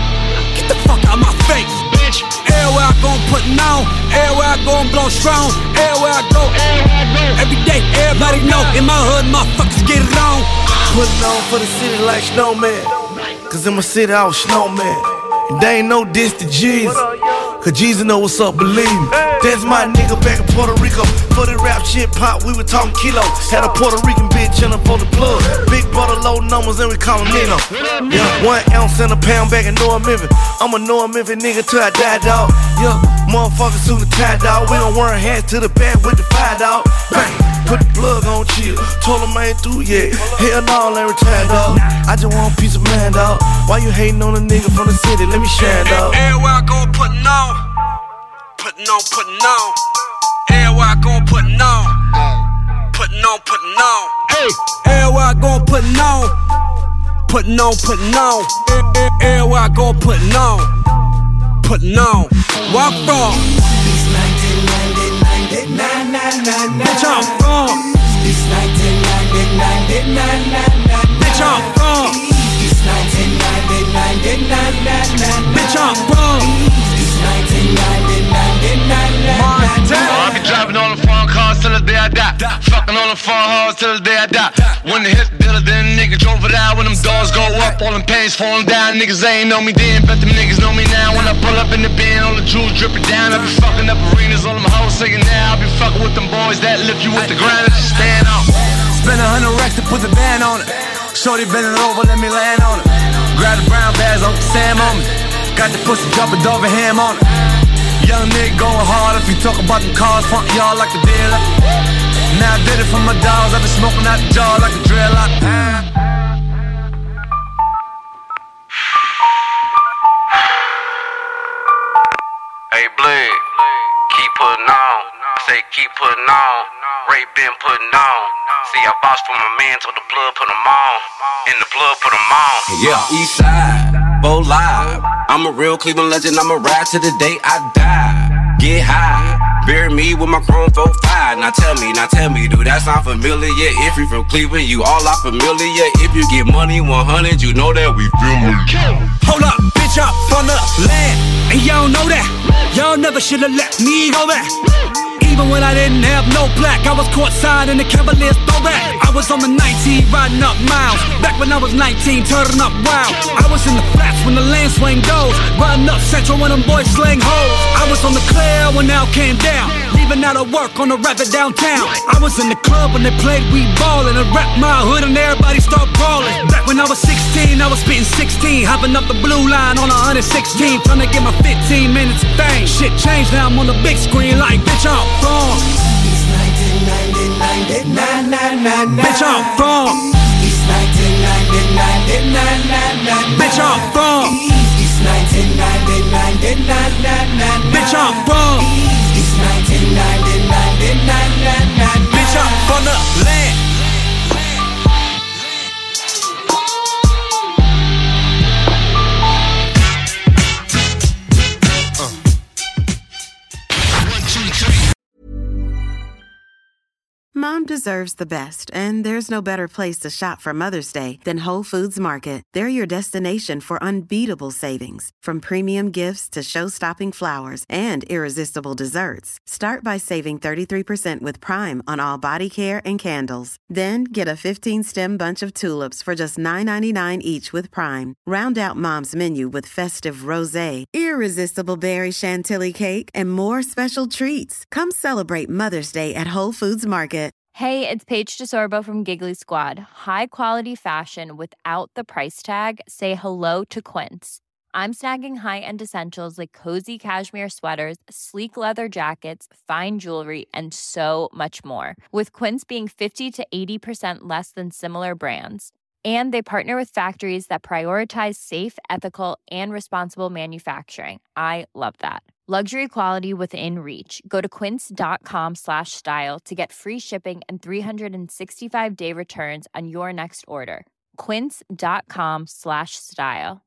Get the fuck out my face, bitch. Everywhere I go, I'm putting on. Everywhere I go, I'm blowing strong. Everywhere I go, every day, everybody know. In my hood, motherfuckers get it on. Putting on for the city like snowman. Cause in my city, I was snowman. And they ain't no diss to Jesus. Cause Jesus know what's up, believe me. That's my nigga back in Puerto Rico. For the rap shit pop, we were talking kilos. Had a Puerto Rican bitch in for the plug. Big brother, low numbers, and we call him Nino. Yeah, one ounce and a pound back in North Memphis. I'm a North Memphis nigga till I die, dog. Yeah, motherfucker soon to tie, dog. We gon' wear hands to the back with the fire, dog. Bang, put the plug on chill. Told him I ain't through yet. Hell no, I ain't retired, dog. I just want a piece of man, dog. Why you hating on a nigga from the city? Let me share, dog. Everywhere I go, I'm putting on. Putting on, putting on. Everywhere I go, I'm putting on. Putting on, putting on. Hey, everywhere I go, I'm putting on. Putting on, putting on. Everywhere I go, I'm putting on. Putting on. Where I'm from? It's nineteen ninety-nine. ninety-nine. Bitch, I'm from East nineteen ninety-nine. Bitch, I'm from East nineteen ninety-nine. Bitch, I'm from East nineteen ninety-nine. I'll be driving on the phone calls till the day I die. Fucking on the phone halls till the day I die. When the hit dealer, then nigga drove it out. When them doors go up, all them pains falling down. Niggas ain't know me then, but them niggas know me now. When I pull up in the bin, all the jewels dripping down. I be fucking up arenas, all them hoes singing now. I be fucking with them boys that lift you with the grind that you stand on. Spend a hundred racks to put the band on it. Shorty bending over, let me land on it. Grab the brown bags, Uncle Sam on me. Got the pussy jumping, Dover ham on it. Young nigga going hard. If you talk about them cars, front y'all like a dealer. Now I did it for my dogs. I been smoking out the jar like a dreadlock. Hey, Blade, keep putting on. Say keep putting on. Ray been putting on. See, I boss for my man till the blood put him on. And the blood put him on. Yeah, East Side, Bo Live. I'm a real Cleveland legend. I'ma ride to the day I die. Get high, bury me with my chrome four five. Now tell me, now tell me, dude, that sound familiar? If you from Cleveland, you all are familiar. If you get money one hundred, you know that we feel. Hold up, bitch, up on the land. And y'all know that. Y'all never should've let me go back. Even when I didn't have no black, I was courtside in the Cavaliers throwback. I was on the nineteen riding up miles. Back when I was nineteen, turning up wild. I was in the flats when the land swing goes. Riding up Central when them boys sling hoes. I was on the Claire when Al came down. Leaving out of work on the rapid downtown. I was in the club when they played We Ballin'. And rap my hood and everybody start brawling. Back when I was sixteen, I was spitting sixteen. Hopping up the blue line on one sixteen. Trying to get my fifteen minutes of fame. Shit changed, now I'm on the big screen like, bitch, I'm from East nineteen ninety-nine. Bitch, I'm from East nineteen ninety-nine. Bitch, I'm from East nineteen ninety-nine. Bitch, I'm from East nineteen ninety-nine. Bitch, I'm from the land. Mom deserves the best, and there's no better place to shop for Mother's Day than Whole Foods Market. They're your destination for unbeatable savings, from premium gifts to show-stopping flowers and irresistible desserts. Start by saving thirty-three percent with Prime on all body care and candles. Then get a fifteen-stem bunch of tulips for just nine ninety-nine each with Prime. Round out Mom's menu with festive rosé, irresistible berry chantilly cake, and more special treats. Come celebrate Mother's Day at Whole Foods Market. Hey, it's Paige DeSorbo from Giggly Squad. High quality fashion without the price tag. Say hello to Quince. I'm snagging high-end essentials like cozy cashmere sweaters, sleek leather jackets, fine jewelry, and so much more. With Quince being fifty to eighty percent less than similar brands. And they partner with factories that prioritize safe, ethical, and responsible manufacturing. I love that. Luxury quality within reach. Go to quince.com slash style to get free shipping and three sixty-five day returns on your next order. Quince.com slash style.